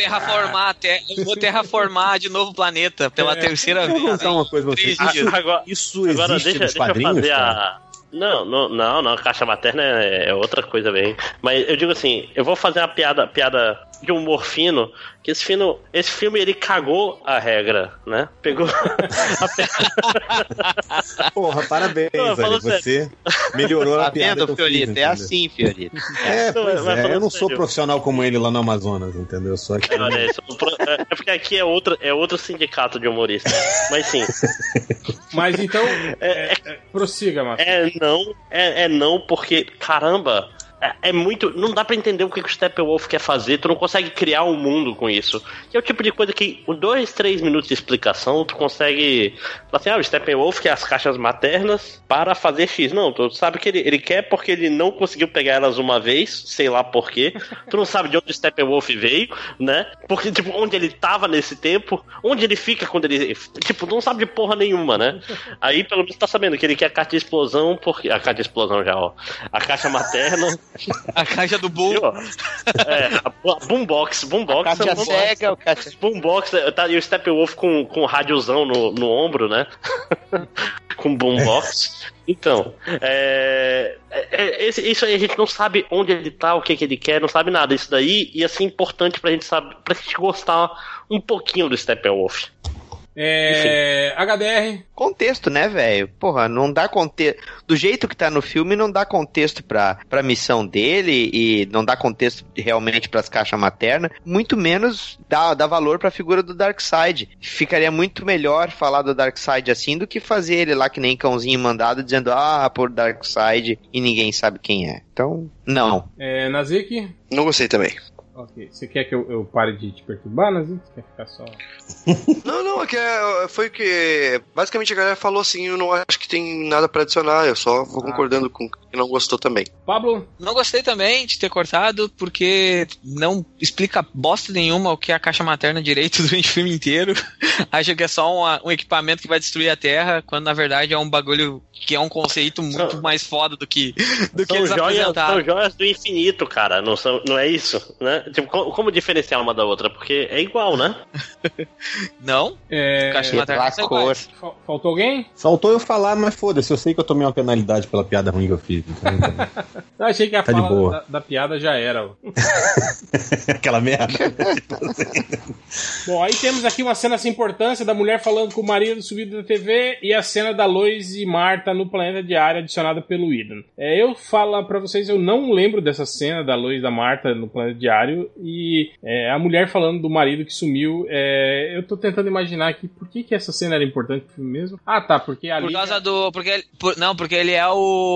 terraformar de novo o planeta pela terceira vez. Vou contar uma coisa pra vocês. Isso existe nos quadrinhos, cara? Não, a caixa materna é outra coisa bem. Mas eu digo assim, eu vou fazer uma piada de humor fino, que esse filme ele cagou a regra, né? Pegou a piada. Porra, parabéns, velho. Você melhorou a piada do Fiorito, é assim, Fiorito. Eu não sou profissional como ele lá no Amazonas, entendeu? Eu sou aqui. É porque aqui é outro sindicato de humoristas. Mas sim. Mas então, prossiga, Márcio. Não, porque, caramba, é muito... Não dá pra entender o que o Steppenwolf quer fazer. Tu não consegue criar um mundo com isso. Que é o tipo de coisa que, com 2-3 minutos de explicação, tu consegue falar assim, o Steppenwolf quer as caixas maternas para fazer X. Não, tu sabe que ele quer porque ele não conseguiu pegar elas uma vez, sei lá por quê. Tu não sabe de onde o Steppenwolf veio, né? Porque, tipo, onde ele tava nesse tempo, onde ele fica quando ele... Tipo, não sabe de porra nenhuma, né? Aí, pelo menos, tá sabendo que ele quer a caixa de explosão, porque... A caixa de explosão já, ó. A caixa materna... A caixa do Bull. A Boombox. A caixa cega, o caixa... Boombox, tá, e o Steppenwolf com um rádiozão no ombro, né? Com Boombox. Então, isso aí a gente não sabe onde ele tá, o que ele quer, não sabe nada. Isso daí ia ser importante pra gente saber, pra gente gostar um pouquinho do Steppenwolf. HDR. Contexto, né, velho? Porra, não dá contexto. Do jeito que tá no filme, não dá contexto pra missão dele e não dá contexto realmente pras caixas maternas. Muito menos dá valor pra figura do Darkseid. Ficaria muito melhor falar do Darkseid assim do que fazer ele lá que nem cãozinho mandado dizendo, por Darkseid e ninguém sabe quem é. Então, não. Nazik? Não gostei também. Ok. Você quer que eu pare de te perturbar, Nazik? Você quer ficar só... Não, foi que basicamente a galera falou assim, eu não acho que tem nada pra adicionar, eu só vou concordando com quem não gostou também. Pablo? Não gostei também de ter cortado, porque não explica bosta nenhuma o que é a caixa materna direito durante o filme inteiro. Acho que é só um equipamento que vai destruir a Terra, quando na verdade é um bagulho que é um conceito muito mais foda do que eles apresentaram. São joias do infinito, cara, não é isso, né? Tipo, como diferenciar uma da outra? Porque é igual, né? Não? Caixa materna é igual. Faltou alguém? Faltou eu falar, mas foda-se, eu sei que eu tomei uma penalidade pela piada ruim que eu fiz. Então... Eu achei que a fala da piada já era. Aquela merda. Bom, aí temos aqui uma cena sem importância da mulher falando com o marido subido da TV e a cena da Lois e Marta no planeta diário adicionada pelo Whedon. Eu falo pra vocês, eu não lembro dessa cena da Lois e da Marta no planeta diário e a mulher falando do marido que sumiu. Eu tô tentando imaginar aqui por que essa cena era importante pro filme mesmo. Ah, tá, porque ali... Por causa do... Porque ele é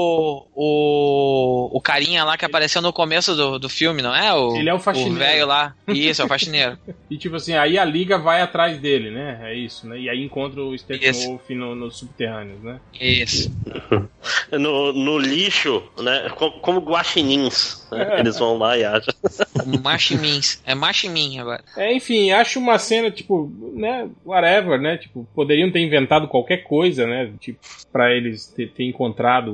o carinha lá que apareceu no começo do filme, não é? Ele é o faxineiro. O velho lá. Isso, é o faxineiro. E tipo assim, aí a Liga vai atrás dele, né? É isso, né? E aí encontra o Steppenwolf nos subterrâneos, né? Isso. No lixo, né? Como guaxinins. Né? Eles vão lá e acham. Machimins. É machimin agora. Enfim, acho uma cena, tipo, né? Whatever, né? Tipo, poderiam ter inventado qualquer coisa, né? Tipo, pra eles ter encontrado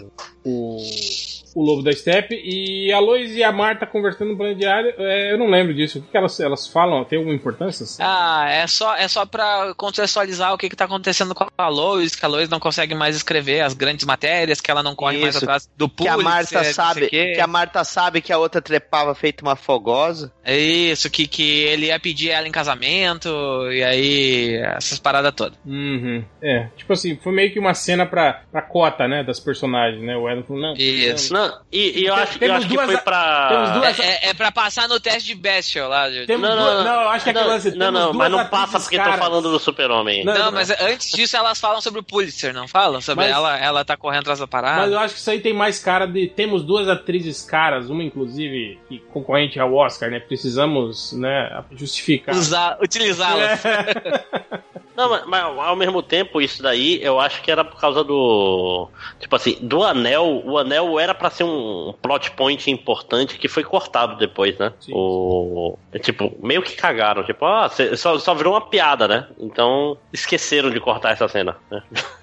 o Lobo da Steppe, e a Lois e a Marta conversando no planeta diário. Eu não lembro disso. O que elas falam? Tem alguma importância? É só pra contextualizar o que tá acontecendo com a Lois, que a Lois não consegue mais escrever as grandes matérias, que ela não corre mais atrás do Pulitzer. Que a Marta sabe que a outra trepava feito uma fogosa. É isso, que ele ia pedir ela em casamento, e aí essas paradas todas. Uhum. Tipo assim, foi meio que uma cena pra cota, né, das personagens, né? O Edon falou, não. Isso. Não, e eu acho que foi pra... É pra passar no teste de Bestial lá. Não, acho que é lance. Não, mas não passa porque estão falando do Super-Homem. Não, mas antes disso elas falam sobre o Pulitzer, não falam? Sobre ela tá correndo atrás da parada. Mas eu acho que isso aí tem mais cara de... Temos duas atrizes caras, uma inclusive concorrente ao Oscar, né? Precisamos, né, justificar. Utilizá-las. Não, mas ao mesmo tempo, isso daí, eu acho que era por causa do... Tipo assim, do Anel, o Anel era pra ser um plot point importante que foi cortado depois, né? Tipo, meio que cagaram. Tipo, só virou uma piada, né? Então, esqueceram de cortar essa cena. Né?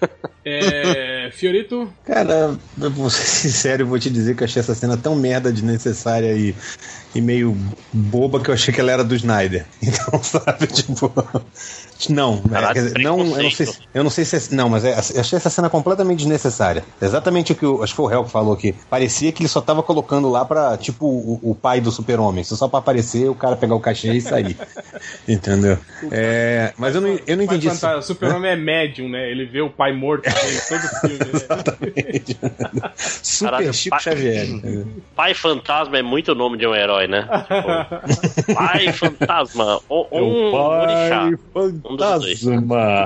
Fiorito? Cara, eu vou ser sincero, eu vou te dizer que eu achei essa cena tão merda, desnecessária e meio boba que eu achei que ela era do Snyder. Então, sabe, tipo... Não, eu não sei se não, mas eu achei essa cena completamente desnecessária. Exatamente o que acho que foi o Hel que falou aqui. Parecia que ele só tava colocando lá pra, tipo, o pai do Super-Homem. Só pra aparecer, o cara pegar o cachê e sair. Entendeu? Mas eu não entendi isso. O Super-Homem é médium, né? Ele vê o pai morto em todo o filme. Né? Exatamente. Super Chico Xavier. Pai Fantasma é muito o nome de um herói, né? Tipo, Pai Fantasma. Pai Fantasma.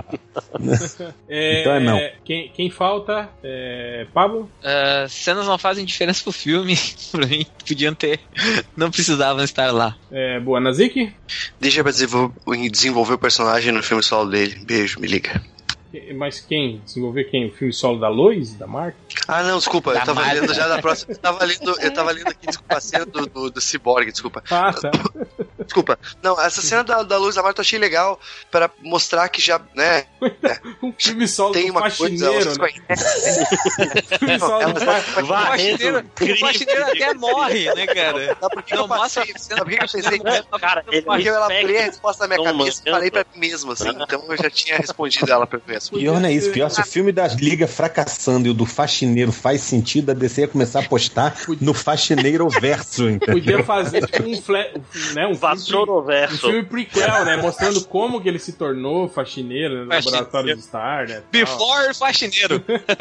Então não. Quem falta? Pablo? Cenas não fazem diferença pro filme. Pra mim, não precisavam estar lá. Boa, Nazik? Deixa pra desenvolver o personagem no filme solo dele. Beijo, me liga. Mas quem? Desenvolver quem? O filme solo da Lois? Da Marta? Ah, não, desculpa. Eu tava lendo já da próxima. Eu tava lendo aqui, desculpa, a cena do Cyborg, desculpa. Ah, tá. Desculpa. Não, essa cena da Lois da Marta eu achei legal pra mostrar que já, né? Um filme solo tem do faxineiro, né? Filme solo do faxineiro. O faxineiro até morre, né, cara? Não mostra. Sabe por que eu pensei? Cara, porque eu elaborei a resposta na minha cabeça e falei pra mim mesmo, assim. Então eu já tinha respondido ela pra mim. Pior não é isso, pior se o filme das ligas fracassando e o do faxineiro faz sentido, a DC ia começar a apostar no faxineiro verso, entendeu? Podia fazer tipo um filme prequel, né? Mostrando como que ele se tornou faxineiro no laboratório do Star, né? Before faxineiro.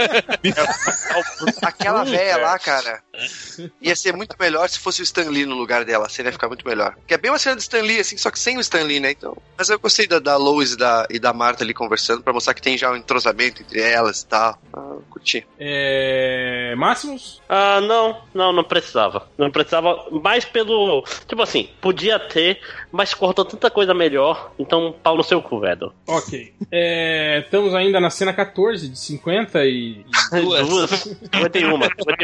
Aquela véia lá, cara, ia ser muito melhor se fosse o Stan Lee no lugar dela. A cena ia ficar muito melhor. Que é bem uma cena do Stan Lee, assim, só que sem o Stan Lee, né? Então, mas eu gostei da Lois e da Marta ali conversando pra mostrar que tem já um entrosamento entre elas e tal. Curti. Máximos? Não precisava. Não precisava, mais pelo... Tipo assim, podia ter, mas cortou tanta coisa melhor, então pau no seu cu, velho. Ok. Estamos ainda na cena 14 de 52. 51.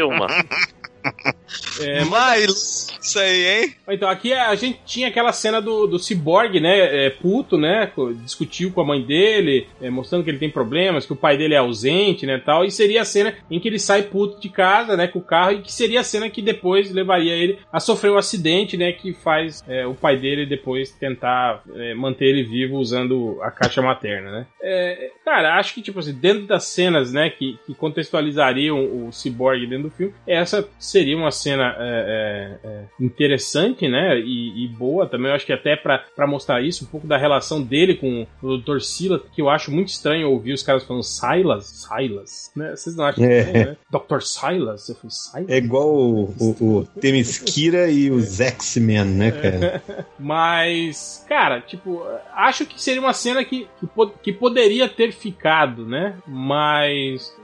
Mas isso aí, hein? Então, aqui a gente tinha aquela cena do Cyborg, né? Puto, né? Discutiu com a mãe dele, mostrando que ele tem problemas, que o pai dele é ausente, né? Tal. E seria a cena em que ele sai puto de casa, né? Com o carro, e que seria a cena que depois levaria ele a sofrer um acidente, né? Que faz o pai dele depois tentar manter ele vivo usando a caixa materna, né? Cara, acho que, tipo assim, dentro das cenas, né? Que contextualizariam o Cyborg dentro do filme, essa seria uma cena interessante, né? E boa também. Eu acho que até pra mostrar isso, um pouco da relação dele com o Dr. Silas, que eu acho muito estranho ouvir os caras falando Silas, né? Vocês não acham estranho, né? Dr. Silas? Eu falei, Silas? É igual o Themyscira e os X-Men, né, cara? Mas, cara, tipo, acho que seria uma cena que poderia ter ficado, né? Mas...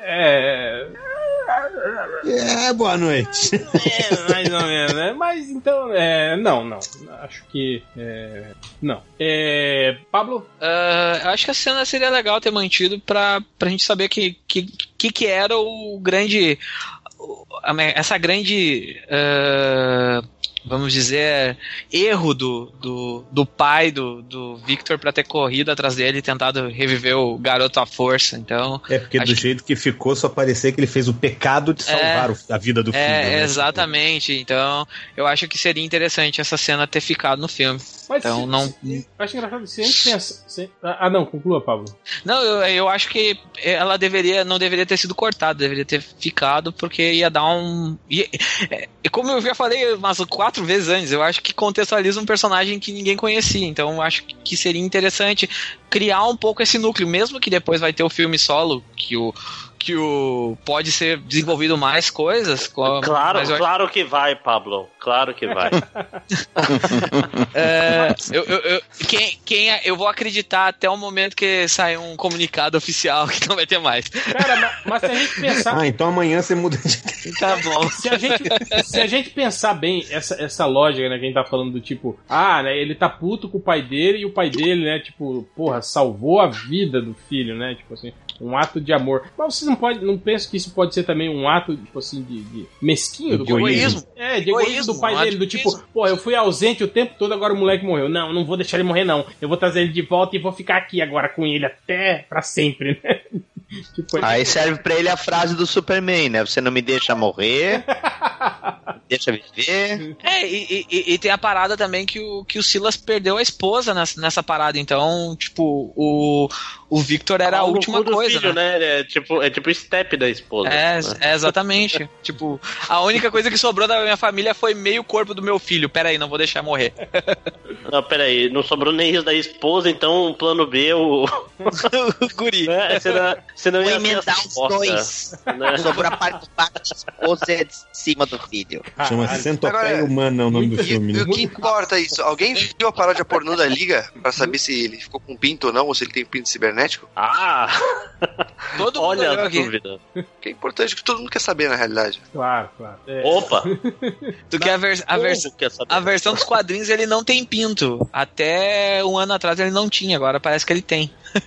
boa noite. Mais ou menos, né? Mas então, não. Acho que. Não. Pablo? Eu acho que a cena seria legal ter mantido pra gente saber que era o grande. Essa grande. Vamos dizer, erro do pai do Victor pra ter corrido atrás dele e tentado reviver o garoto à força. Então, porque do jeito que ficou, só parecia que ele fez o pecado de salvar a vida do filho. Né? Exatamente. Então, eu acho que seria interessante essa cena ter ficado no filme. Mas então, acho engraçado, se a gente pensa... não, conclua, Pablo. Não, eu acho que ela não deveria ter sido cortada, deveria ter ficado, porque ia dar um... E como eu já falei umas 4 vezes antes, eu acho que contextualiza um personagem que ninguém conhecia, então eu acho que seria interessante criar um pouco esse núcleo, mesmo que depois vai ter o filme solo, que pode ser desenvolvido mais coisas. Claro que vai, Pablo. Claro que vai. Eu vou acreditar até o momento que sair um comunicado oficial que não vai ter mais. Cara, mas se a gente pensar... então amanhã você muda de... Tá bom. Se a gente pensar bem essa lógica, né, que a gente tá falando do tipo, né, ele tá puto com o pai dele e o pai dele, né, tipo, porra, salvou a vida do filho, né, tipo assim, um ato de amor. Mas vocês não pensam que isso pode ser também um ato, tipo assim, de mesquinho do egoísmo? De egoísmo do pai dele, do tipo, pô, eu fui ausente o tempo todo, agora o moleque morreu. Não vou deixar ele morrer, não. Eu vou trazer ele de volta e vou ficar aqui agora com ele até pra sempre, né? Tipo, aí serve pra ele a frase do Superman, né? Você não me deixa morrer, deixa viver. E tem a parada também que o Silas perdeu a esposa nessa parada, então, tipo, o Victor era a última coisa, filho, né? É tipo o step da esposa. Exatamente. Tipo, a única coisa que sobrou da minha família foi meio corpo do meu filho. Pera aí, não vou deixar morrer. Não, pera aí, não sobrou nem isso da esposa, então o plano B, o guri. Você não ia emendar os dois. Né? Sobrou a parte da esposa de cima do filho. Chama Centopeia Humana o nome do filme. E o que importa isso? Alguém viu a paródia pornô da Liga pra saber se ele ficou com pinto ou não, ou se ele tem pinto cibernético? Todo mundo olha a aqui. dúvida. Que é importante, que todo mundo quer saber, na realidade. Claro. Opa! Tu quer a versão dos quadrinhos, ele não tem pinto. Até um ano atrás ele não tinha, agora parece que ele tem.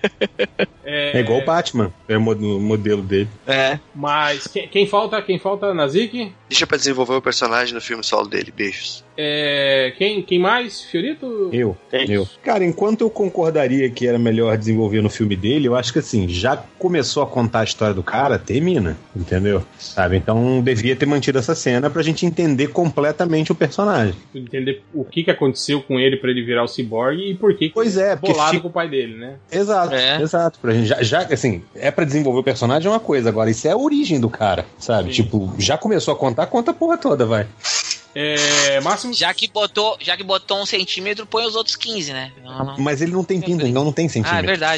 É igual o Batman, é o modelo dele. Mas quem falta, Nazik? Deixa pra desenvolver o personagem no filme solo dele, beijos. Quem mais? Fiorito? Eu. Cara, enquanto eu concordaria que era melhor desenvolver no filme dele, eu acho que assim, já começou a contar a história do cara, termina, entendeu? Sabe? Então devia ter mantido essa cena pra gente entender completamente o personagem. Entender o que aconteceu com ele pra ele virar o Cyborg e por que bolado com o pai dele, né? Exato. Pra gente, já assim, pra desenvolver o personagem é uma coisa, agora isso é a origem do cara, sabe? Sim. Tipo, já começou a contar, conta a porra toda, vai. Máximo? Já que botou 1 centímetro, põe os outros 15, né? Mas ele não tem pinto, então não tem centímetro. É verdade.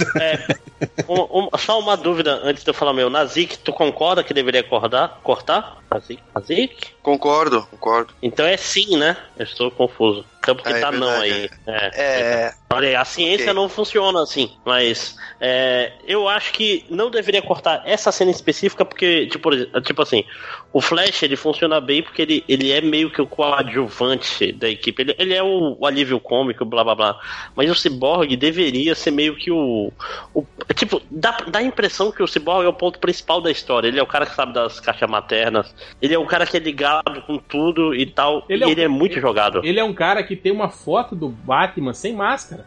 Só uma dúvida antes de eu falar, Nazik, tu concorda que deveria cortar? Nazik? Concordo. Então é sim, né? Eu estou confuso. Então porque tá verdade, não aí. Olha aí, a ciência não funciona assim, mas eu acho que não deveria cortar essa cena específica porque, tipo assim, o Flash ele funciona bem porque ele é meio que o coadjuvante da equipe, ele é o alívio cômico, blá blá blá, mas o Cyborg deveria ser meio que tipo, dá a impressão que o Cyborg é o ponto principal da história, ele é o cara que sabe das caixas maternas, ele é o cara que é ligado com tudo e tal, ele é muito jogado. Ele é um cara que tem uma foto do Batman sem máscara.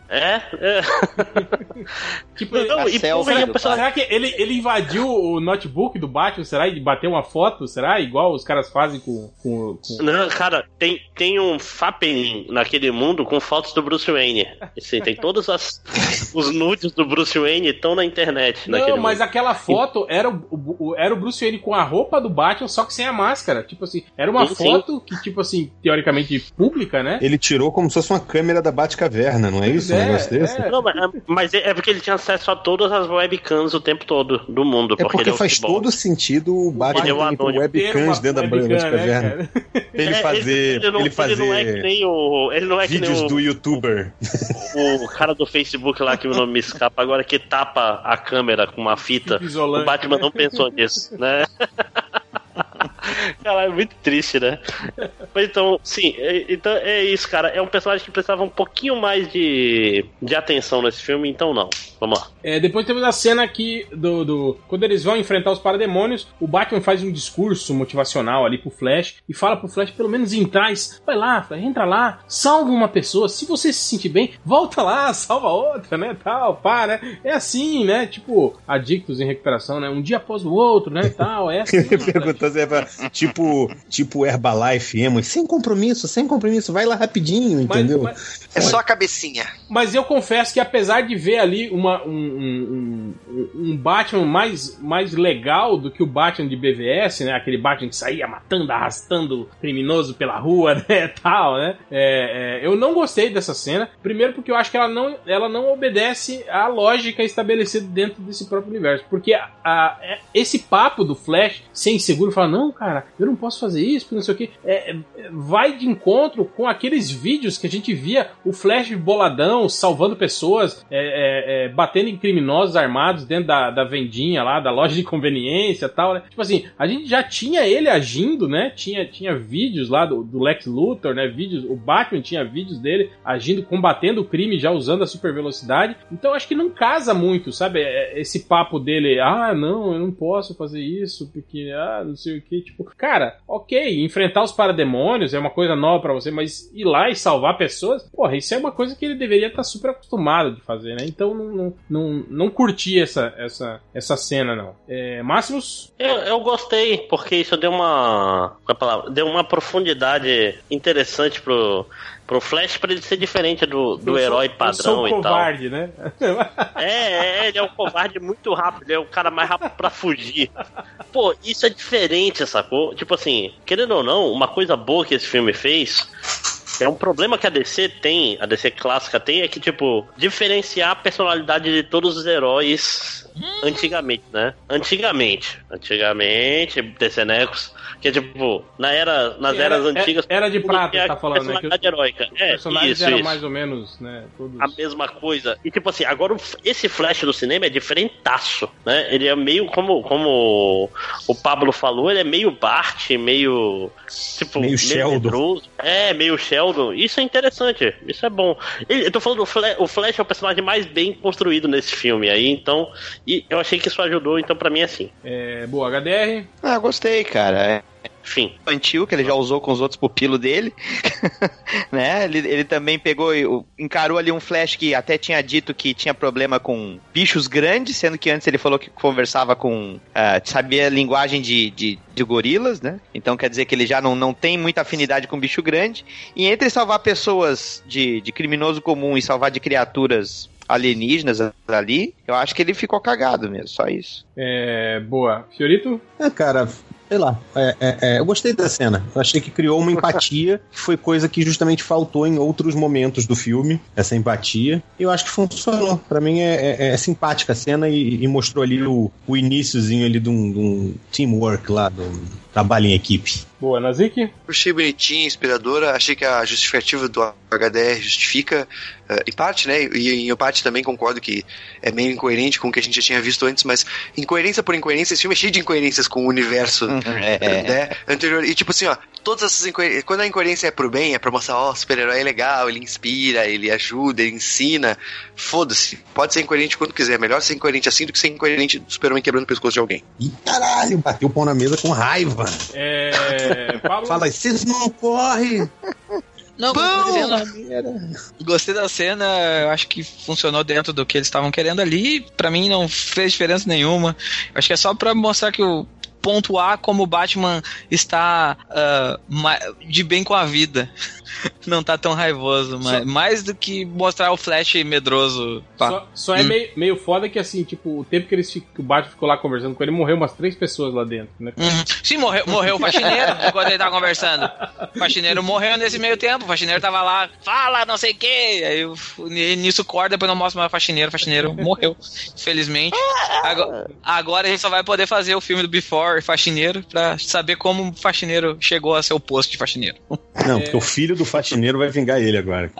Tipo, será que ele invadiu o notebook do Batman, será? E bateu uma foto, será? Igual os caras fazem com... Não, cara, tem um Fappening naquele mundo com fotos do Bruce Wayne. Assim, tem todos os nudes do Bruce Wayne estão na internet. Não, mas aquela foto era o Bruce Wayne com a roupa do Batman, só que sem a máscara. Tipo assim, era uma foto que, tipo assim, teoricamente pública, né? Ele tirou como se fosse uma câmera da Batcaverna, não é isso? Um negócio desse? Não, mas é porque ele tinha acesso a todas as webcams o tempo todo do mundo. Porque faz todo sentido o Batman ter webcams dentro da Batcaverna. Né, ele fazer vídeos do YouTuber. O cara do Facebook lá, que o nome me escapa agora, que tapa a câmera com uma fita. O Batman não pensou nisso, né? Caralho, é muito triste, né? Mas então, sim, então é isso, cara. É um personagem que precisava um pouquinho mais de atenção nesse filme, então não. Vamos lá. Depois temos a cena aqui quando eles vão enfrentar os parademônios, o Batman faz um discurso motivacional ali pro Flash e fala pro Flash pelo menos ir atrás. Vai lá, entra lá, salva uma pessoa. Se você se sentir bem, volta lá, salva outra, né? Tal, pá, né? É assim, né? Tipo, adictos em recuperação, né? Um dia após o outro, né? Tal, é assim. Ele perguntou se é tipo Herbalife, emo, sem compromisso, vai lá rapidinho, entendeu? É só a cabecinha. Mas eu confesso que apesar de ver ali um Batman mais legal do que o Batman de BVS, né? Aquele Batman que saía matando, arrastando criminoso pela rua, né? Tal, né? Eu não gostei dessa cena. Primeiro porque eu acho que ela não obedece à lógica estabelecida dentro desse próprio universo. Porque esse papo do Flash ser inseguro, fala, não, cara, eu não posso fazer isso, porque não sei o que, vai de encontro com aqueles vídeos que a gente via o Flash boladão, salvando pessoas, batendo em criminosos armados dentro da vendinha lá, da loja de conveniência e tal, né? Tipo assim, a gente já tinha ele agindo, né? Tinha vídeos lá do Lex Luthor, né? O Batman tinha vídeos dele agindo, combatendo o crime, já usando a super velocidade. Então acho que não casa muito, sabe? Esse papo dele, não, eu não posso fazer isso, porque, não sei o que, tipo, cara, ok, enfrentar os parademônios é uma coisa nova pra você, mas ir lá e salvar pessoas, porra, isso é uma coisa que ele deveria estar super acostumado de fazer, né? Então não curti essa cena, não. Máximos? Eu gostei, porque isso deu uma profundidade interessante pro Flash, pra ele ser diferente do herói padrão e tal. Covarde, né? Ele é um covarde muito rápido, ele é o cara mais rápido pra fugir. Pô, isso é diferente, sacou? Tipo assim, querendo ou não, uma coisa boa que esse filme fez... É um problema que a DC clássica tem, é que, tipo, diferenciar a personalidade de todos os heróis antigamente, né? Antigamente, DC Necos, que é tipo, nas eras antigas... Era de prata, tá falando, né? Personalidade heróica. Os personagens eram mais ou menos, né? Todos... A mesma coisa. E tipo assim, agora esse Flash do cinema é diferentaço, né? Ele é meio, como o Pablo falou, ele é meio Bart, meio... Tipo, meio Sheldon. Meio Sheldon. Isso é interessante, isso é bom. Eu tô falando, o Flash é o personagem mais bem construído nesse filme aí, então... E eu achei que isso ajudou, então pra mim é assim. Boa, HDR? Gostei, cara. Enfim. Infantil, que ele já usou com os outros pupilos dele. Né? Ele também encarou ali um Flash que até tinha dito que tinha problema com bichos grandes, sendo que antes ele falou que conversava com... sabia a linguagem de gorilas, né? Então quer dizer que ele já não tem muita afinidade com bicho grande. E entre salvar pessoas de criminoso comum e salvar de criaturas alienígenas ali, eu acho que ele ficou cagado mesmo, só isso. Boa. Fiorito? Cara... Sei lá, eu gostei da cena. Eu achei que criou uma empatia, que foi coisa que justamente faltou em outros momentos do filme, essa empatia. E eu acho que funcionou. Pra mim é simpática a cena e mostrou ali o iniciozinho ali de um teamwork lá, Trabalho em equipe. Boa, Nazik? Eu achei bonitinha, inspiradora. Achei que a justificativa do HDR justifica, em parte, né? E em parte também concordo que é meio incoerente com o que a gente já tinha visto antes, mas incoerência por incoerência, esse filme é cheio de incoerências com o universo né, anterior. E tipo assim, ó, todas essas incoerências, quando a incoerência é pro bem, é pra mostrar, ó, o super-herói é legal, ele inspira, ele ajuda, ele ensina. Foda-se, pode ser incoerente quando quiser. É melhor ser incoerente assim do que ser incoerente do super-homem quebrando o pescoço de alguém. Ih, caralho, bateu o pão na mesa com raiva. Pablo? Fala aí, vocês não correm. Não, gostei da cena, eu acho que funcionou dentro do que eles estavam querendo ali, pra mim não fez diferença nenhuma. Eu acho que é só pra mostrar que o pontuar como o Batman está de bem com a vida. Não tá tão raivoso, mas mais do que mostrar o Flash medroso. Só é meio foda que assim, tipo, o tempo que o Batman ficou lá conversando com ele, morreu umas 3 pessoas lá dentro, né? Sim, morreu o faxineiro enquanto ele tava conversando. O faxineiro morreu nesse meio tempo, o faxineiro tava lá, fala, não sei o que. Aí nisso corda, depois não mostra mais o faxineiro morreu, infelizmente. Agora a gente só vai poder fazer o filme do Before Faxineiro pra saber como o faxineiro chegou a ser o posto de faxineiro. Não, porque o filho do faxineiro vai vingar ele agora.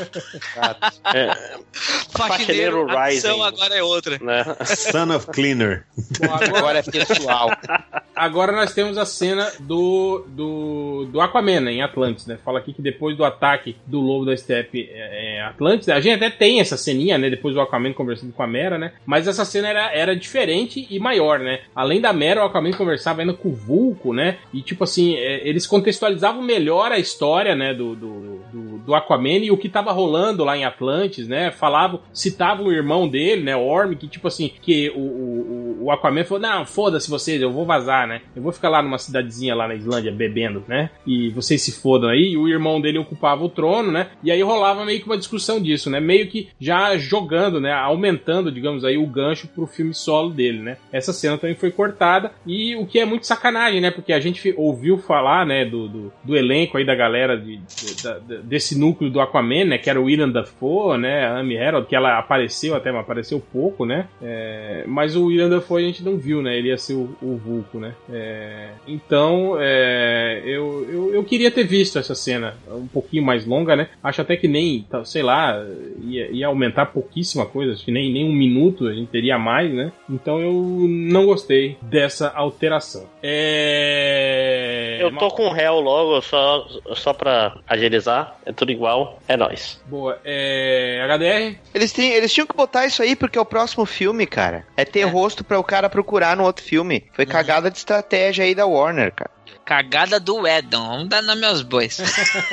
Faxineiro Rising. Agora é outra. Né? Son of Cleaner. Bom, agora é pessoal. Agora nós temos a cena do Aquaman, né, em Atlantis, né? Fala aqui que depois do ataque do Lobo da Steppe em Atlantis, a gente até tem essa ceninha, né? Depois do Aquaman conversando com a Mera, né? Mas essa cena era diferente e maior, né? Além da Mera, o Aquaman conversava ainda com o Vulco, né? E tipo assim, eles contextualizavam melhor a história, né? Do Aquaman e o que tava rolando lá em Atlantis, né? Citavam o irmão dele, né? Orm, que tipo assim, que o Aquaman falou, não, foda-se vocês, eu vou vazar, né? Eu vou ficar lá numa cidadezinha lá na Islândia bebendo, né? E vocês se fodam aí. E o irmão dele ocupava o trono, né? E aí rolava meio que uma discussão disso, né? Meio que já jogando, né? Aumentando, digamos aí, o gancho pro filme solo dele, né? Essa cena também foi cortada e o que é muito sacanagem, né? Porque a gente ouviu falar, né? Do elenco aí da galera desse núcleo do Aquaman, né? Que era o William Dafoe, né? A Amy Herald, que ela apareceu até, mas apareceu pouco, né? Mas o William Dafoe a gente não viu, né? Ele ia ser o Vulco, né? Então, eu queria ter visto essa cena um pouquinho mais longa, né? Acho até que nem, sei lá, ia aumentar pouquíssima coisa, acho que nem 1 minuto a gente teria mais, né? Então eu não gostei dessa alteração. Eu tô com o réu logo, só pra agilizar, é tudo igual, é nóis. Boa, HDR? Eles tinham que botar isso aí porque é o próximo filme, cara. É ter rosto pra o cara procurar no outro filme. Foi cagada de estratégia aí da Warner, cara. Cagada do Edon, vamos dar nome aos bois.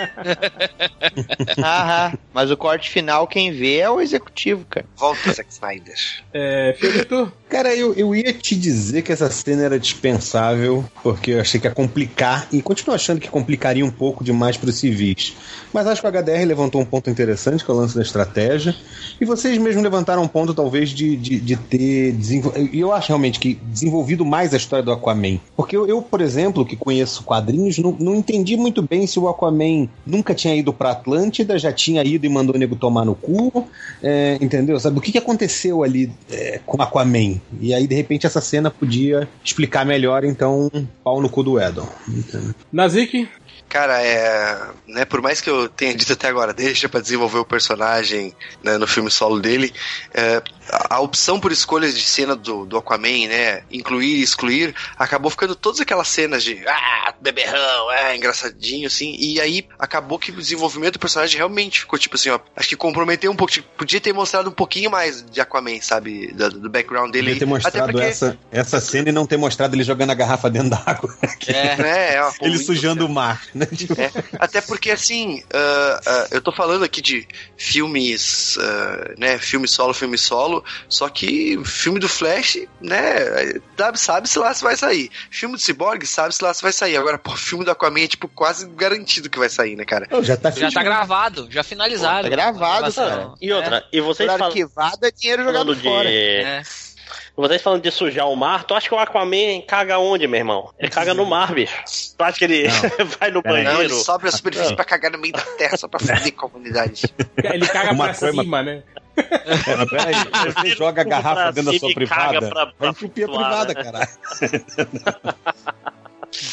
Mas o corte final, quem vê é o executivo, cara. Volta, Zack Snyder. Felipe? Cara, eu ia te dizer que essa cena era dispensável, porque eu achei que ia complicar, e continuo achando que complicaria um pouco demais para os civis. Mas acho que o HDR levantou um ponto interessante, que é o lance da estratégia, e vocês mesmo levantaram um ponto, talvez, de ter desenvolvido, e eu acho realmente que desenvolvido mais a história do Aquaman. Porque eu, por exemplo, que conheço quadrinhos, não entendi muito bem se o Aquaman nunca tinha ido pra Atlântida, já tinha ido e mandou o nego tomar no cu, entendeu? Sabe, o que aconteceu ali com o Aquaman? E aí, de repente, essa cena podia explicar melhor, então, pau no cu do Edon. Nazik? Cara, né, por mais que eu tenha dito até agora, deixa pra desenvolver o personagem, né, no filme solo dele, a opção por escolhas de cena do Aquaman, né, incluir e excluir, acabou ficando todas aquelas cenas de beberrão, engraçadinho, assim, e aí acabou que o desenvolvimento do personagem realmente ficou, tipo assim, ó, acho que comprometeu um pouco, tipo, podia ter mostrado um pouquinho mais de Aquaman, sabe, do background dele. Podia ter mostrado porque... essa cena e não ter mostrado ele jogando a garrafa dentro d'água. Ele sujando o mar. Até porque, assim, eu tô falando aqui de filmes, né, filme solo, só que filme do Flash, né, sabe-se lá se vai sair. Filme do Cyborg, sabe-se lá se vai sair. Agora, filme do Aquaman é, tipo, quase garantido que vai sair, né, cara? Já tá gravado, já finalizado. Tá gravado, cara. E outra, e vocês falam... arquivado é dinheiro jogado fora. Vocês falando de sujar o mar, tu acha que o Aquaman caga onde, meu irmão? Ele caga no mar, bicho. Tu acha que ele vai no banheiro? Não, ele sobe a superfície pra cagar no meio da terra, só pra foder com a comunidade. Ele caga pra cima, né? Peraí, você joga a garrafa dentro da sua privada? Vai entupir a privada, né? caralho.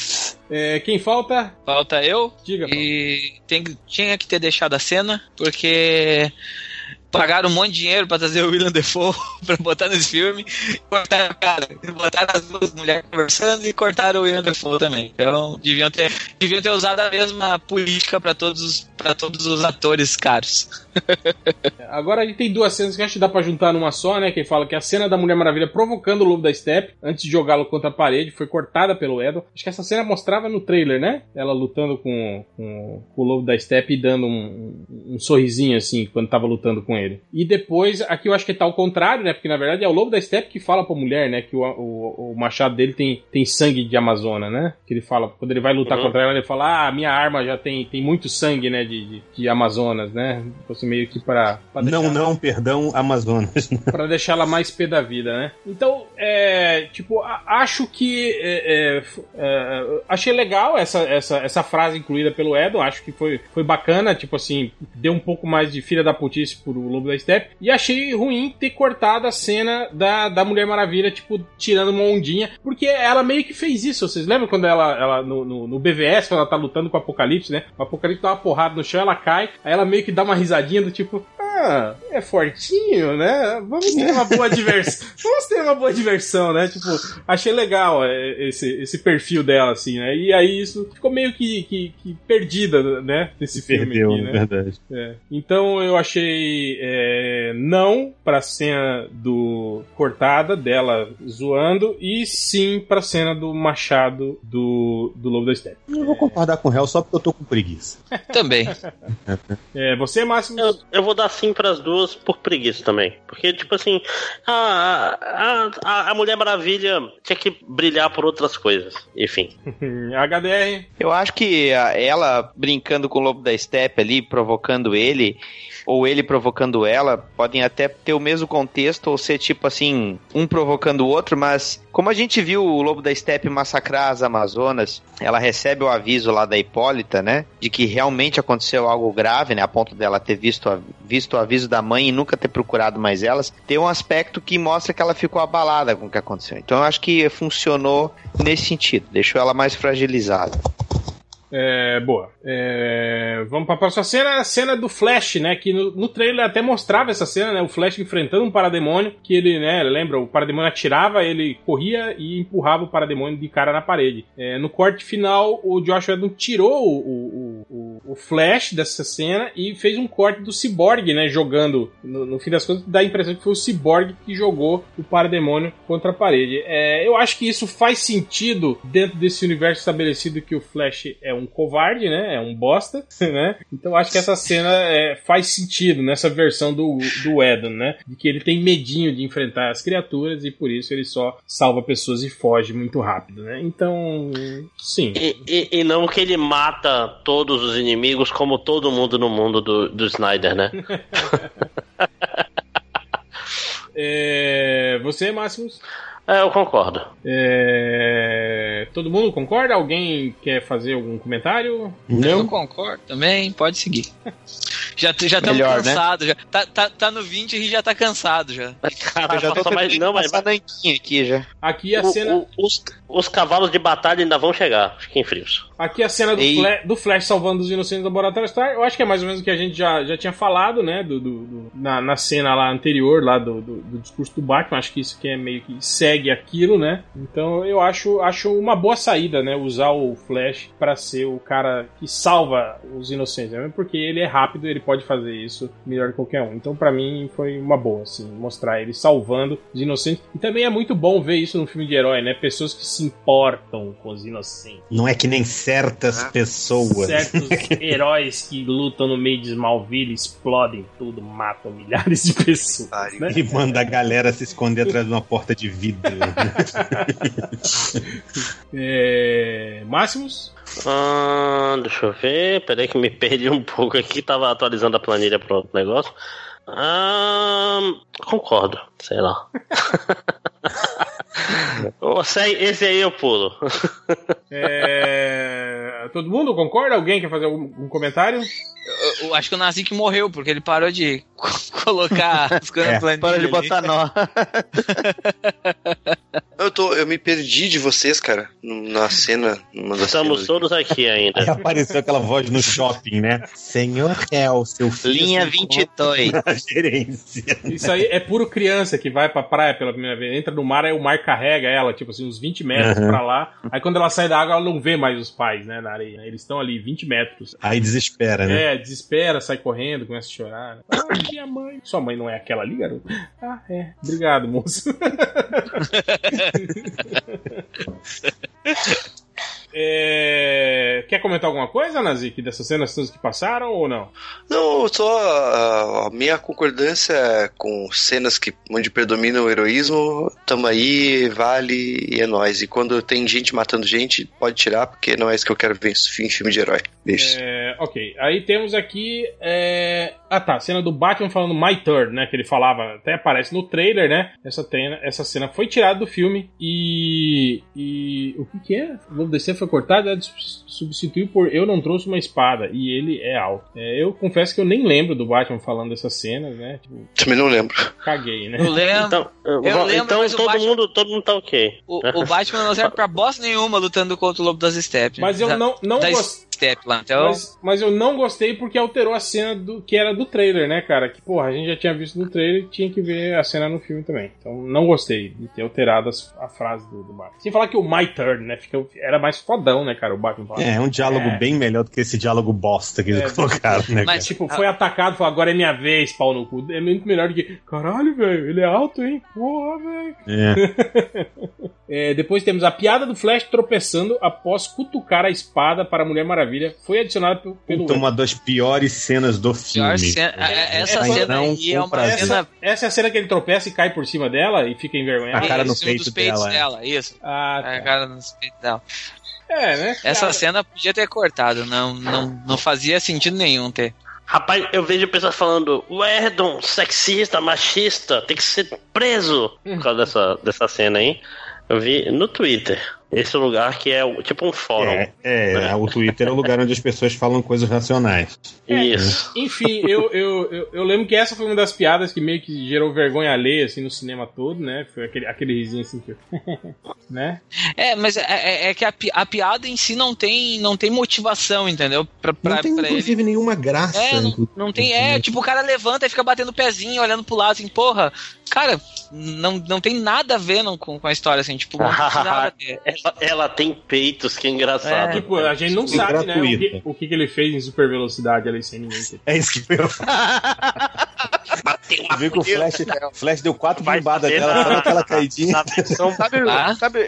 Quem falta? Falta eu. Diga, e tinha que ter deixado a cena, porque pagaram um monte de dinheiro pra trazer o Willem Dafoe pra botar nesse filme. Cortaram, cara, botaram as duas mulheres conversando e cortaram o Willem Dafoe também. Então deviam ter usado a mesma política pra todos os atores caros. Agora a gente tem duas cenas que acho que dá pra juntar numa só, né? Que fala que a cena da Mulher Maravilha provocando o Lobo da Steppe antes de jogá-lo contra a parede foi cortada pelo Edon. Acho que essa cena mostrava no trailer, né? Ela lutando com o Lobo da Steppe e dando um sorrisinho assim quando tava lutando com ele. E depois, aqui eu acho que tá ao contrário, né? Porque na verdade é o Lobo da Steppe que fala pra mulher, né? Que o machado dele tem sangue de Amazona, né? Que ele fala, quando ele vai lutar contra ela, ele fala: minha arma já tem muito sangue, né? De Amazonas, né? Fosse meio que pra deixar... perdão, Amazonas. Pra deixar ela mais pé da vida, né? Então, acho que achei legal essa frase incluída pelo Edon, acho que foi bacana, tipo assim, deu um pouco mais de filha da putice pro Lobo da Steppe, e achei ruim ter cortado a cena da Mulher Maravilha, tipo, tirando uma ondinha, porque ela meio que fez isso, vocês lembram quando ela no BVS, quando ela tá lutando com o Apocalipse, né? O Apocalipse dá uma porrada no chão, ela cai, aí ela meio que dá uma risadinha do tipo, é fortinho, né? Vamos ter uma boa diversão. Né? Tipo, achei legal esse perfil dela, assim, né? E aí isso ficou meio que perdida, né? Desse filme perdeu, aqui, né? Verdade. Então eu achei não pra cena do cortada dela zoando e sim pra cena do machado do Lobo da Steppe. Eu vou concordar com o Hel só porque eu tô com preguiça. Também. Você, Máximo? Eu vou dar sim pras duas por preguiça também. Porque, tipo assim, a Mulher Maravilha tinha que brilhar por outras coisas. Enfim. HDR. Eu acho que ela brincando com o Lobo da Steppe ali, provocando ele, ou ele provocando ela, podem até ter o mesmo contexto, ou ser tipo assim, um provocando o outro, mas como a gente viu o Lobo da Steppe massacrar as Amazonas, ela recebe o aviso lá da Hipólita, né, de que realmente aconteceu algo grave, né, a ponto dela ter visto o aviso da mãe e nunca ter procurado mais elas, tem um aspecto que mostra que ela ficou abalada com o que aconteceu. Então eu acho que funcionou nesse sentido, deixou ela mais fragilizada. Boa. Vamos pra próxima cena, a cena do Flash, né? Que no trailer até mostrava essa cena, né? O Flash enfrentando um parademônio, que ele, né? Lembra? O parademônio atirava, ele corria e empurrava o parademônio de cara na parede. No corte final, o Josh Whedon tirou o Flash dessa cena e fez um corte do Cyborg, né? Jogando, no fim das contas, dá a impressão que foi o Cyborg que jogou o parademônio contra a parede. Eu acho que isso faz sentido dentro desse universo estabelecido que o Flash é um covarde, né? É um bosta, né? Então acho que essa cena faz sentido nessa versão do Whedon, né? De que ele tem medinho de enfrentar as criaturas e por isso ele só salva pessoas e foge muito rápido, né? Então, sim. E não que ele mata todos os inimigos como todo mundo no mundo do Snyder, né? Você, Máximos? Eu concordo. Todo mundo concorda? Alguém quer fazer algum comentário? Eu concordo também, pode seguir. Já estamos cansados, né? Tá no 20 e a gente já tá cansado já. Caraca, eu já tô mais aqui já. Aqui a cena... Os cavalos de batalha ainda vão chegar, fiquem frios. Aqui a cena do Flash salvando os inocentes do Laboratório Star, eu acho que é mais ou menos o que a gente já tinha falado, né, na cena lá anterior, lá do discurso do Batman, acho que isso que é meio que segue aquilo, né, então eu acho uma boa saída, né, usar o Flash pra ser o cara que salva os inocentes, né, porque ele é rápido, ele pode fazer isso melhor que qualquer um, então pra mim foi uma boa, assim, mostrar ele salvando os inocentes, e também é muito bom ver isso num filme de herói, né, pessoas que se importam com os inocentes. Não é que nem certas pessoas. Certos heróis que lutam no meio de Smallville, explodem tudo, matam milhares de pessoas. Né? E manda a galera se esconder atrás de uma porta de vidro. Máximos? Deixa eu ver. Peraí que me perdi um pouco aqui. Tava atualizando a planilha para outro negócio. Concordo, sei lá. Esse aí eu pulo. Todo mundo concorda? Alguém quer fazer algum comentário? eu acho que o Nazik morreu, porque ele parou de colocar as coisas na planilha. Parou de botar nó. Eu me perdi de vocês, cara, na cena. Estamos todos aqui ainda. Aí apareceu aquela voz no shopping, né? Senhor Hell, seu filho. Linha 22. Gerência. Isso aí é puro criança que vai pra praia pela primeira vez. Entra no mar, aí o mar carrega ela, tipo assim, uns 20 metros pra lá. Aí quando ela sai da água, ela não vê mais os pais, né, na areia. Eles estão ali 20 metros. Aí desespera, né? Desespera, sai correndo, começa a chorar. Minha mãe. Sua mãe não é aquela ali, garoto? Ah, é. Obrigado, moço. Quer comentar alguma coisa, Nazik, dessas cenas todas que passaram ou não? Não, só a minha concordância com cenas onde predomina o heroísmo. Tamo aí, vale e é nóis. E quando tem gente matando gente, pode tirar, porque não é isso que eu quero ver em filme de herói. Beijos. Ok, aí temos aqui a cena do Batman falando My Turn, né, que ele falava, até aparece no trailer, né, essa cena foi tirada do filme e o que é? O Lobo DC foi cortado, substituiu por Eu Não Trouxe Uma Espada, e ele é alto. Eu confesso que eu nem lembro do Batman falando dessas cenas, né, tipo, também não lembro. Caguei, né. Eu lembro. Então todo mundo tá ok. O Batman não serve pra bosta nenhuma lutando contra o Lobo das Steppes. Mas eu não gostei. Lá, então... mas eu não gostei porque alterou a cena que era do trailer, né, cara? Que, porra, a gente já tinha visto no trailer e tinha que ver a cena no filme também. Então não gostei de ter alterado a frase do Batman. Sem falar que o My Turn, né, era mais fodão, né, cara, o Batman. É um diálogo bem melhor do que esse diálogo bosta que eles colocaram, né, mas, cara? Tipo, foi atacado e falou, agora é minha vez, pau no cu. É muito melhor do que, caralho, velho, ele é alto, hein? Porra, velho. Depois temos a piada do Flash tropeçando após cutucar a espada para a Mulher Maravilha. Foi adicionada pelo... Uma das piores cenas do filme. Essa cena aí é uma cena... Essa é a cena que ele tropeça e cai por cima dela e fica envergonhado. A cara no peito dela. Isso. Tá. A cara no peito dela. Né? Essa cena podia ter cortado. Não fazia sentido nenhum ter. Rapaz, eu vejo pessoas falando, o Erdon, sexista, machista, tem que ser preso por causa dessa cena aí. Eu vi no Twitter. Esse lugar que é tipo um fórum. Né? O Twitter é o lugar onde as pessoas falam coisas racionais. Isso. Enfim, eu lembro que essa foi uma das piadas que meio que gerou vergonha alheia, assim, no cinema todo, né? Foi aquele risinho assim que... né? Mas é que a piada em si não tem motivação, entendeu? Não tem, inclusive, nenhuma graça. Não tem, tipo, o cara levanta e fica batendo o pezinho, olhando pro lado, assim, porra, cara, não tem nada a ver com a história, assim, tipo, não precisava ter. Ela tem peitos, que engraçado. Tipo, a gente não sabe, gratuito, né, o que ele fez em super velocidade ali sem ninguém ter. É isso que eu Você viu que o Flash deu 4 bombadas dela, só naquela caidinha. Sabe,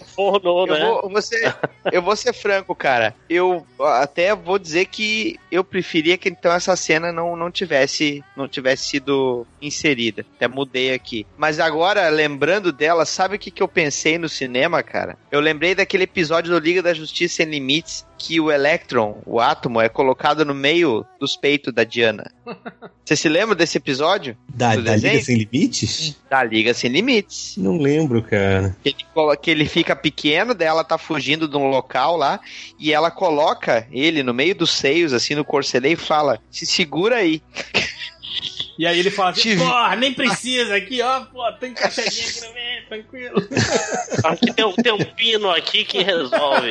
eu vou ser franco, cara. Eu até vou dizer que eu preferia que então essa cena não tivesse sido inserida. Até mudei aqui. Mas agora, lembrando dela, sabe o que eu pensei no cinema, cara? Eu lembrei daquele episódio do Liga da Justiça Sem Limites, que o Electron, o átomo, é colocado no meio dos peitos da Diana. Você se lembra desse episódio? Da Liga Sem Limites? Da Liga Sem Limites. Não lembro, cara. Que ele fica pequeno, daí ela tá fugindo de um local lá, e ela coloca ele no meio dos seios, assim, no corcelê, e fala, se segura aí. E aí ele fala assim, porra, nem precisa aqui, ó, pô, tem encaixadinha aqui no meio, tranquilo. Aqui tem um pino aqui que resolve.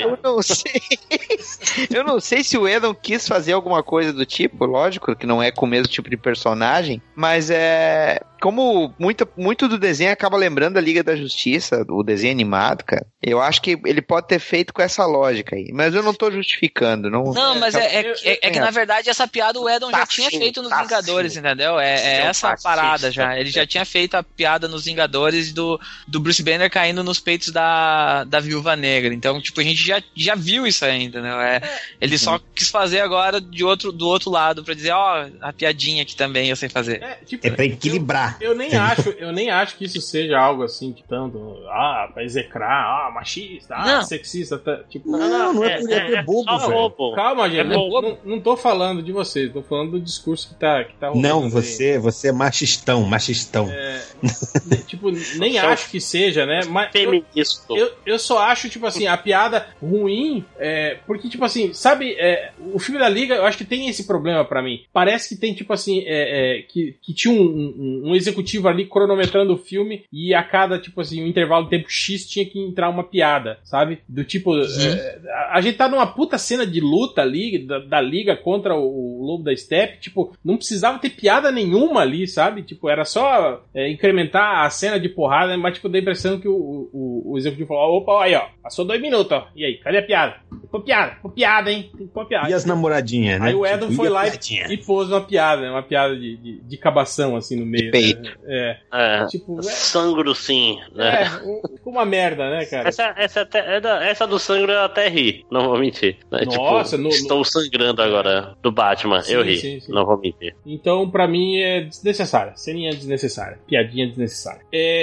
Eu não sei se o Edon quis fazer alguma coisa do tipo, lógico, que não é com o mesmo tipo de personagem, mas como muito do desenho acaba lembrando a Liga da Justiça, o desenho animado, cara, eu acho que ele pode ter feito com essa lógica aí, mas eu não tô justificando. Não, mas é que na verdade essa piada o Edon já tinha feito nos Vingadores, entendeu? Essa parada já. Ele já tinha feito a piada nos Vingadores do Bruce Banner caindo nos peitos da Viúva Negra. Então, tipo, a gente já viu isso aí, entendeu? Ele só quis fazer agora do outro lado, pra dizer, a piadinha aqui também eu sei fazer. É pra equilibrar. Eu nem acho que isso seja algo assim que tanto, pra execrar, machista, sexista, tipo... Não é bobo, velho. Calma, gente, não tô falando de você, tô falando do discurso que tá rolando. Não, você é machistão. Tipo, nem acho que seja, né? Mas feminista. Eu só acho, tipo assim, a piada ruim, Porque, tipo assim, sabe, o filme da Liga, eu acho que tem esse problema pra mim. Parece que tem, tipo assim, que tinha um executivo ali cronometrando o filme e a cada, tipo assim, um intervalo de tempo X tinha que entrar uma piada, sabe? Do tipo, a gente tá numa puta cena de luta ali, da Liga contra o Lobo da Steppe, tipo, não precisava ter piada nenhuma ali, sabe? Tipo, era só incrementar a cena de porrada, mas, tipo, dá a impressão que o executivo falou, opa, aí, ó, passou 2 minutos, ó, e aí, cadê a piada? Pô piada, hein? Tem que pôr piada. E as namoradinhas, né? Aí o Edom foi lá e pôs uma piada de cabação, assim, no meio. Peito. Né? Tipo, Sangro sim, né? Ficou uma merda, né, cara? Essa do sangro eu até ri, não vou mentir. Nossa, tipo, estou sangrando agora do Batman, sim, eu ri, sim. não vou mentir. Então, pra mim, é desnecessária. Ceninha desnecessária. Piadinha desnecessária.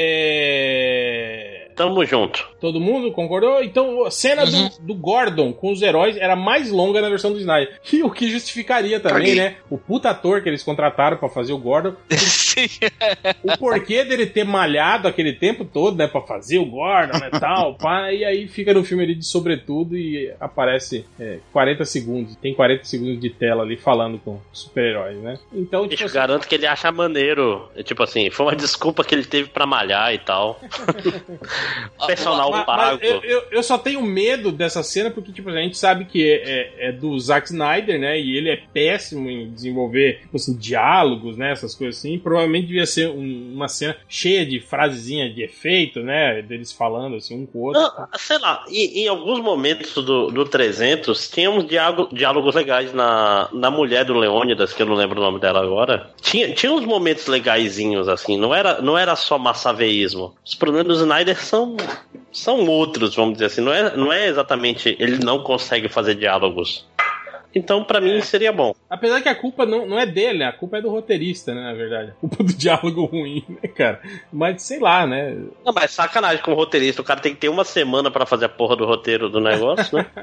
Tamo junto. Todo mundo concordou? Então, a cena do Gordon com os heróis era mais longa na versão do Snyder. E o que justificaria também, né? O puta ator que eles contrataram pra fazer o Gordon. O porquê dele ter malhado aquele tempo todo, né? Pra fazer o Gordon, né? Tal, pá, e aí fica no filme ali de sobretudo e aparece 40 segundos. Tem 40 segundos de tela ali falando com super-heróis, né? Então, tipo, eu garanto que ele acha maneiro. Tipo assim, foi uma desculpa que ele teve pra malhar e tal. Personal pago. Eu só tenho medo dessa cena porque, tipo, a gente sabe que é do Zack Snyder, né? E ele é péssimo em desenvolver, tipo assim, diálogos, né? Essas coisas assim. Provavelmente devia ser uma cena cheia de frasezinha de efeito, né? Deles falando assim, um com o outro. Não, sei lá, em alguns momentos do 300, tínhamos diálogos legais na mulher do Leônidas, que eu não lembro o nome dela agora. Tinha uns momentos legaisinhos, assim. Não era só massaveísmo. Os problemas do Snyder são outros, vamos dizer assim. Não é exatamente ele não consegue fazer diálogos. Então, pra mim, seria bom. Apesar que a culpa não é dele, né? A culpa é do roteirista, né, na verdade. A culpa do diálogo ruim, né, cara? Mas, sei lá, né? Não, mas sacanagem com o roteirista. O cara tem que ter uma semana pra fazer a porra do roteiro do negócio, né?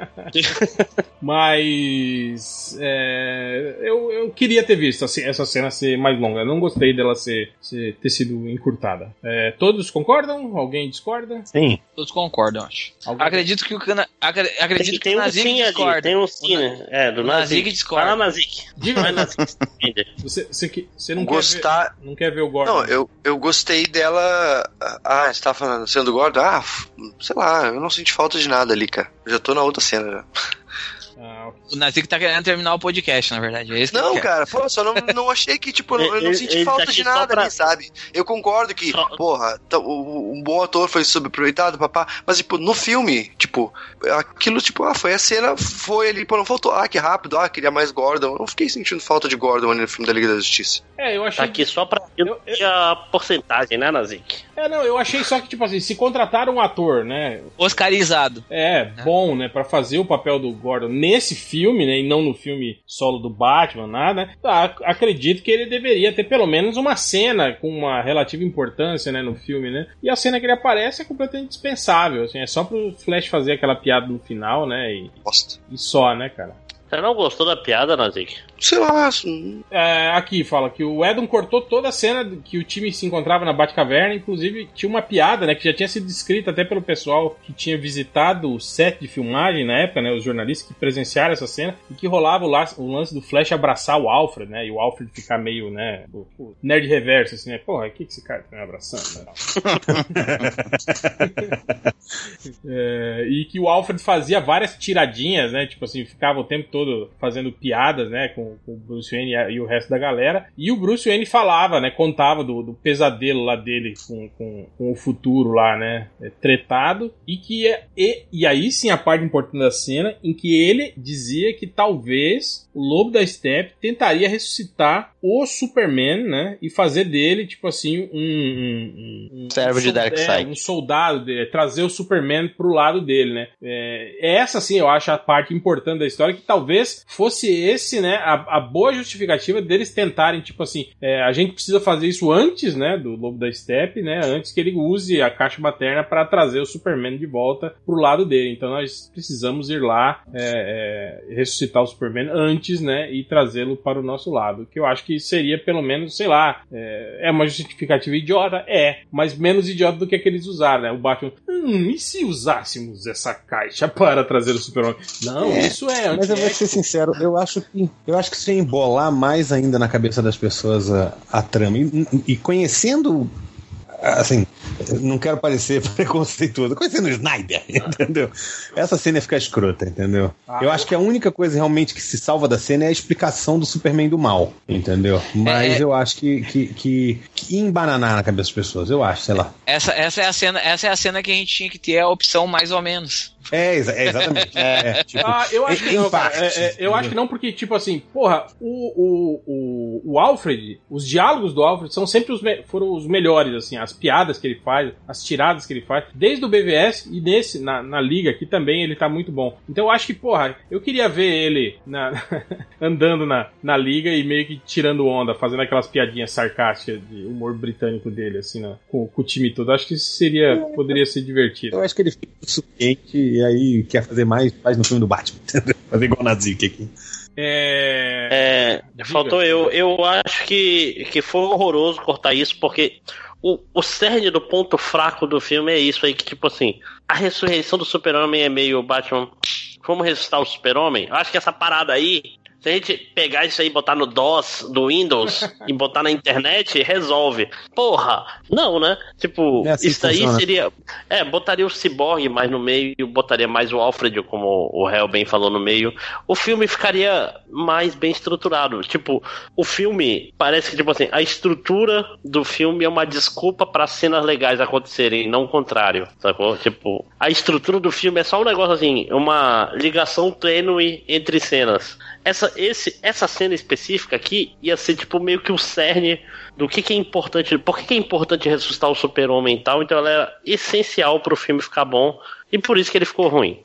Mas... eu queria ter visto essa cena ser mais longa. Eu não gostei dela ter sido encurtada. Todos concordam? Alguém discorda? Sim. Todos concordam, acho. Acredito que o Nazik discorda. Tem um sim, né? Do Nazik discorda. Fala Nazik. Diga, você não quer ver o Gordon? Não, eu gostei dela. Você tava falando cena do Gordon? Sei lá, eu não senti falta de nada ali, cara. Eu já tô na outra cena já. O Nazik tá querendo terminar o podcast, na verdade. É isso que não, cara, pô, só não achei que, tipo, eu não senti falta de nada ali, sabe? Eu concordo que, porra, um bom ator foi subaproveitado, papá, mas, tipo, no filme, tipo, aquilo, tipo, foi a cena, foi ali, pô, não faltou, que rápido, queria mais Gordon. Eu não fiquei sentindo falta de Gordon ali no filme da Liga da Justiça. Eu achei... Tá aqui só pra a porcentagem, né, Nazik? Eu achei só que, tipo assim, se contrataram um ator, né? Oscarizado. Bom, né, pra fazer o papel do Gordon nesse filme, né, e não no filme solo do Batman, nada, né? Acredito que ele deveria ter pelo menos uma cena com uma relativa importância, né, no filme, né? E a cena que ele aparece é completamente dispensável, assim, é só pro Flash fazer aquela piada no final, né? E só, né, cara? Você não gostou da piada, Nazik? Sei lá. Aqui fala que o Edom cortou toda a cena que o time se encontrava na Batcaverna, inclusive tinha uma piada, né, que já tinha sido descrita até pelo pessoal que tinha visitado o set de filmagem na época, né, os jornalistas que presenciaram essa cena, e que rolava o lance do Flash abraçar o Alfred, né, e o Alfred ficar meio, né, o nerd reverso, assim, né, porra, o que esse cara tá me abraçando? E que o Alfred fazia várias tiradinhas, né, tipo assim, ficava o tempo todo fazendo piadas, né, com o Bruce Wayne e o resto da galera. E o Bruce Wayne falava, né, contava do pesadelo lá dele com o futuro lá, né, tretado, e que e aí sim a parte importante da cena, em que ele dizia que talvez o Lobo da Steppe tentaria ressuscitar o Superman, né, e fazer dele, tipo assim, um servo de Darkseid. Um soldado dele, trazer o Superman pro lado dele, né. Essa, sim, eu acho a parte importante da história, que talvez talvez fosse esse, né, a boa justificativa deles tentarem, tipo assim, a gente precisa fazer isso antes, né, do Lobo da Steppe, né, antes que ele use a caixa materna para trazer o Superman de volta pro lado dele. Então nós precisamos ir lá ressuscitar o Superman antes, né, e trazê-lo para o nosso lado. Que eu acho que seria pelo menos, sei lá, é uma justificativa idiota? Mas menos idiota do que aqueles usaram, né? O Batman, e se usássemos essa caixa para trazer o Super-Homem? Não, isso é... Mas eu vou ser sincero, eu acho que isso ia embolar mais ainda na cabeça das pessoas a trama. E conhecendo... Assim, não quero parecer preconceituoso, conhecendo o Snyder, entendeu? Essa cena ia ficar escrota, entendeu? Eu acho que a única coisa realmente que se salva da cena é a explicação do Superman do mal, entendeu? Mas eu acho que ia embananar na cabeça das pessoas, eu acho, sei lá. Essa é a cena que a gente tinha que ter a opção mais ou menos. Exatamente. Tipo, eu acho que não, cara. Eu acho que não, porque, tipo assim, porra, o Alfred, os diálogos do Alfred são sempre foram os melhores, assim, as piadas que ele faz, as tiradas que ele faz, desde o BVS e na Liga, que também ele tá muito bom. Então eu acho que, porra, eu queria ver ele andando na Liga e meio que tirando onda, fazendo aquelas piadinhas sarcásticas de humor britânico dele, assim, com o time todo. Acho que isso poderia ser divertido. Eu acho que ele fica suficiente e aí quer fazer mais, faz no filme do Batman. Fazer igual na Nazik aqui. Faltou eu acho que foi horroroso cortar isso, porque o cerne do ponto fraco do filme é isso aí, que tipo assim, a ressurreição do Super-Homem é meio Batman, vamos ressuscitar o Super-Homem? Eu acho que essa parada aí, se a gente pegar isso aí e botar no DOS do Windows e botar na internet, resolve. Porra, não, né? Tipo, assim isso daí seria... botaria o Cyborg mais no meio, botaria mais o Alfred, como o Hel bem falou, no meio. O filme ficaria mais bem estruturado. Tipo, o filme parece que, tipo assim, a estrutura do filme é uma desculpa para cenas legais acontecerem, não o contrário, sacou? Tipo, a estrutura do filme é só um negócio assim, uma ligação tênue entre cenas. Essa cena específica aqui ia ser tipo meio que o cerne do que é importante, por que é importante ressuscitar o Super-Homem e tal, então ela é essencial pro filme ficar bom e por isso que ele ficou ruim.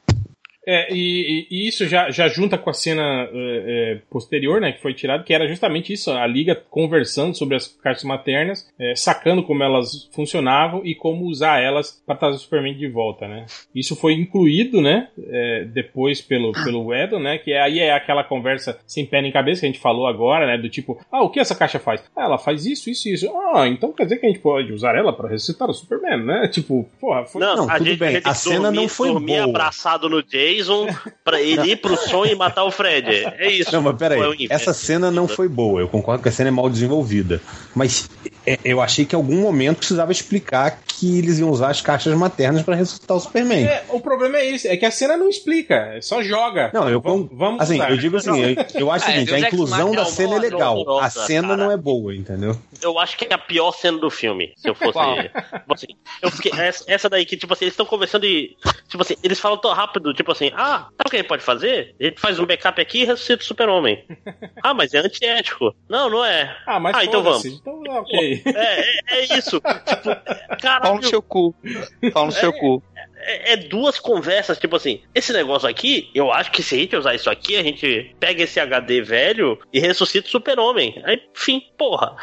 E isso já junta com a cena posterior, né, que foi tirada, que era justamente isso, a Liga conversando sobre as caixas maternas, sacando como elas funcionavam e como usar elas para trazer o Superman de volta, né. Isso foi incluído, né, depois pelo Whedon, né, que aí é aquela conversa sem pé nem cabeça que a gente falou agora, né, do tipo, o que essa caixa faz? Ela faz isso. Então quer dizer que a gente pode usar ela para ressuscitar o Superman, né, tipo, porra, foi... Não, tudo bem, a cena não foi boa. Dormir abraçado no Jason pra ele ir pro som e matar o Fred. É isso. Não, mas peraí, essa cena não foi boa. Eu concordo que a cena é mal desenvolvida. Mas eu achei que em algum momento precisava explicar que eles iam usar as caixas maternas pra ressuscitar o Superman. O problema é isso, é que a cena não explica, só joga. Não, vamos assim, usar. Eu digo assim, eu acho o seguinte, a inclusão da cena é legal, a cena cara, não é boa, entendeu? Eu acho que é a pior cena do filme, se eu fosse... assim, eu fiquei, essa daí que, tipo assim, eles estão conversando e, tipo assim, eles falam tão rápido, tipo assim, sabe o que a gente pode fazer? A gente faz um backup aqui e ressuscita o Super-Homem. Mas é antiético. Não é. Mas então vamos. Então, ok. É isso. Tipo, caralho. Fala no seu cu. Fala no seu cu. Duas conversas, tipo assim, esse negócio aqui, eu acho que se a gente usar isso aqui, a gente pega esse HD velho e ressuscita o Super-Homem. Aí, enfim, porra.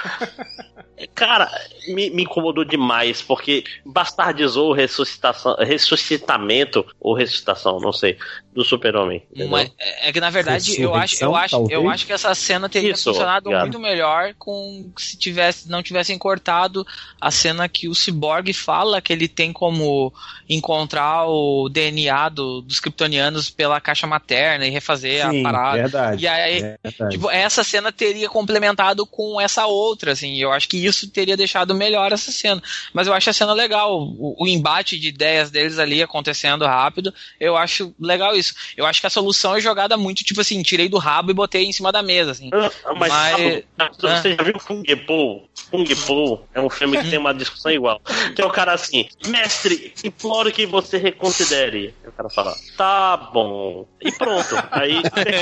Cara, me incomodou demais, porque bastardizou o ressuscitamento, ou ressuscitação, não sei, do Super-Homem. Mas é que, na verdade, eu acho que essa cena teria funcionado muito melhor se não tivessem cortado a cena que o Cyborg fala que ele tem como encontrar o DNA dos kryptonianos pela caixa materna e refazer a parada. Verdade, e aí, tipo, essa cena teria complementado com essa outra, assim, eu acho que isso teria deixado melhor essa cena. Mas eu acho a cena legal, o embate de ideias deles ali acontecendo rápido, eu acho legal isso. Eu acho que a solução é jogada muito, tipo assim, tirei do rabo e botei em cima da mesa, assim. Você já viu Kung Po? Kung Po é um filme que tem uma discussão igual. Que é o cara assim, mestre, imploro que você reconsidere. O cara fala, tá bom. E pronto. Aí.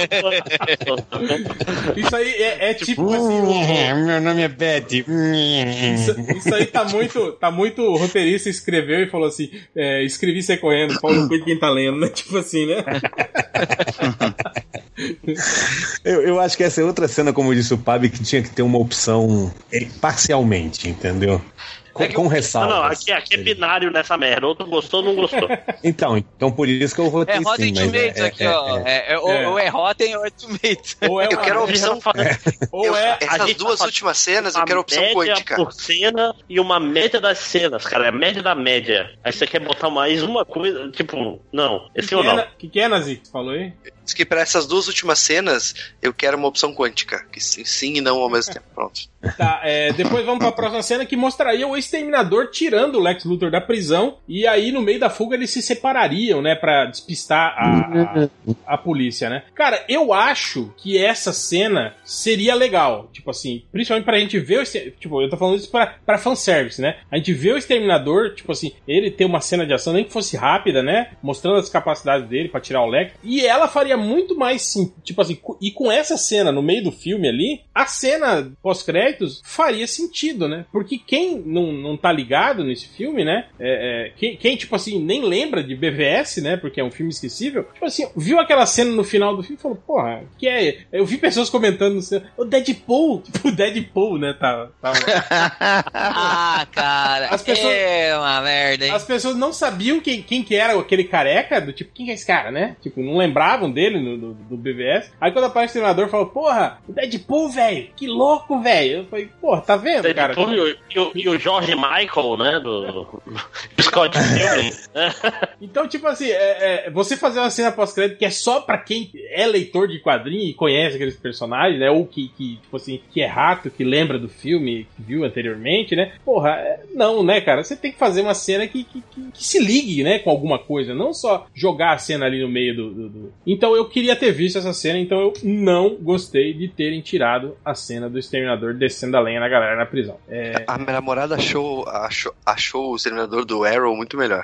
Isso aí é tipo assim. Meu nome é Betty. Isso aí tá muito o roteirista escreveu e falou assim: escrevi você correndo, Paulo no cu de quem tá lendo, né? Tipo assim, né? Eu acho que essa é outra cena, como disse o Pab, que tinha que ter uma opção parcialmente, entendeu? Com ressalvas. Não, aqui é binário nessa merda. Outro gostou, não gostou. Então por isso que eu votei sim. Rotten Tomatoes aqui, ó. Ou é Rotten ou é Tomatoes. Eu quero a opção... Essas duas últimas cenas, eu quero a opção quântica. Por cena e uma média das cenas, cara. É a média da média. Aí você quer botar mais uma coisa, tipo... Não, esse ou não. O que é, Nazi? Você falou aí? Diz que pra essas duas últimas cenas, eu quero uma opção quântica. Que sim e não ao mesmo tempo. Pronto. Tá, depois vamos pra próxima cena que mostraria o Exterminador tirando o Lex Luthor da prisão, e aí no meio da fuga eles se separariam, né, pra despistar a polícia, né. Cara, eu acho que essa cena seria legal, tipo assim, principalmente pra gente ver tipo, eu tô falando isso pra fanservice, né, a gente vê o Exterminador, tipo assim, ele ter uma cena de ação, nem que fosse rápida, né, mostrando as capacidades dele pra tirar o Lex, e ela faria muito mais sim, tipo assim, e com essa cena no meio do filme ali, a cena pós-créditos faria sentido, né, porque quem não tá ligado nesse filme, né? Quem, tipo assim, nem lembra de BVS, né? Porque é um filme esquecível. Tipo assim, viu aquela cena no final do filme e falou, porra, que é? Eu vi pessoas comentando no cinema, o Deadpool, tipo, o Deadpool, né? Cara, as pessoas, é uma merda, hein? As pessoas não sabiam quem que era aquele careca, do tipo, quem que é esse cara, né? Tipo, não lembravam dele do BVS. Aí quando aparece o treinador, falou, porra, o Deadpool, velho, que louco, velho. Eu falei, porra, tá vendo, Deadpool, cara? E o George Michael, né, do Scott Pilgrim. Então, tipo assim, você fazer uma cena pós-crédito que é só pra quem é leitor de quadrinho e conhece aqueles personagens, né, ou que tipo assim, que é rato, que lembra do filme, que viu anteriormente, né, porra, não, né, cara, você tem que fazer uma cena que se ligue, né, com alguma coisa, não só jogar a cena ali no meio do... Então eu queria ter visto essa cena, então eu não gostei de terem tirado a cena do Exterminador descendo a lenha na galera na prisão. A minha namorada achou o Exterminador do Arrow muito melhor.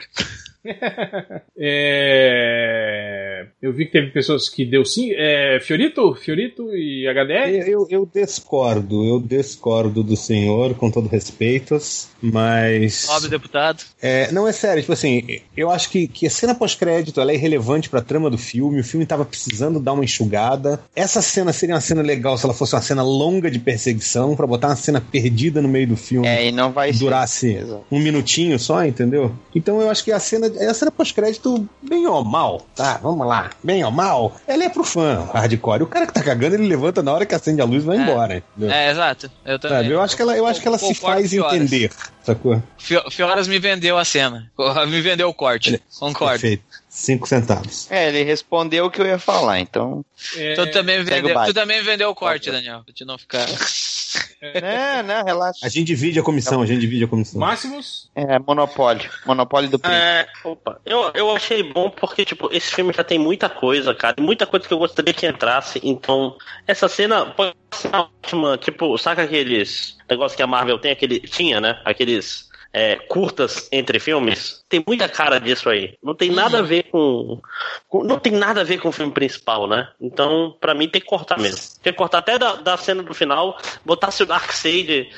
Eu vi que teve pessoas que deu sim. Fiorito e HDR? Eu discordo do senhor, com todo respeito, mas... Óbvio, deputado. Não, é sério, tipo assim, eu acho que a cena pós-crédito ela é irrelevante pra trama do filme, o filme tava precisando dar uma enxugada. Essa cena seria uma cena legal se ela fosse uma cena longa de perseguição, pra botar uma cena perdida no meio do filme. E não vai durasse um minutinho só, entendeu? Então eu acho que a cena pós-crédito, bem ou mal, tá? Vamos lá, bem ou mal, ela é pro fã hardcore. O cara que tá cagando, ele levanta na hora que acende a luz e vai embora. Entendeu? Exato. Eu também. Sabe? Eu acho que ela se faz entender, sacou? Fioras me vendeu a cena. Me vendeu o corte. Concordo. Perfeito. 5 centavos. Ele respondeu o que eu ia falar, então... Tu também me vendeu o corte, Daniel, pra te não ficar... Não, relaxa. A gente divide a comissão, Máximos? Monopólio do príncipe. Opa, eu achei bom porque, tipo, esse filme já tem muita coisa, cara, muita coisa que eu gostaria que entrasse, então, essa cena pode ser ótima, tipo, saca aqueles negócios que a Marvel tinha, né, aqueles... curtas entre filmes, tem muita cara disso aí. Não tem nada a ver não tem nada a ver com o filme principal, né? Então, pra mim, tem que cortar mesmo. Tem que cortar até da cena do final, botasse o Darkseid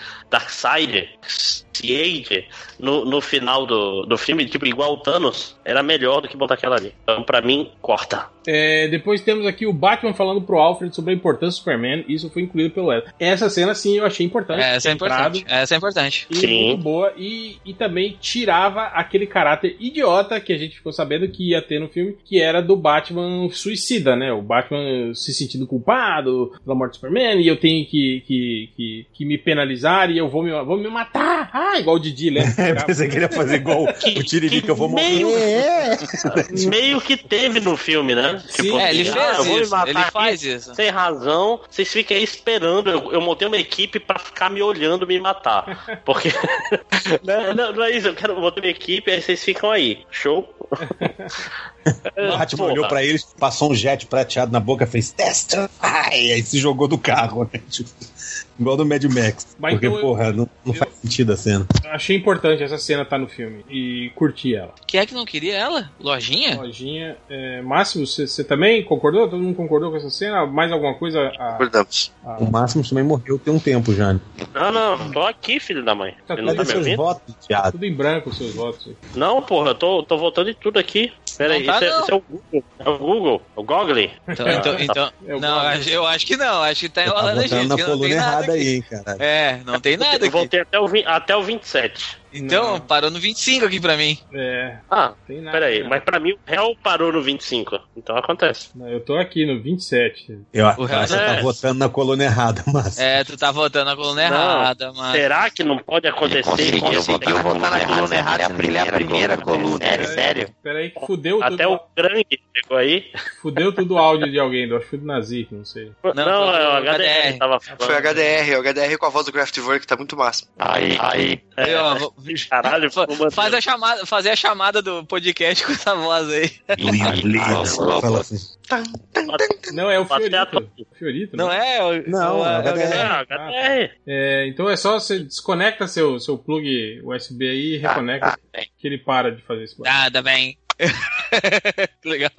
no final do filme, tipo, igual o Thanos, era melhor do que botar aquela ali. Então, pra mim, corta. Depois temos aqui o Batman falando pro Alfred sobre a importância do Superman. Isso foi incluído pelo Ed. Essa cena, sim, eu achei importante. Essa é importante. E sim. Muito boa. E também tirava aquele caráter idiota que a gente ficou sabendo que ia ter no filme, que era do Batman suicida, né? O Batman se sentindo culpado pela morte do Superman, e eu tenho que me penalizar e eu vou me matar. Igual o Didi, né? Pensei que ele ia fazer igual o Tiririca, eu vou morrer. Meio que teve no filme, né? Sim, tipo, ele fez isso. Ele faz isso. Sem razão, vocês ficam aí esperando. Eu montei uma equipe pra ficar me olhando me matar. Porque. não é isso, eu montei uma equipe, aí vocês ficam aí. Show? O Batman olhou pra eles, passou um jet prateado na boca, fez teste, aí se jogou do carro, né? Tipo, igual do Mad Max. Mas porque, então, porra, não faz sentido a cena. Achei importante essa cena tá no filme e curti ela. Quem é que não queria ela? Lojinha? Máximo, você também concordou? Todo mundo concordou com essa cena? Mais alguma coisa? Concordamos. O Máximo também morreu tem um tempo já. Né? Não, tô aqui, filho da mãe. Tá, não tá me ouvindo? Votos, tudo em branco os seus votos. Não, porra, eu tô votando em tudo aqui. Peraí, isso é o Google? É o Google? O Google? Então não, eu acho que não. Acho que tá enrolando a gente. Na coluna errada aí, hein, caralho. Não tem nada aqui. Eu voltei até o 27. Então, parou no 25 aqui pra mim. Tem nada. Peraí, mas pra mim o réu parou no 25. Então acontece. Não, eu tô aqui no 27. Você tá votando na coluna errada, Márcio. Tu tá votando na coluna errada, Márcio. Será que não pode acontecer? Eu votar na coluna errada, é a primeira coluna. Sério? Peraí que fudeu tudo. Até o Grang chegou aí. Fudeu tudo o áudio de alguém, acho que foi do Nazik, não sei. Não, é o HDR. Foi o HDR com a voz do Kraftwerk, tá muito massa. Aí. Caralho, fazer a chamada do podcast com essa voz aí. Fala assim. Não, é o Fiorito. Não é? Não, é o HDR. Então é só você desconecta seu plug USB aí e reconecta que ele para de fazer isso. Tá bem. Legal.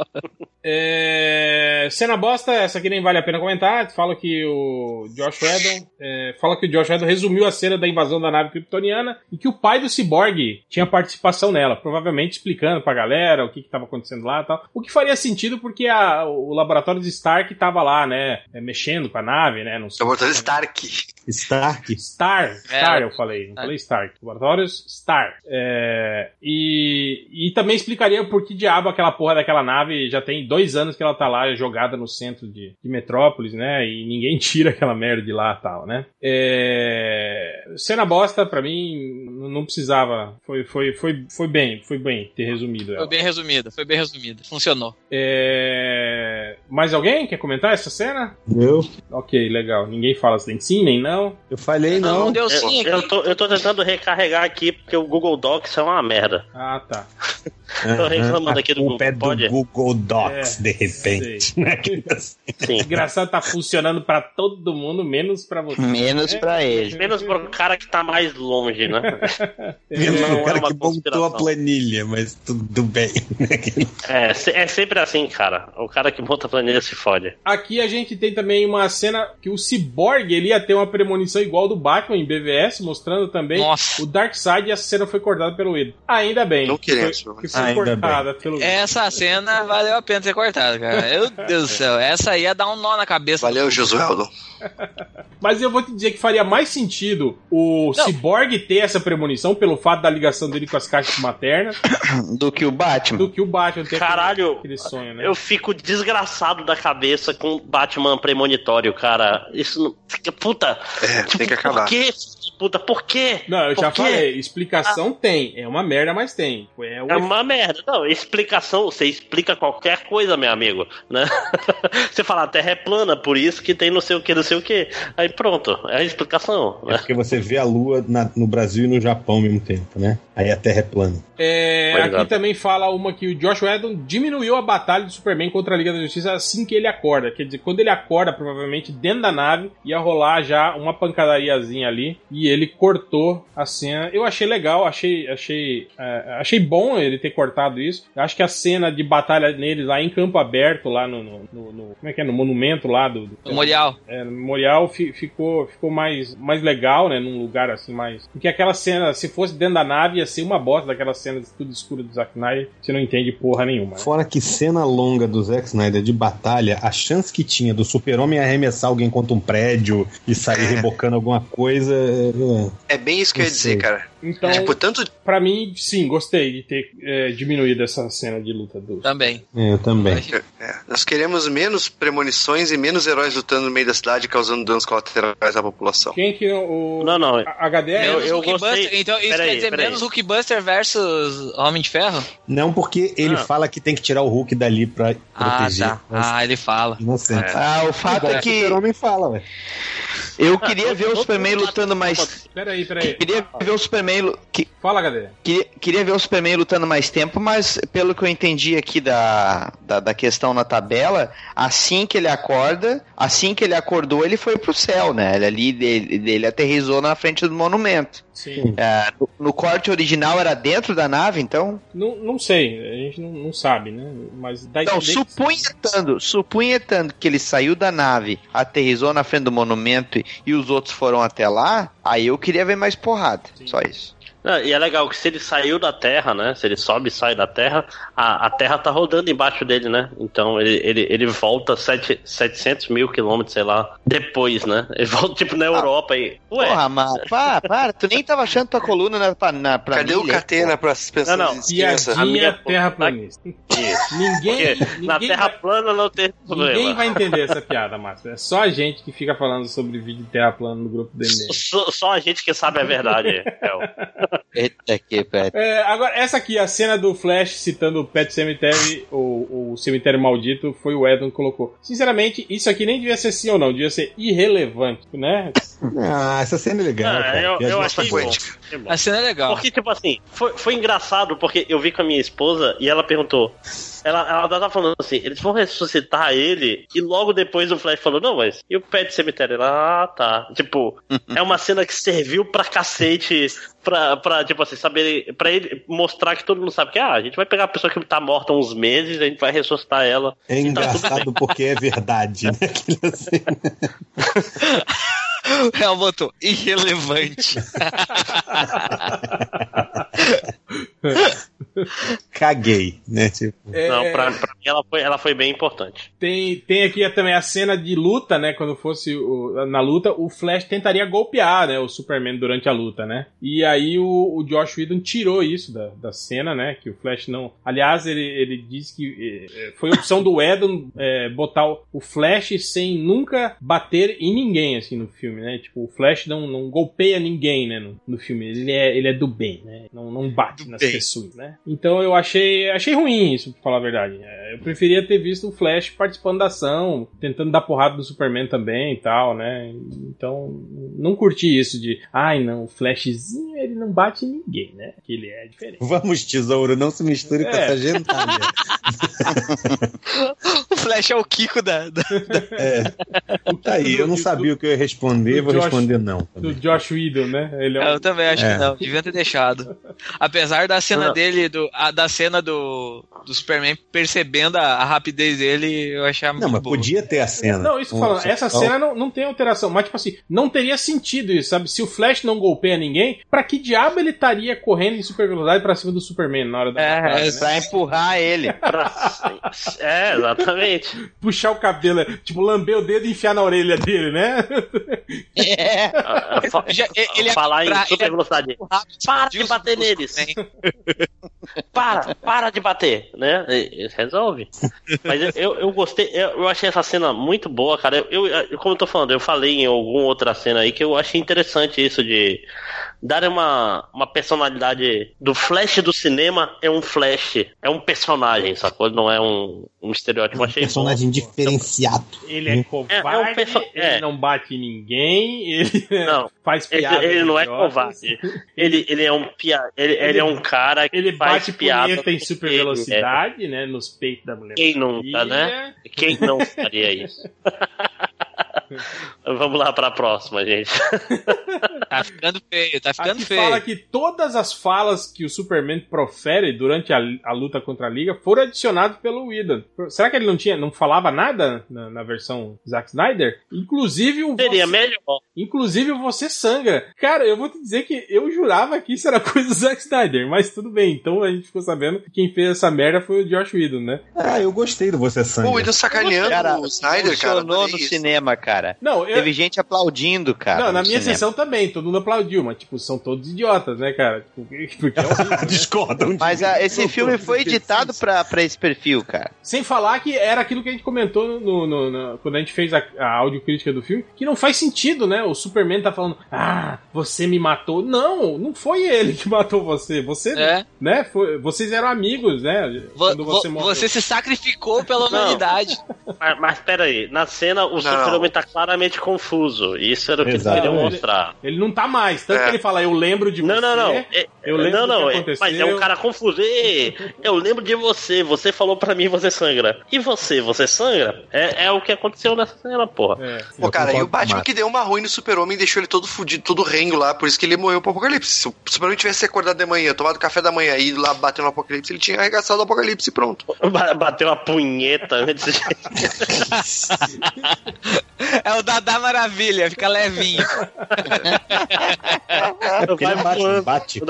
Cena bosta, essa aqui nem vale a pena comentar. Fala que o Josh Whedon resumiu a cena da invasão da nave kryptoniana e que o pai do Cyborg tinha participação nela, provavelmente explicando pra galera o que estava acontecendo lá e tal. O que faria sentido porque o laboratório de Stark tava lá, né, mexendo com a nave, né? Laboratório Stark, eu falei, não falei Stark. Laboratórios Stark. E também explicaria por que diabo aquela porra daquela nave já tem 2 anos que ela tá lá jogada no centro de Metrópolis, né? E ninguém tira aquela merda de lá e tal, né? Cena bosta, pra mim, não precisava. Foi bem ter resumido ela. Foi bem resumido. Funcionou. Mais alguém quer comentar essa cena? Eu. Ok, legal. Ninguém fala nem sim, nem não. Eu falei não. Não deu sim aqui. Eu tô tentando recarregar aqui porque o Google Docs é uma merda. Ah, tá. Tô reclamando aqui do Google. Do Google Docs, de repente. Sim. Engraçado, tá funcionando pra todo mundo, menos pra você. Menos pra ele. Menos pro cara que tá mais longe, né? Menos pro cara que montou a planilha, mas tudo bem. É sempre assim, cara. O cara que monta a planilha se fode. Aqui a gente tem também uma cena que o Cyborg, ele ia ter uma premonição igual do Batman em BVS, mostrando também o Darkseid, e essa cena foi cortada pelo Whedon. Ainda bem. Não queremos. Foi cortada pelo Essa cena valeu a pena ser cortada, cara. Meu Deus do céu. Essa ia dar um nó na cabeça. Valeu, Josueldon. Mas eu vou te dizer que faria mais sentido o Cyborg ter essa premonição pelo fato da ligação dele com as caixas maternas do que o Batman. Ter aquele sonho, né? Eu fico desgraçado da cabeça com o Batman premonitório, cara. Isso não... Puta. Tem que acabar. Por quê? Puta, por quê? Não, eu já falei. Explicação tem. É uma merda, mas tem. É uma merda. Não, explicação. Você explica qualquer coisa, meu amigo, né? Você fala, a Terra é plana, por isso que tem não sei o que. Aí pronto, é a explicação. É porque você vê a Lua no Brasil e no Japão ao mesmo tempo, né? Aí a Terra é plana. Aqui também fala uma que o Josh Whedon diminuiu a batalha do Superman contra a Liga da Justiça assim que ele acorda. Quer dizer, quando ele acorda, provavelmente dentro da nave, ia rolar já uma pancadariazinha ali e ele cortou a cena. Eu achei legal, achei bom ele ter cortado isso. Eu acho que a cena de batalha neles lá em campo aberto, lá no como é que é? No monumento lá do Memorial. No Memorial ficou mais legal, né? Num lugar assim mais... Porque aquela cena, se fosse dentro da nave, ia ser uma bosta daquela cena de tudo escuro do Zack Snyder. Você não entende porra nenhuma. Né? Fora que cena longa do Zack Snyder de batalha, a chance que tinha do Super-Homem arremessar alguém contra um prédio e sair rebocando alguma coisa... É bem isso que eu ia dizer, cara. Então, pra mim, sim, gostei de ter diminuído essa cena de luta do... Também. Eu também. Nós queremos menos premonições e menos heróis lutando no meio da cidade causando danos colaterais à população. Quem que Não. HDR? Eu gostei. Então isso quer dizer menos Hulkbuster versus Homem de Ferro? Não, porque ele fala que tem que tirar o Hulk dali pra proteger. Tá. Ele fala. Inocente. O fato é que... O Super-Homem fala, velho. Eu queria ver o Superman lutando mais... Peraí. Queria ver o Superman... Fala, HDR. Queria ver o Superman lutando mais tempo, mas pelo que eu entendi aqui da questão na tabela, assim que ele acordou, ele foi pro céu, né? Ele aterrissou na frente do monumento. Sim. No corte original era dentro da nave, então? Não sei, a gente não sabe, né? Mas daí supunhetando que ele saiu da nave, aterrissou na frente do monumento e os outros foram até lá, aí eu queria ver mais porrada. Sim. Só isso. E é legal que se ele saiu da Terra, né? Se ele sobe e sai da Terra, a Terra tá rodando embaixo dele, né? Então ele volta 700 mil quilômetros, sei lá, depois, né? Ele volta tipo na Europa e... Ué. Porra, mas para, tu nem tava achando tua coluna pra Cadê o Catena pra essas pessoas? Não. A minha terraplanista. Ninguém na Terra plana não tem problema. Ninguém vai entender essa piada, Márcio. É só a gente que fica falando sobre vídeo de terra plana no grupo do MDM. Só a gente que sabe a verdade. Eita que pé. Agora, essa aqui, a cena do Flash citando o Pet Cemetery, o Cemitério Maldito, foi o Edon que colocou. Sinceramente, isso aqui nem devia ser sim ou não, devia ser irrelevante, né? Essa cena é legal. Eu achei bom. A cena é legal. Porque, tipo assim, foi engraçado, porque eu vi com a minha esposa e ela perguntou. Ela tava falando assim, eles vão ressuscitar ele, e logo depois o Flash falou, não, mas e o Pet Cemitério? Ela, tá. Tipo, é uma cena que serviu pra cacete pra tipo assim, saber, pra ele mostrar que todo mundo sabe que, a gente vai pegar a pessoa que tá morta há uns meses, a gente vai ressuscitar ela. É engraçado porque é verdade, né? Ela botou irrelevante. Caguei, né? Tipo... Não, pra mim ela foi bem importante. Tem aqui também a cena de luta, né? Quando fosse na luta, o Flash tentaria golpear, né, o Superman durante a luta, né? E aí o Joss Whedon tirou isso da cena, né? Que o Flash não... Aliás, ele disse que foi opção do Whedon botar o Flash sem nunca bater em ninguém, assim, no filme, né? Tipo, o Flash não golpeia ninguém, né? No filme. Ele é do bem, né? Não bate nas pessoas, né? Então eu achei ruim isso, pra falar a verdade. Eu preferia ter visto o Flash participando da ação, tentando dar porrada no Superman também e tal, né? Então, não curti isso de, não, o Flashzinho, ele não bate em ninguém, né? Que ele é diferente. Vamos, tesouro, não se misture com essa gentalha. O Flash é o Kiko da... Tá aí, eu não sabia o que eu ia responder, vou responder não. Do Joss Whedon, né? Eu também acho que não, devia ter deixado. Apesar da cena dele, da cena do Superman percebendo a rapidez dele, eu achei muito boa. Mas podia ter a cena. Não, isso falando, essa cena não tem alteração, mas tipo assim, não teria sentido isso, sabe? Se o Flash não golpeia ninguém, pra que diabo ele estaria correndo em super velocidade pra cima do Superman na hora da batalha, né? Pra empurrar ele. Exatamente. Puxar o cabelo, tipo, lamber o dedo e enfiar na orelha dele, né? Falar em super velocidade. Para de bater neles. Para de bater, né? Resolve. Mas eu gostei, eu achei essa cena muito boa, cara. Como eu tô falando, eu falei em alguma outra cena aí que eu achei interessante isso de dar uma personalidade do Flash do cinema. É um Flash, é um personagem, sacou? Não é um estereótipo. Achei personagem diferenciado. Ele é covarde, ele não bate em ninguém, ele faz piada. Ele não é covarde. Ele é um ele é um cara que ele faz bate piada. Ele tem super velocidade, né? Nos peitos da mulher. Quem nunca, né? Quem não faria isso? Vamos lá pra próxima, gente. Tá ficando feio, Aqui fala que todas as falas que o Superman profere durante a luta contra a Liga foram adicionadas pelo Whedon. Será que ele não falava nada na versão Zack Snyder? Inclusive seria melhor. Inclusive Você Sangra. Cara, eu vou te dizer que eu jurava que isso era coisa do Zack Snyder, mas tudo bem. Então a gente ficou sabendo que quem fez essa merda foi o Joss Whedon, né? Eu gostei do Você Sangra. O Whedon sacaneando o Snyder, cara. Funcionou no cinema, cara. Teve gente aplaudindo, cara. Não, na minha sessão também, todo mundo aplaudiu, mas tipo, são todos idiotas, né, cara? Porque é horrível. Discordam. Mas esse filme foi editado pra esse perfil, cara. Sem falar que era aquilo que a gente comentou quando a gente fez a audiocrítica do filme, que não faz sentido, né? O Superman tá falando, você me matou. Não foi ele que matou você. Você, né? Vocês eram amigos, né? Quando você morreu. Você se sacrificou pela humanidade. Mas pera aí, na cena o Superman tá claramente confuso. Isso era o que ele queria mostrar. Ele não tá mais. Tanto que ele fala, eu lembro de você. Não. Eu lembro do que aconteceu. Mas é um cara confuso. Eu lembro de você. Você falou pra mim, você sangra. E você sangra? É o que aconteceu nessa cena, porra. Pô, cara, e o Batman que deu uma ruim no Super-Homem e deixou ele todo fudido, todo rengo lá. Por isso que ele morreu pro Apocalipse. Se o Super-Homem tivesse acordado de manhã, tomado café da manhã e ido lá bater no Apocalipse, ele tinha arregaçado o Apocalipse e pronto. Bateu uma punheta antes de... É o Dada Maravilha, fica levinho. É porque ele bate.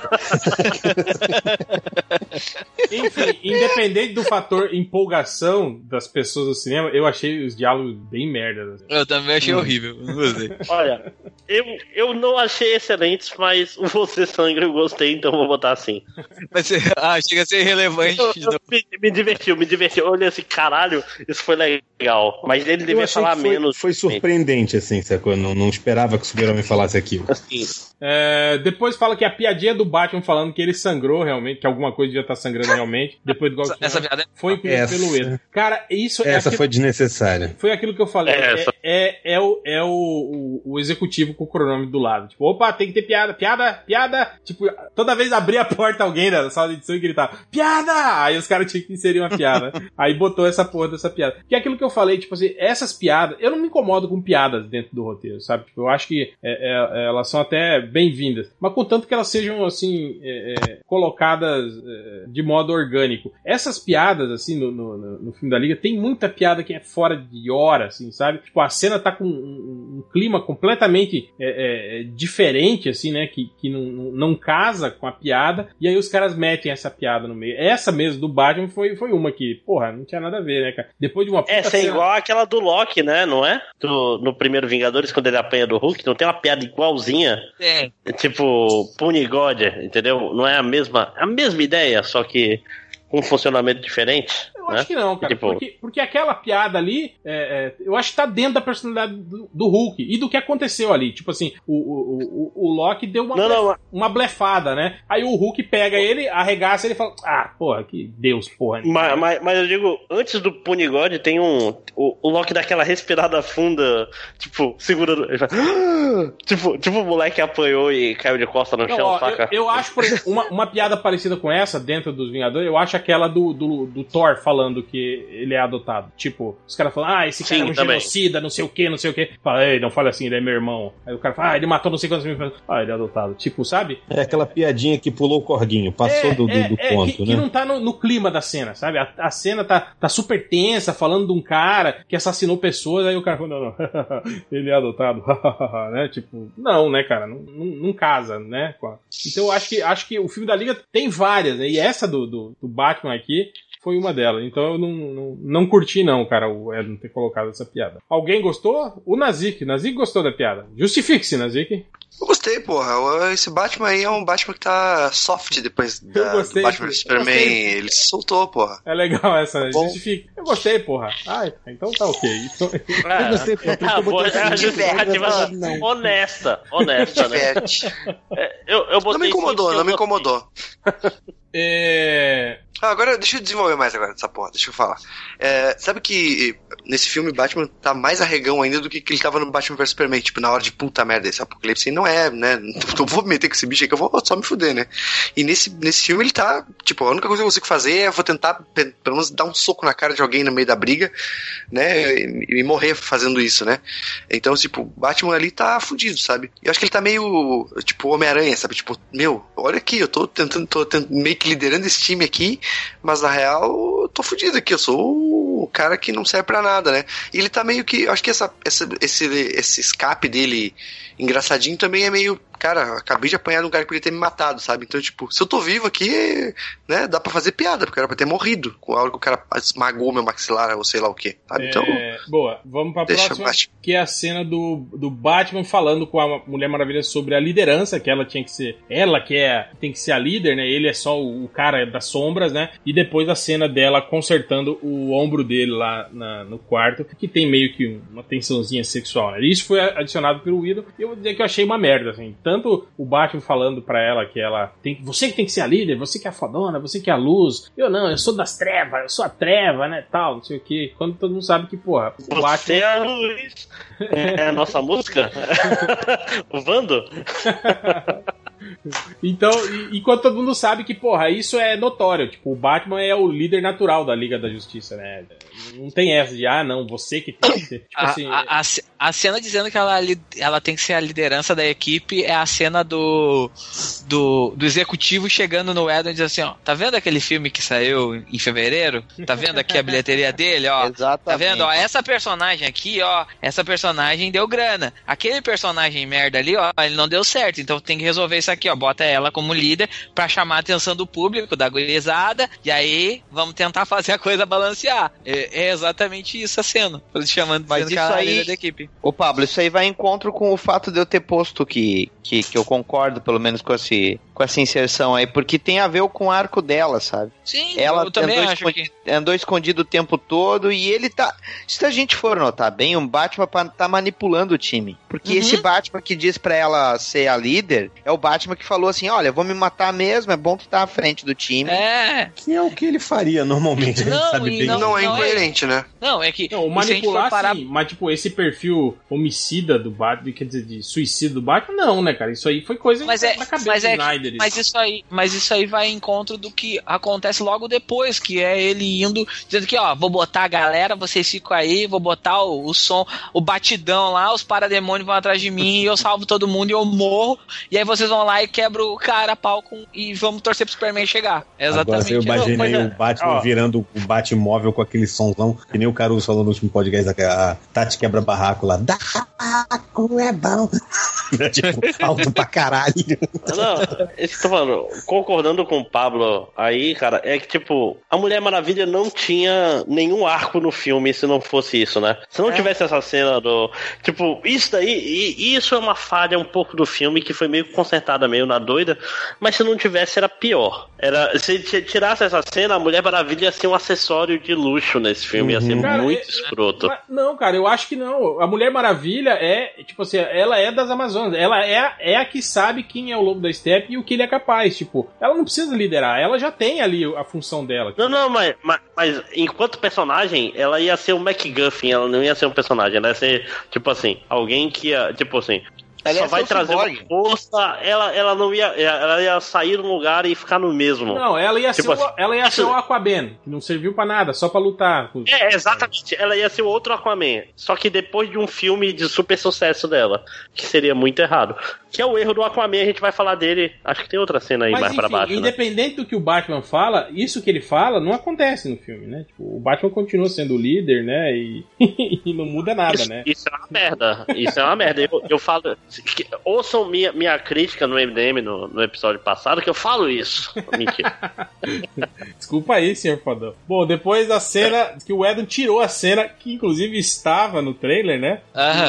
Enfim, independente do fator empolgação das pessoas do cinema, eu achei os diálogos bem merda. Eu também achei horrível, não gostei. Olha, eu não achei excelentes, mas o Você Sangra eu gostei, então vou botar assim. Mas, chega a ser irrelevante. Me divertiu. Eu olhei assim, caralho, isso foi legal. Mas ele devia falar menos. Foi surpreendente, assim, sacou? Eu não esperava que o Super-Homem falasse aquilo. Assim. Depois fala que a piadinha do Batman falando que ele sangrou realmente, que alguma coisa devia estar sangrando realmente. Depois do golpe essa piada foi incluído pelo Edo. Cara, isso essa foi desnecessária. Foi aquilo que eu falei. O executivo com o cronômetro do lado. Tipo, opa, tem que ter piada. Tipo, toda vez abria a porta alguém da sala de edição e gritava, piada! Aí os caras tinham que inserir uma piada. Aí botou essa porra dessa piada. Que é aquilo que eu falei, tipo assim, essas piadas, eu não me incomodo com piadas dentro do roteiro, sabe? Tipo, eu acho que elas são até bem-vindas. Mas contanto que elas sejam, assim, colocadas de modo orgânico. Essas piadas, assim, no filme da Liga, tem muita piada que é fora de hora, assim, sabe? Tipo, a cena tá com um clima completamente diferente, assim, né? Que não casa com a piada, e aí os caras metem essa piada no meio. Essa mesmo do Batman foi uma que, porra, não tinha nada a ver, né, cara? Depois de uma puta essa é cena... igual aquela do Loki, né? Não é? No primeiro Vingadores, quando ele apanha do Hulk, não tem uma piada igualzinha? É. Tipo, Punigod, entendeu? Não é a mesma ideia, só que com um funcionamento diferente. Eu acho que não, cara. Tipo... Porque aquela piada ali, eu acho que tá dentro da personalidade do Hulk e do que aconteceu ali. Tipo assim, o Loki deu uma blefada, né? Aí o Hulk pega ele, arregaça ele e fala, porra, que Deus, porra. Mas eu digo, antes do Punigod tem o Loki dá aquela respirada funda, tipo, segurando. Ele fala, tipo o moleque apanhou e caiu de costa no chão, saca? Eu acho, por exemplo, uma piada parecida com essa, dentro dos Vingadores, eu acho aquela do Thor falando que ele é adotado. Tipo, os caras falam, esse cara é um genocida, não sei o que. Fala, ei, não fale assim, ele é meu irmão. Aí o cara fala, ele matou não sei quantos mil. Ele é adotado. Tipo, sabe? É aquela piadinha que pulou o corguinho, passou do ponto, que, né? Que não tá no clima da cena, sabe? A cena tá super tensa, falando de um cara que assassinou pessoas, aí o cara fala, não, ele é adotado. Né? Tipo, não, né, cara? Não casa, né? Então eu acho que o filme da Liga tem várias, né? E essa do Batman aqui foi uma delas. Então eu não curti não, cara, o Ed não ter colocado essa piada. Alguém gostou? O Nazik gostou da piada. Justifique-se, Nazik. Eu gostei, porra. Esse Batman aí é um Batman que tá soft depois do Batman vs Superman. Ele se soltou, porra. É legal essa, né? Justifique. Eu gostei, porra. Então tá ok. Então... Eu gostei, porra. Honesta, né? Eu botei não me incomodou. Agora, deixa eu desenvolver mais agora dessa porra, deixa eu falar. Sabe que nesse filme Batman tá mais arregão ainda do que ele tava no Batman vs Superman, tipo, na hora de puta merda, esse apocalipse não é, né? Eu vou meter com esse bicho aí que eu vou só me fuder, né? E nesse filme ele tá, tipo, a única coisa que eu consigo fazer é eu vou tentar, pelo menos, dar um soco na cara de alguém no meio da briga, né? E morrer fazendo isso, né? Então, tipo, o Batman ali tá fudido, sabe? Eu acho que ele tá meio, tipo, Homem-Aranha, sabe? Tipo, olha aqui, eu tô tentando meio que liderando esse time aqui, mas na real eu tô fudido aqui, eu sou o cara que não serve pra nada, né? E ele tá meio que, eu acho que esse escape dele engraçadinho também é meio, cara, acabei de apanhar de um cara que podia ter me matado, sabe? Então, tipo, se eu tô vivo aqui, né, dá pra fazer piada, porque era pra ter morrido com algo que o cara esmagou meu maxilar ou sei lá o que, sabe? Então, boa, vamos pra próxima, que é a cena do Batman falando com a Mulher Maravilha sobre a liderança, que ela tinha que ser, tem que ser a líder, né? Ele é só o cara das sombras, né? E depois a cena dela consertando o ombro dele lá no quarto, que tem meio que uma tensãozinha sexual, né? Isso foi adicionado pelo Whedon, e eu vou dizer que eu achei uma merda, assim. Tanto o Batman falando pra ela que ela tem, você que tem que ser a líder, você que é a fodona, você que é a luz, eu sou das trevas, eu sou a treva, né, tal, não sei o que, quando todo mundo sabe que, porra, o Batman... Você é a luz, é a nossa música? O Vando? Então, enquanto todo mundo sabe que, porra, isso é notório. Tipo, o Batman é o líder natural da Liga da Justiça, né? Não tem essa de, não, você que tem que ser. Tipo assim, a cena dizendo que ela tem que ser a liderança da equipe é a cena do executivo chegando no Edwin e dizendo assim, ó, tá vendo aquele filme que saiu em fevereiro? Tá vendo aqui a bilheteria dele, ó? Exatamente. Tá vendo, ó, essa personagem aqui, ó, essa personagem deu grana. Aquele personagem merda ali, ó, ele não deu certo, então tem que resolver isso aqui, ó, bota ela como líder pra chamar a atenção do público, da gurizada, e aí vamos tentar fazer a coisa balancear. É exatamente isso a cena, chamando mais isso aí da equipe. Ô Pablo, isso aí vai em encontro com o fato de eu ter posto que eu concordo, pelo menos com essa inserção aí, porque tem a ver com o arco dela, sabe? Sim, ela eu também acho que andou escondido o tempo todo e ele tá... Se a gente for notar bem, o Batman tá manipulando o time. Porque esse Batman que diz pra ela ser a líder é o Batman que falou assim, olha, eu vou me matar mesmo, é bom tu estar à frente do time. Que é o que ele faria normalmente, a gente sabe bem. Não é incoerente, né? Não, é que... Não, o manipular sim, mas tipo, esse perfil homicida do Batman, quer dizer, de suicídio do Batman, não, né, cara? Isso aí foi coisa da cabeça do Snyder. Mas isso aí vai em encontro do que acontece logo depois, que é ele indo, dizendo que, ó, vou botar a galera, vocês ficam aí, vou botar o som, o batidão lá, os parademônios vão atrás de mim, e eu salvo todo mundo e eu morro, e aí vocês vão lá e quebram o cara a pau e vamos torcer pro Superman chegar. É exatamente. Agora eu imaginei o Batman virando o Batmóvel com aquele somzão, que nem o Caruso falou no último podcast, a Tati quebra barraco lá. Dá barraco, é bom. Tipo, alto pra caralho. Não, isso que eu tô falando, concordando com o Pablo aí, cara, é que tipo, a Mulher Maravilha não tinha nenhum arco no filme se não fosse isso, né? Se não tivesse essa cena do... Tipo, isso daí, isso é uma falha um pouco do filme que foi meio consertada, meio na doida, mas se não tivesse era pior. Se tirasse essa cena, a Mulher Maravilha ia ser um acessório de luxo nesse filme, ia ser muito escroto. Não, cara, eu acho que não. A Mulher Maravilha é, tipo assim, ela é das Amazonas, ela é a que sabe quem é o Lobo da Steppe e o que ele é capaz, tipo, ela não precisa liderar, ela já tem ali a função dela. Não, mas enquanto personagem, ela ia ser um MacGuffin, ela não ia ser um personagem, ela ia ser, tipo assim, alguém que ia, tipo assim... Ela só vai trazer uma força, ela não ia. Ela ia sair de um lugar e ficar no mesmo. Não, ela ia ser o Aquaman, que não serviu pra nada, só pra lutar. Exatamente. Ela ia ser o outro Aquaman. Só que depois de um filme de super sucesso dela, que seria muito errado. Que é o erro do Aquaman, a gente vai falar dele. Acho que tem outra cena aí mais pra baixo. Independente do que o Batman fala, isso que ele fala não acontece no filme, né? Tipo, o Batman continua sendo o líder, né? E não muda nada, né? Isso é uma merda. Isso é uma merda. Eu falo. Ouçam minha crítica no MDM no episódio passado, que eu falo isso. Mentira. Desculpa aí, senhor Fodão. Bom, depois da cena que o Edon tirou a cena, que inclusive estava no trailer, né?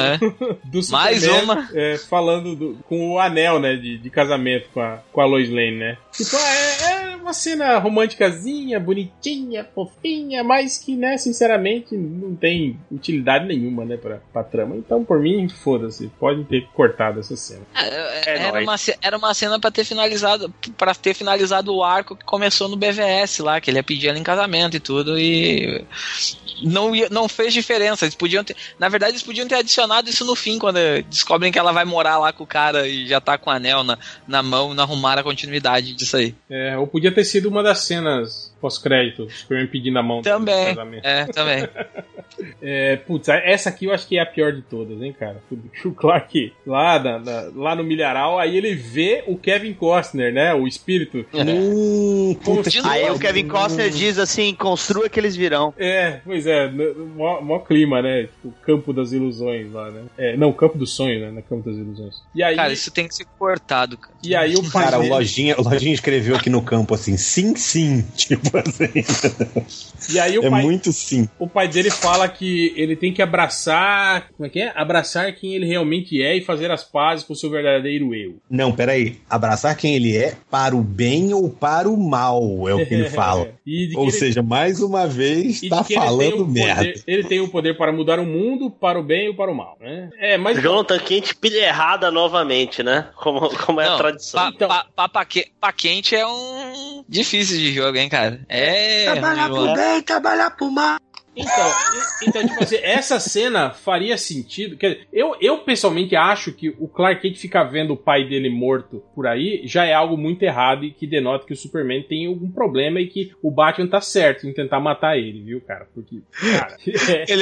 Do Superman, mais uma. Falando com o anel, né? De casamento com a Lois Lane, né? Tipo, é uma cena românticazinha, bonitinha, fofinha, mas que, né, sinceramente, não tem utilidade nenhuma, né, pra trama. Então, por mim, foda-se. Podem ter cortado essa cena. Era uma cena pra ter finalizado o arco que começou no BVS lá, que ele ia pedir ela em casamento e tudo, e não fez diferença. Na verdade, eles podiam ter adicionado isso no fim, quando descobrem que ela vai morar lá com o cara e já tá com o anel na mão, não arrumaram a continuidade disso aí. Ou podia ter sido uma das cenas pós-crédito, Superman pedindo a mão também. do casamento. Também. Putz, essa aqui eu acho que é a pior de todas, hein, cara? O Clark lá no milharal, aí ele vê o Kevin Costner, né? O espírito. Aí o Kevin Costner diz assim, construa que eles virão. Pois é, mó clima, né? Tipo, campo das ilusões lá, né? Não, campo dos sonhos, né? Campo das ilusões. E aí, cara, isso tem que ser cortado, cara. E aí o pai o Lojinha escreveu aqui no campo assim, sim, tipo assim. E aí muito sim. O pai dele fala que ele tem que abraçar, como é que é? Abraçar quem ele realmente é e fazer as pazes com o seu verdadeiro eu. Não, peraí. Abraçar quem ele é para o bem ou para o mal, é o que ele fala. Ou seja, mais uma vez, tá falando merda. Ele tem o poder para mudar o mundo para o bem ou para o mal, né? Mas... Jonathan Quente pilha errada novamente, né? Como é a tradição. Pá quente é um difícil de jogo, hein, cara? Trabalhar pro bem, trabalhar pro mal. Então, tipo assim, essa cena faria sentido. Quer dizer, eu pessoalmente acho que o Clark Kent ficar vendo o pai dele morto por aí já é algo muito errado e que denota que o Superman tem algum problema e que o Batman tá certo em tentar matar ele, viu, cara? Porque, cara... Ele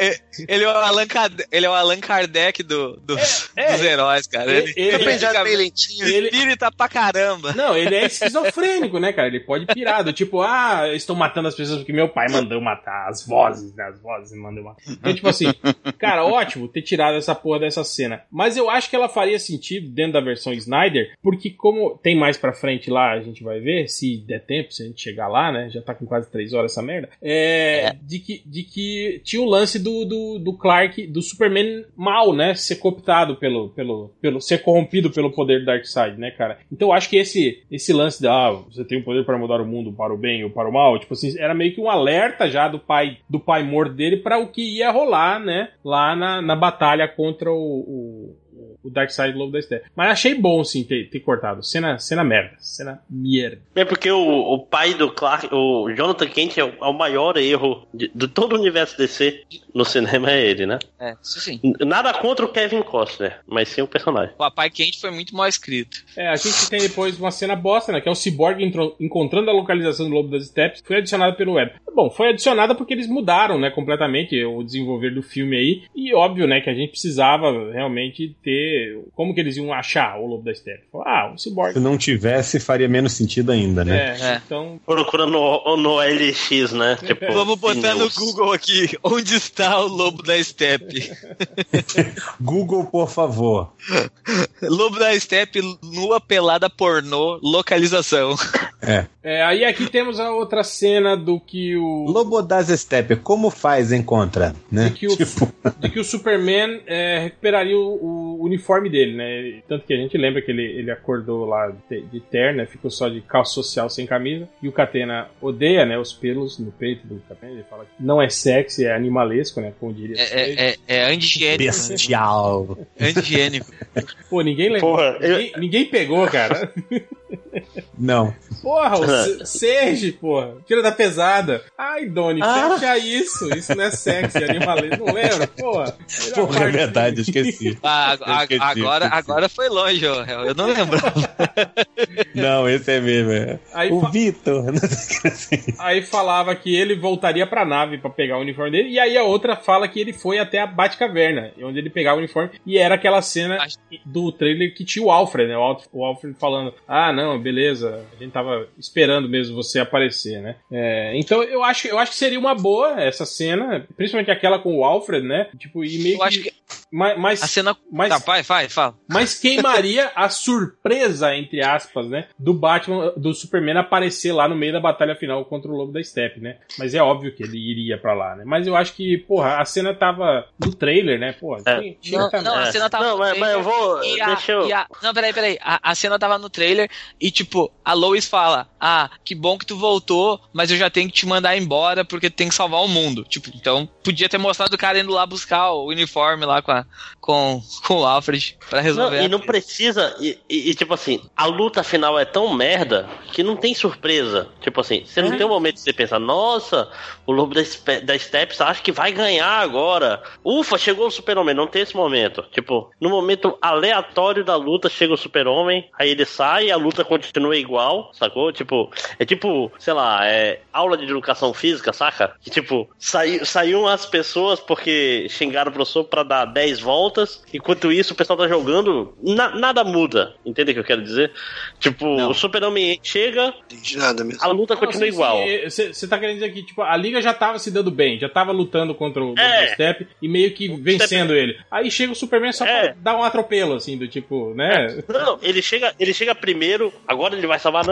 é o Allan Kardec dos heróis, cara. Ele fica bem lentinho. Ele tá pra caramba. Não, ele é esquizofrênico, né, cara? Ele pode pirar, do tipo, eu estou matando as pessoas porque meu pai mandou matar, as vozes mandou matar. Então, tipo assim, cara, ótimo ter tirado essa porra dessa cena. Mas eu acho que ela faria sentido dentro da versão Snyder, porque como tem mais pra frente lá, a gente vai ver, se der tempo, se a gente chegar lá, né, já tá com quase 3 horas essa merda, de que tinha o lance do Clark, do Superman mal, né, ser cooptado pelo ser corrompido pelo poder do Darkseid, né, cara? Então eu acho que esse lance de, você tem o poder para mudar o mundo para o bem ou para o mal, tipo assim, era meio que um alerta já do pai morto dele para o que ia rolar, né, lá na batalha contra o Darkseid Lobo da Steppe. Mas achei bom, sim, ter cortado. Cena merda. É porque o pai do Clark, o Jonathan Kent, é o maior erro de todo o universo DC no cinema, é ele, né? Isso sim. Nada contra o Kevin Costner, mas sim o personagem. O pai Kent foi muito mal escrito. A gente tem depois uma cena bosta, né? Que é o Cyborg encontrando a localização do Lobo das Steppes. Foi adicionada pelo Web. Bom, foi adicionada porque eles mudaram, né? Completamente o desenvolver do filme aí. E óbvio, né? Que a gente precisava realmente ter... Como que eles iam achar o Lobo da Steppe? O Cyborg. Se não tivesse, faria menos sentido ainda, né? Então... Procura no LX, né? Tipo, vamos botar no Google aqui. Onde está o Lobo da Steppe? Google, por favor. Lobo da Steppe, nua pelada pornô, localização. Aí aqui temos a outra cena do que o... Lobo das Steppe, como faz encontra, né? De que o Superman recuperaria o uniforme dele, né? Tanto que a gente lembra que ele acordou lá de terno, né? Ficou só de calça social sem camisa. E o Catena odeia, né? Os pelos no peito do Catena. Ele fala que não é sexy, é animalesco, né? Como diria. É antigênico. Bestial. Antigênico. Pô, ninguém lembra. Porra, ninguém pegou, cara. Não. Porra, o Serge, porra. Tira da pesada. Ai, Doni, fecha isso. Isso não é sexy, animalesco. Não lembra? Porra. Porra, é verdade, esqueci. Agora foi longe, eu não lembro. Não, esse é mesmo. O Vitor. Aí falava que ele voltaria pra nave pra pegar o uniforme dele. E aí a outra fala que ele foi até a Batcaverna, onde ele pegava o uniforme. E era aquela cena do trailer que tinha o Alfred, né? O Alfred falando, não, beleza, a gente tava esperando mesmo você aparecer, né? Então eu acho que seria uma boa essa cena, principalmente aquela com o Alfred, né? Tipo, e meio acho que mas a cena... vai, fala. Mas queimaria a surpresa, entre aspas, né? Do Batman, do Superman aparecer lá no meio da batalha final contra o Lobo da Steppe, né? Mas é óbvio que ele iria pra lá, né? Mas eu acho que, porra, a cena tava no trailer, né? Porra, a cena tava no trailer. Mas eu vou... Não, peraí. A cena tava no trailer e, tipo, a Lois fala, que bom que tu voltou, mas eu já tenho que te mandar embora porque tu tem que salvar o mundo. Tipo, então podia ter mostrado o cara indo lá buscar o uniforme lá com o Alfred pra resolver. Não precisa, tipo assim, a luta final é tão merda que não tem surpresa. Tipo assim, você não tem um momento que você pensa, nossa, o Lobo da Steppe acha que vai ganhar agora. Ufa, chegou o Super-Homem. Não tem esse momento. Tipo, no momento aleatório da luta chega o Super-Homem, aí ele sai e a luta continua igual, sacou? Tipo, sei lá, aula de educação física, saca? Que tipo, saíam as pessoas porque xingaram o professor pra dar 10 voltas, enquanto isso o pessoal tá jogando, nada muda, entende o que eu quero dizer? Tipo, o Super-Homem chega, nada mesmo. A luta continua igual. Você tá querendo dizer que tipo, a Liga já tava se dando bem, já tava lutando contra o Step e meio que vencendo ele. Aí chega o Superman só pra dar um atropelo, assim, do tipo, né? Não, ele chega primeiro, agora ele vai salvar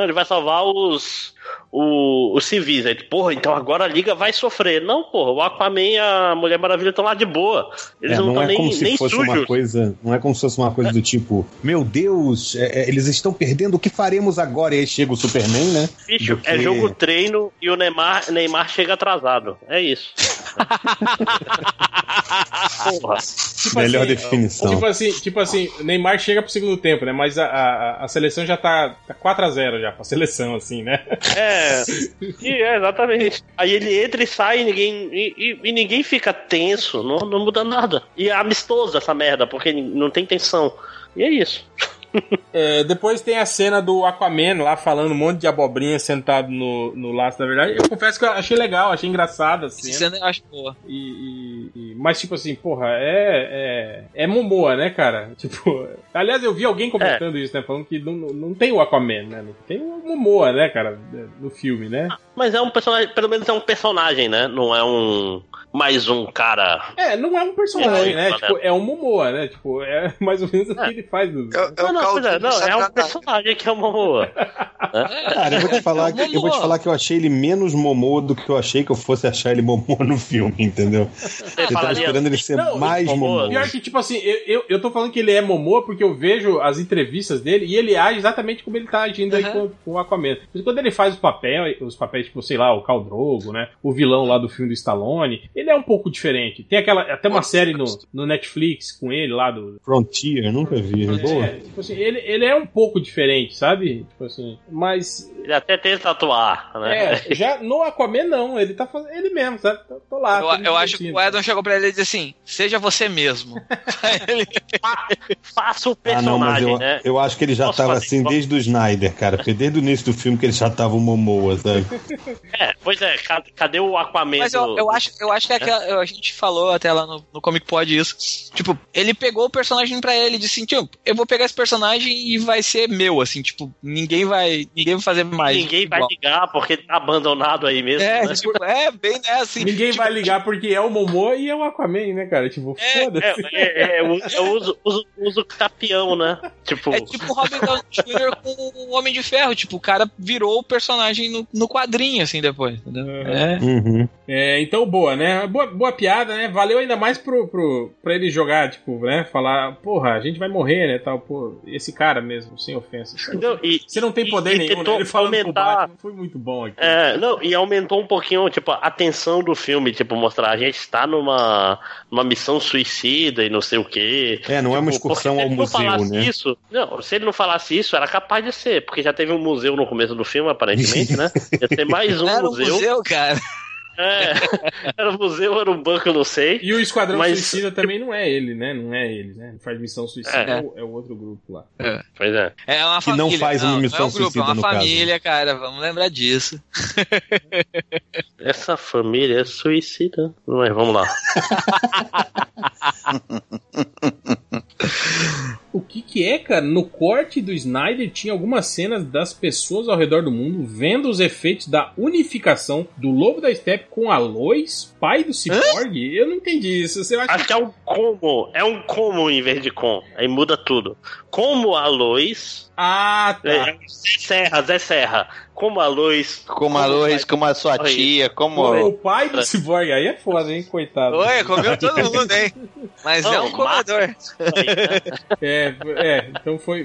os civis. Aí, porra, então agora a Liga vai sofrer. Não, porra, o Aquaman e a Mulher Maravilha estão lá de boa. Eles não estão nem sujos. Não é como se fosse uma coisa do tipo, meu Deus, eles estão perdendo, o que faremos agora? E aí chega o Superman, né? Bicho, é jogo treino e o Neymar chega atrasado. É isso. Porra. Melhor definição. Tipo assim, Neymar chega pro segundo tempo, né? Mas a seleção já tá 4-0 já pra seleção, assim, né? Exatamente. Aí ele entra e sai e ninguém fica tenso, não muda nada. E é amistoso essa merda, porque não tem tensão. E é isso. Depois tem a cena do Aquaman lá falando um monte de abobrinha sentado no laço da verdade. Eu confesso que eu achei legal, achei engraçada a cena. Essa cena eu acho boa. Mas tipo assim, porra, é Momoa, né, cara? Tipo, aliás, eu vi alguém comentando isso, né? Falando que não tem o Aquaman, né? Tem o Momoa, né, cara, no filme, né? Mas é um personagem, pelo menos é um personagem, né? Não é mais um cara. Não é um personagem, né? Tipo, é um Momoa, né? Tipo, é mais ou menos o que ele faz. É um personagem que é o Momoa. Cara, eu vou te falar que eu achei ele menos Momoa do que eu achei que eu fosse achar ele Momoa no filme, entendeu? Eu tava esperando ele ser mais Momoa. Pior que, tipo assim, eu tô falando que ele é Momoa porque eu vejo as entrevistas dele e ele age exatamente como ele tá agindo aí com o Aquaman. Mas quando ele faz os papéis, tipo, sei lá, o Khal Drogo, né? O vilão lá do filme do Stallone, ele é um pouco diferente. Tem até uma série no Netflix com ele lá do... Frontier, nunca vi. Boa. Tipo assim, ele é um pouco diferente, sabe? Tipo assim, mas... Ele até tenta atuar, né? Já no Aquaman não, ele tá fazendo ele mesmo, sabe? Tô lá. Eu acho que o Edon chegou pra ele e disse assim, seja você mesmo. Faça o personagem, né? Eu acho que ele já tava assim desde o Snyder, cara. Porque desde o início do filme que ele já tava o Momoa, sabe? Pois é, cadê o Aquaman? Mas eu acho que a gente falou até lá no Comic Pod isso. Tipo, ele pegou o personagem pra ele e disse assim, tipo, eu vou pegar esse personagem e vai ser meu, assim, tipo, ninguém vai fazer mais. Ninguém vai ligar porque tá abandonado aí mesmo, né? Tipo, bem, né, assim. Ninguém vai ligar porque é o Momoa e é o Aquaman, né, cara? Tipo, foda-se. Eu uso tapião, né? Tipo... É tipo o Robin Downey Jr. com o Homem de Ferro, tipo, o cara virou o personagem no quadrinho, assim, depois, entendeu? Então, boa, né? Boa piada, né? Valeu ainda mais pra ele jogar, tipo, né? Falar, porra, a gente vai morrer, né? Tal, pô, esse cara mesmo, sem ofensa. Você não tem poder nenhum, né? Ele falando com o Batman, foi muito bom aqui. E aumentou um pouquinho, tipo, a tensão do filme, tipo, mostrar a gente está numa missão suicida e não sei o quê. Não é uma excursão ao museu, né? Se ele não falasse isso, era capaz de ser, porque já teve um museu no começo do filme, aparentemente, né? Ia ter mais um era museu. Um museu, cara. Era um museu, era um banco, eu não sei. E o Esquadrão Suicida também não é ele, né? Não é ele, né? Faz missão suicida, é o outro grupo lá. Pois é. É uma família. Que não faz uma missão suicida, é uma no família, caso. cara. Vamos lembrar disso. Essa família é suicida. Mas vamos lá. O que é, cara? No corte do Snyder tinha algumas cenas das pessoas ao redor do mundo vendo os efeitos da unificação do Lobo da Steppe com a Lois, pai do Cyborg. Eu não entendi isso. Você acha Acho que é um como. É um como em vez de com. Aí muda tudo. Como a Lois... Ah, tá. Zé Serra. Como a Lois. Como a sua tia, como... O pai do Cyborg, aí é foda, hein? Coitado. Oi, comeu todo mundo, hein? Mas é um comedor. Então foi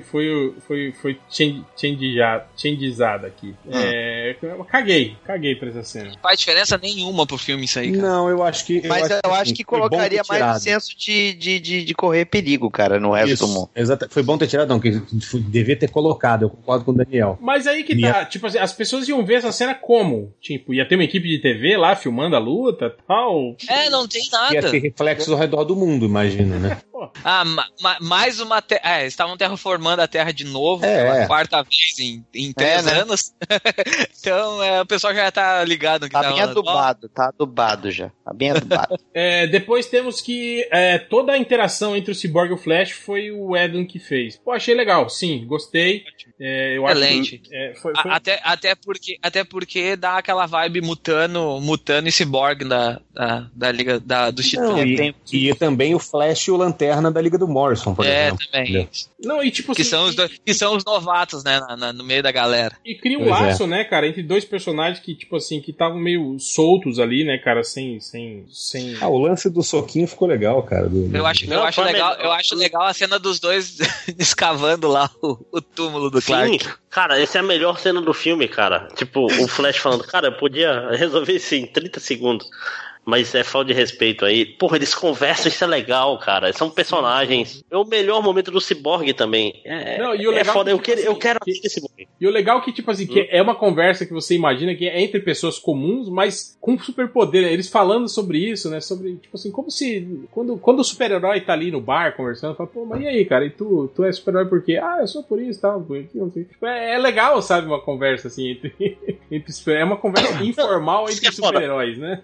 changeizada aqui. Caguei pra essa cena. Não faz diferença nenhuma pro filme isso aí, cara. Não, eu acho que... Mas eu acho que colocaria mais o senso de correr perigo, cara, no resto do mundo. Exato. Foi bom ter tirado, não, que devia ter colocado, eu concordo com o Daniel. Mas aí que tá, tipo assim, as pessoas iam ver essa cena como? Tipo, ia ter uma equipe de TV lá filmando a luta e tal? Não tem nada. Ia ter reflexos ao redor do mundo, imagina, né? Mais uma... Eles estavam terraformando a Terra de novo, pela quarta vez em 3 anos. Então, o pessoal já tá ligado. Tá bem adubado, já. Tá bem adubado. Depois temos que toda a interação entre o Cyborg e o Flash foi o Edon que fez. Pô, achei legal, sim, gostei. Eu excelente. Até porque dá aquela vibe Mutano e Cyborg da Liga dos Titãs. E também o Flash e o Lanterna da Liga do Morrison, por exemplo. Também. Não, e tipo que são os novatos, né, no meio da galera. E cria um laço, né, cara, entre dois personagens que, tipo assim, que estavam meio soltos ali, né, cara, sem... o lance do soquinho ficou legal, cara. Eu acho legal a cena dos dois escavando lá o túmulo do Clark. Sim, cara, essa é a melhor cena do filme, cara. Tipo, o Flash falando, cara, eu podia resolver isso em 30 segundos. mas é falta de respeito aí. Porra, eles conversam, isso é legal, cara. São personagens. É o melhor momento do Cyborg também. E o legal foda, que, eu quero esse Cyborg. E o legal que, tipo assim, que é uma conversa que você imagina que é entre pessoas comuns, mas com superpoder. Eles falando sobre isso, né? Sobre, tipo assim, como se... Quando o super-herói tá ali no bar conversando, fala, pô, mas e aí, cara? E tu é super-herói por quê? Ah, eu sou por isso e tal. Não sei. Tipo, é legal, sabe? Uma conversa assim entre é uma conversa informal entre super-heróis, né?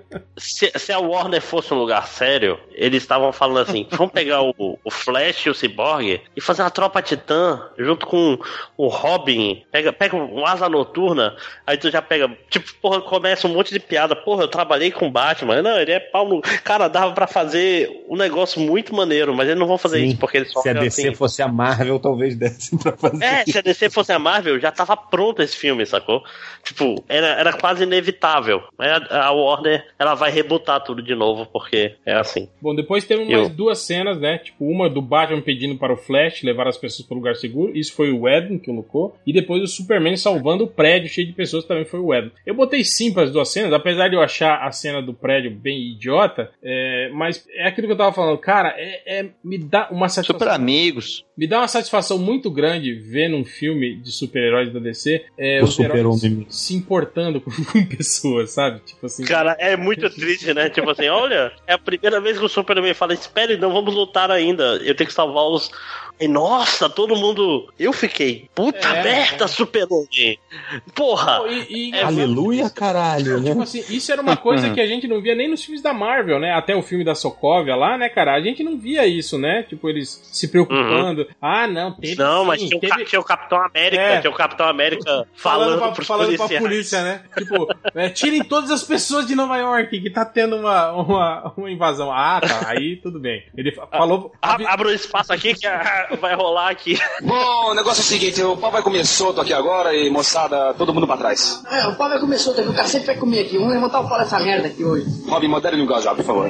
Se a Warner fosse um lugar sério, eles estavam falando assim, vamos pegar o Flash e o Cyborg e fazer uma tropa titã junto com o Robin, pega um Asa Noturna, aí tu já pega, tipo, porra, começa um monte de piada, porra, eu trabalhei com o Batman, não, ele é pau no... Cara, dava pra fazer um negócio muito maneiro, mas eles não vão fazer isso, porque eles só se a DC assim. Fosse a Marvel, talvez desse pra fazer se a DC fosse a Marvel, já tava pronto esse filme, sacou? Tipo, era quase inevitável. Mas a Warner, ela vai rebutar tudo de novo, porque é assim. Bom, depois temos mais duas cenas, né? Tipo, uma do Batman pedindo para o Flash levar as pessoas para o lugar seguro. Isso foi o Whedon que colocou. E depois o Superman salvando o prédio cheio de pessoas, também foi o Whedon. Eu botei sim para as duas cenas, apesar de eu achar a cena do prédio bem idiota, mas é aquilo que eu tava falando. Cara, me dá uma satisfação... Super amigos. Me dá uma satisfação muito grande ver num filme de super-heróis da DC os heróis se importando com pessoas, sabe? Tipo assim. Cara, é muito triste, né? Tipo assim, olha, é a primeira vez que o Superman fala, espere, não vamos lutar ainda. Eu tenho que salvar os... E nossa, todo mundo... Eu fiquei, puta merda, Super-Homem. Porra! Aleluia, caralho, né? Tipo assim, isso era uma coisa que a gente não via nem nos filmes da Marvel, né? Até o filme da Sokovia lá, né, cara? A gente não via isso, né? Tipo, eles se preocupando. Ah, não, teve não, sim, mas tinha o Capitão América, tinha o Capitão América falando pra polícia, né? Tipo, tirem todas as pessoas de Nova York, que tá tendo uma invasão. Ah, tá, aí tudo bem. Ele falou... Abra um espaço aqui que vai rolar aqui. Bom, o negócio é o seguinte, o pau vai comer solto aqui agora e, moçada, todo mundo pra trás. O pau vai comer solto aqui, o cacete vai comer aqui. Vamos levantar o pau dessa merda aqui hoje. Robin, modere no já, por favor.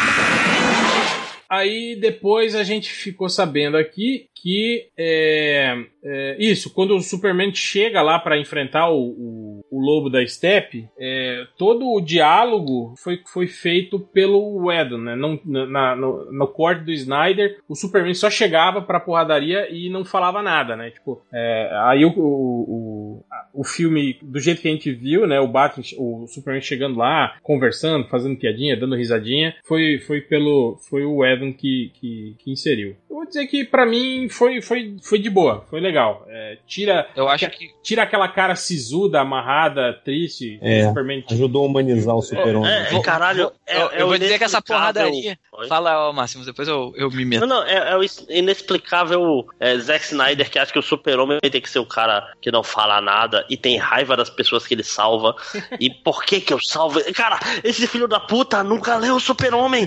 Aí depois a gente ficou sabendo aqui que isso, quando o Superman chega lá pra enfrentar o Lobo da Steppe, todo o diálogo foi feito pelo Whedon, né? No corte do Snyder, o Superman só chegava pra porradaria e não falava nada, né? Tipo, aí o filme, do jeito que a gente viu, né? O Superman chegando lá, conversando, fazendo piadinha, dando risadinha, foi o Whedon que inseriu. Eu vou dizer que pra mim foi de boa, foi legal. Tira aquela cara sisuda, amarrada, triste. Superman ajudou a humanizar o Super-Homem. Caralho, eu vou dizer que essa porradaria... Fala, Máximo, depois eu me meto. Não, é o inexplicável Zack Snyder que acha que o Super-Homem tem que ser o cara que não fala nada e tem raiva das pessoas que ele salva. E por que eu salvo? Cara, esse filho da puta nunca leu o Super-Homem.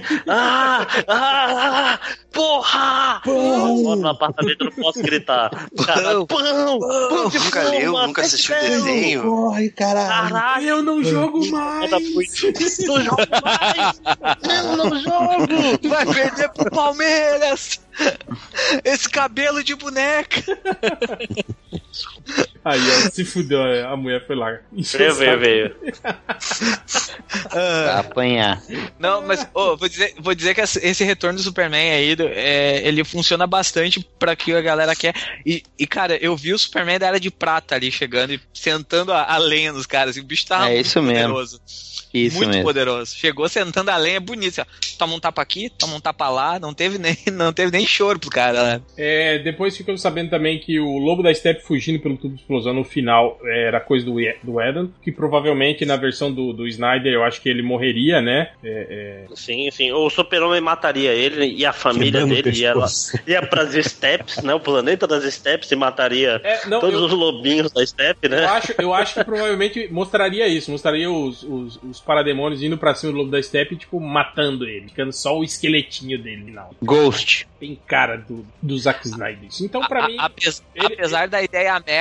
Porra! Pão! No apartamento eu não posso gritar. Cara, pão! Nunca leu, nunca assistiu o desenho. Corre, caralho! Eu não jogo mais! Não jogo mais! Eu não jogo! Vai perder pro Palmeiras! Esse cabelo de boneca! Aí, ó, se fudeu, a mulher foi lá. Veio. Apanhar. Não, mas vou dizer que esse retorno do Superman aí, ele funciona bastante pra que a galera quer. E cara, eu vi o Superman da Era de Prata ali chegando e sentando a lenha nos caras. E o bicho tava muito poderoso. Isso muito mesmo. Poderoso. Chegou sentando a lenha bonito. Assim, toma um tapa aqui, toma um tapa lá. Não teve nem choro pro cara, né? Depois ficamos sabendo também que o Lobo da Steppe fugindo pelo tubo de explosão no final era coisa do Whedon, que provavelmente na versão do Snyder eu acho que ele morreria, né? Sim. O Super-Homem mataria ele e a família dele ia pras Steppes, né? O planeta das Steppes e mataria todos os lobinhos da Steppe, né? Eu acho que provavelmente mostraria isso. Mostraria os parademônios indo pra cima do Lobo da Steppe, tipo, matando ele, ficando só o esqueletinho dele no final. Ghost. Tem cara do Zack Snyder. Então, pra mim... Apesar da ideia merda deles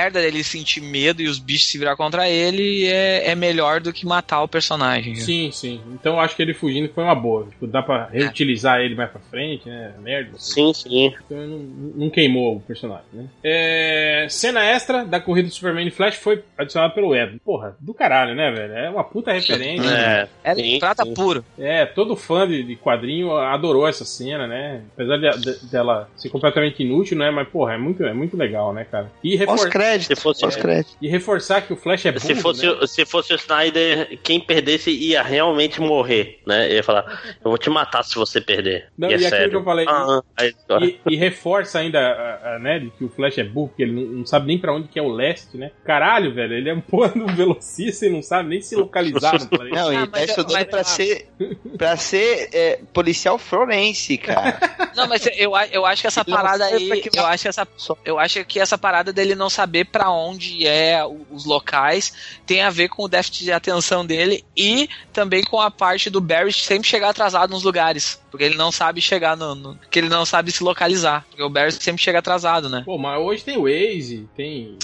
ele sentir medo e os bichos se virar contra ele é melhor do que matar o personagem. Sim, sim. Então eu acho que ele fugindo foi uma boa. Tipo, dá pra reutilizar ele mais pra frente, né? Merda. Sim, sim. Então não queimou o personagem, né? Cena extra da corrida do Superman e Flash foi adicionada pelo Ed. Porra, do caralho, né, velho? É uma puta referência. É prata puro. Todo fã de quadrinho adorou essa cena, né? Apesar dela ser completamente inútil, né? Mas, porra, é muito legal, né, cara? E E reforçar que o Flash é burro, se fosse o Snyder, quem perdesse ia realmente morrer, né? Ele ia falar, eu vou te matar se você perder. Não, e aquilo que eu falei. E reforça ainda, né, de que o Flash é burro, porque ele não sabe nem pra onde que é o leste, né? Caralho, velho, ele é um porra do velocista e não sabe nem se localizar no planeta. Não, ele tá estudando pra ser policial forense, cara. Não, mas eu acho que essa parada aí, eu acho que essa parada dele não saber pra onde os locais tem a ver com o déficit de atenção dele e também com a parte do Barry sempre chegar atrasado nos lugares, porque ele não sabe chegar porque ele não sabe se localizar, porque o Barry sempre chega atrasado, né? Pô, mas hoje tem Waze, tem...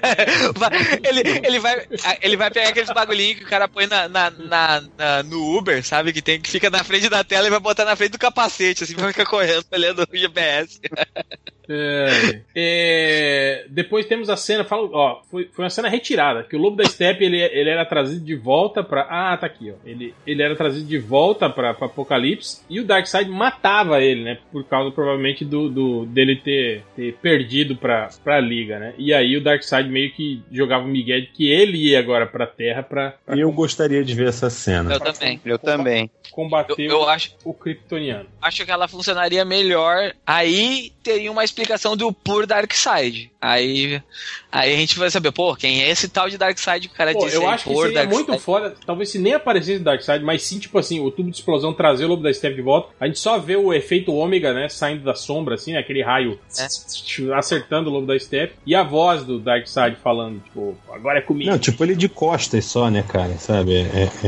ele vai pegar aqueles bagulhinhos que o cara põe no Uber, sabe? Que fica na frente da tela e vai botar na frente do capacete, assim, pra ficar correndo, olhando o GPS. Depois temos a cena, foi uma cena retirada, que o Lobo da Steppe ele era trazido de volta pra... tá aqui, ó. Ele era trazido de volta pra Apocalipse e o Darkseid matava ele, né? Por causa, provavelmente, dele ter perdido pra Liga, né? E aí o Darkseid meio que jogava o migué de que ele ia agora pra Terra pra eu gostaria de ver essa cena. Eu também. Combater o Kryptoniano. Acho que ela funcionaria melhor. Aí teria uma explicação do puro Darkseid. Aí a gente vai saber, quem é esse tal de Darkseid que o cara disse? Eu acho que seria muito foda, talvez se nem aparecesse o Darkseid, mas sim, tipo assim, o tubo de explosão trazer o Lobo da Steppe de volta, a gente só vê o efeito ômega, né, saindo da sombra, assim, né, aquele raio acertando o Lobo da Steppe, e a voz do Darkseid falando, tipo, agora é comigo. Não, tipo, ele de costas só, né, cara, sabe?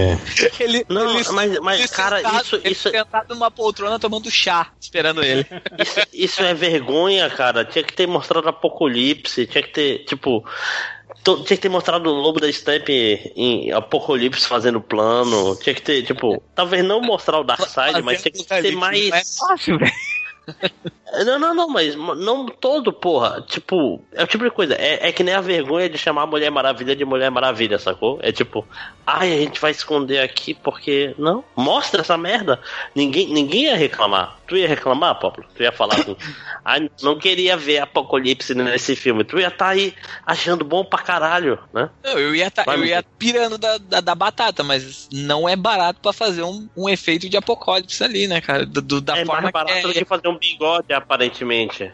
Mas cara, ele sentado numa poltrona tomando chá, esperando ele. Isso é vergonha, cara. Tinha que ter mostrado Apocalipse, tinha que ter, tipo... Tinha que ter mostrado o Lobo da Steppe em Apocalipse fazendo plano. Tinha que ter, tipo... Talvez não mostrar o Darkseid, mas tinha que ter mais... Não é fácil, velho. Não, mas não todo, porra. Tipo, é o tipo de coisa. É que nem a vergonha de chamar a Mulher Maravilha de Mulher Maravilha, sacou? É tipo, a gente vai esconder aqui porque... Não, mostra essa merda. Ninguém ia reclamar. Tu ia reclamar, Pablo? Tu ia falar assim, não queria ver Apocalipse nesse filme. Tu ia estar aí achando bom pra caralho, né? Não, eu ia pirando da batata, mas não é barato pra fazer um efeito de Apocalipse ali, né, cara? Da forma mais barato do que fazer um bigode, aparentemente.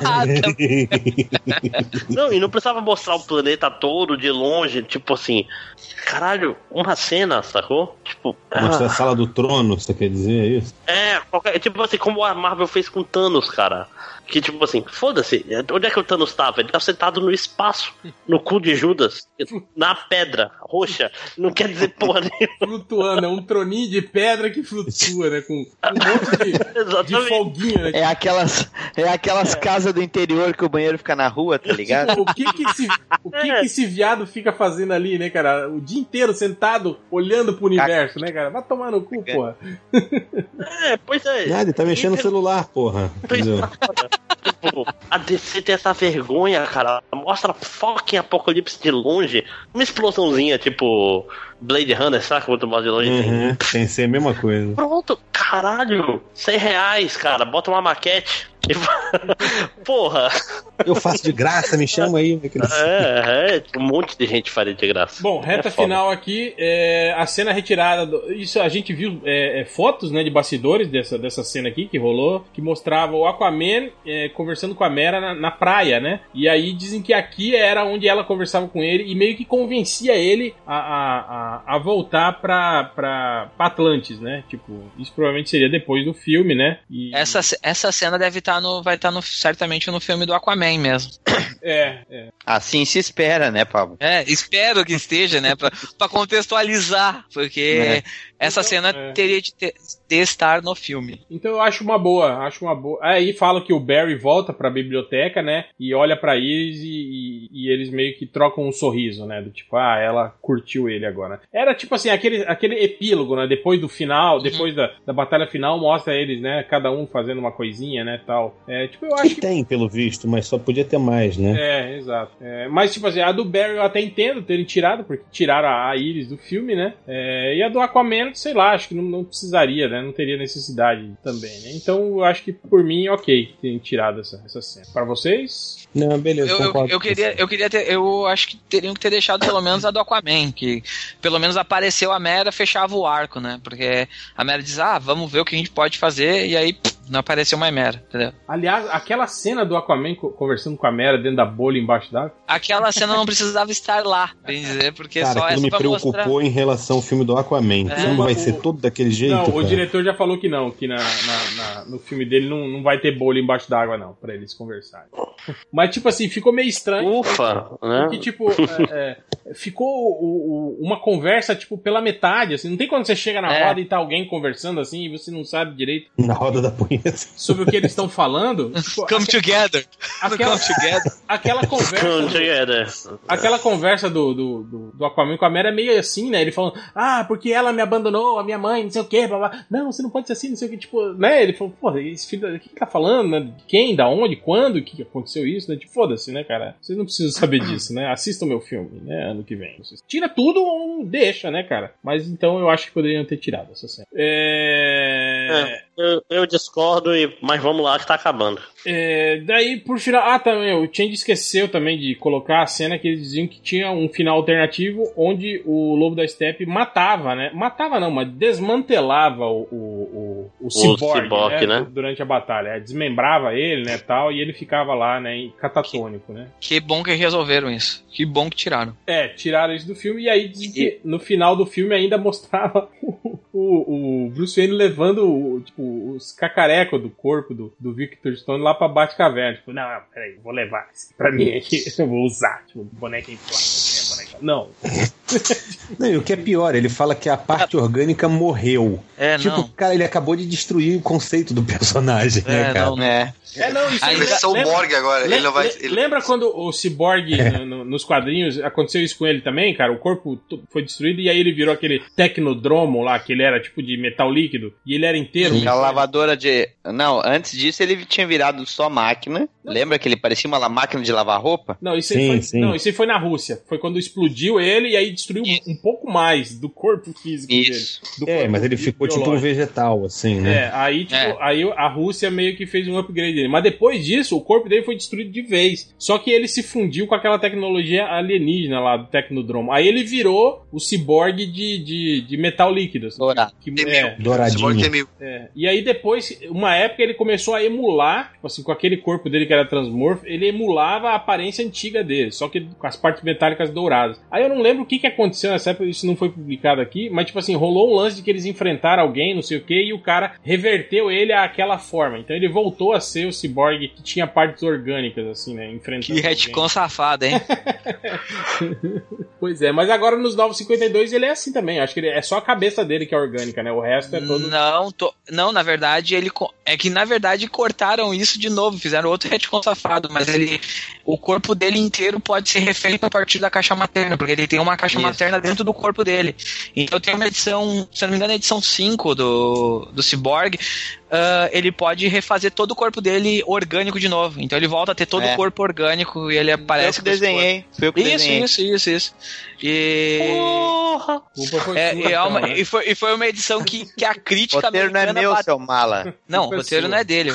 Não, e não precisava mostrar o planeta todo de longe, tipo assim, caralho, uma cena, sacou? Tipo, mostrar a Sala do Trono, você quer dizer isso? Tipo assim, como a Marvel fez com Thanos, cara. Que tipo assim, foda-se, onde é que o Thanos tava? Ele tá sentado no espaço, no cu de Judas, na pedra roxa, não quer dizer porra nenhuma. Flutuando, é um troninho de pedra que flutua, né? Com um monte de folguinha, né? É aquelas casas do interior que o banheiro fica na rua, tá ligado? O que esse viado fica fazendo ali, né, cara? O dia inteiro sentado, olhando pro universo, né, cara? Vai tomar no cu, porra. Pois é. Nada, ele tá mexendo no celular, porra. Entendeu? Tipo, a DC tem essa vergonha, cara. Mostra fucking Apocalipse de longe. Uma explosãozinha, tipo Blade Runner, sabe? Quanto mais de longe tem. Tem que ser a mesma coisa. Pronto, caralho. R$100, cara. Bota uma maquete. Porra. Eu faço de graça, me chama aí. Um monte de gente faria de graça. Bom, reta final aqui, a cena retirada, isso a gente viu fotos, né, de bastidores dessa cena aqui que rolou, que mostrava o Aquaman conversando com a Mera na praia, né, e aí dizem que aqui era onde ela conversava com ele e meio que convencia ele a voltar pra Atlantis, né, tipo, isso provavelmente seria depois do filme, né. Essa cena vai estar certamente no filme do Aquaman, Superman mesmo. Assim se espera, né, Pablo? Espero que esteja, né, pra contextualizar, porque essa cena teria de estar no filme. Então eu acho uma boa. Aí fala que o Barry volta pra biblioteca, né, e olha pra Iris e eles meio que trocam um sorriso, né, do tipo, ela curtiu ele agora. Era tipo assim, aquele epílogo, né, depois do final, depois da batalha final, mostra eles, né, cada um fazendo uma coisinha, né, tal. Tipo, eu acho que tem, pelo visto, mas só podia ter mais, né? Exato. Mas, tipo assim, a do Barry eu até entendo terem tirado, porque tiraram a Iris do filme, né? E a do Aquaman, sei lá, acho que não precisaria, né? Não teria necessidade também, né? Então, eu acho que, por mim, ok, terem tirado essa cena. Pra vocês? Não, beleza. Eu acho que teriam que ter deixado pelo menos a do Aquaman, que pelo menos apareceu a Mera, fechava o arco, né? Porque a Mera diz, vamos ver o que a gente pode fazer, e aí não apareceu mais Mera, entendeu? Aliás, aquela cena do Aquaman conversando com a Mera dentro da bolha embaixo d'água. Aquela cena não precisava estar lá, bem dizer, porque cara, só essa me preocupou mostrar... em relação ao filme do Aquaman. O filme vai ser todo daquele jeito, Não, cara. o diretor já falou que não, que no filme dele não vai ter bolha embaixo d'água, não, pra eles conversarem. Mas, tipo assim, ficou meio estranho. Ufa, né? Porque, tipo, ficou uma conversa, tipo, pela metade, assim. Não tem quando você chega na roda e tá alguém conversando, assim, e você não sabe direito. Na roda da punheta. Sobre o que eles estão falando. Tipo, Come together. Aquela conversa. Aquela conversa do Aquaman com a Mera é meio assim, né? Ele falando, porque ela me abandonou, a minha mãe, não sei o quê, blá, blá. Não, você não pode ser assim, não sei o que, tipo, né? Ele falou, esse filho, o que tá falando, né? Quem, da onde, quando, que aconteceu isso, né? Tipo, foda-se, né, cara? Vocês não precisam saber disso, né? Assistam meu filme, né? Ano que vem. Vocês tira tudo ou deixa, né, cara? Mas então eu acho que poderiam ter tirado essa cena. Eu discordo, mas vamos lá que tá acabando. Daí, por final... também, o Change esqueceu também de colocar a cena que eles diziam que tinha um final alternativo onde o Lobo da Steppe matava, né? Matava não, mas desmantelava o Cyborg, né? Durante a batalha. Desmembrava ele, né, tal, e ele ficava lá, né, catatônico, né? Que bom que resolveram isso. Que bom que tiraram. Tiraram isso do filme, e aí que no final do filme ainda mostrava o Bruce Wayne levando os cacarecos do corpo do Victor Stone lá pra Batcaverna. Tipo, não, peraí, vou levar isso pra mim aqui, eu vou usar, tipo, boneca inflável. Não. Não, e o que é pior, ele fala que a parte orgânica morreu. Cara, ele acabou de destruir o conceito do personagem, né, cara? Ele vai ser o Borg agora. Lembra quando o Cyborg nos quadrinhos aconteceu isso com ele também, cara? O corpo foi destruído e aí ele virou aquele tecnodromo lá, que ele era tipo de metal líquido e ele era inteiro. A lavadora de... Não, antes disso ele tinha virado só máquina. Lembra que ele parecia uma máquina de lavar roupa? Não, isso aí foi na Rússia. Foi quando explodiu ele e aí destruiu um pouco mais do corpo físico dele. Mas ele ficou tipo um vegetal, assim, né? Aí a Rússia meio que fez um upgrade dele. Mas depois disso, o corpo dele foi destruído de vez. Só que ele se fundiu com aquela tecnologia alienígena lá do Tecnodromo. Aí ele virou o Cyborg de metal líquido. Assim, douradinho. E aí depois, uma época, ele começou a emular, tipo assim, com aquele corpo dele que era transmorfo, ele emulava a aparência antiga dele, só que com as partes metálicas douradas. Aí eu não lembro o que aconteceu nessa época, isso não foi publicado aqui, mas tipo assim, rolou um lance de que eles enfrentaram alguém, não sei o que, e o cara reverteu ele àquela forma. Então ele voltou a ser o Cyborg que tinha partes orgânicas, assim, né? Enfrentando que retcon safado, hein? Pois é, mas agora nos Novos 52 ele é assim também. Acho que é só a cabeça dele que é orgânica, né? O resto é todo... Não, na verdade, na verdade cortaram isso de novo, fizeram outro retcon safado, mas o corpo dele inteiro pode ser refeito a partir da caixa materna, porque ele tem uma caixa materna dentro do corpo dele. Então tem uma edição, se não me engano, a edição 5 do Cyborg, ele pode refazer todo o corpo dele orgânico de novo. Então ele volta a ter todo o corpo orgânico e ele aparece... Foi eu que desenhei. Isso. E foi uma edição que a crítica... O roteiro não é meu, seu mala. Não, o roteiro não é dele.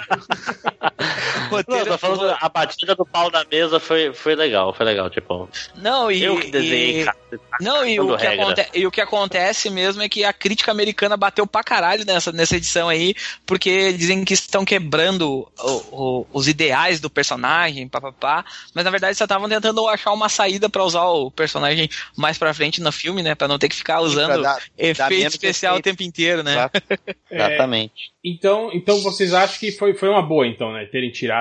A batida do pau da mesa foi legal, tipo... Eu que desenhei, cara. E o que acontece mesmo é que a crítica americana bateu pra caralho nessa edição aí, porque dizem que estão quebrando os ideais do personagem, mas na verdade só estavam tentando achar uma saída pra usar o personagem mais pra frente no filme, né, pra não ter que ficar usando efeito especial o tempo inteiro, né? Exatamente. Então vocês acham que foi uma boa, então, né, terem tirado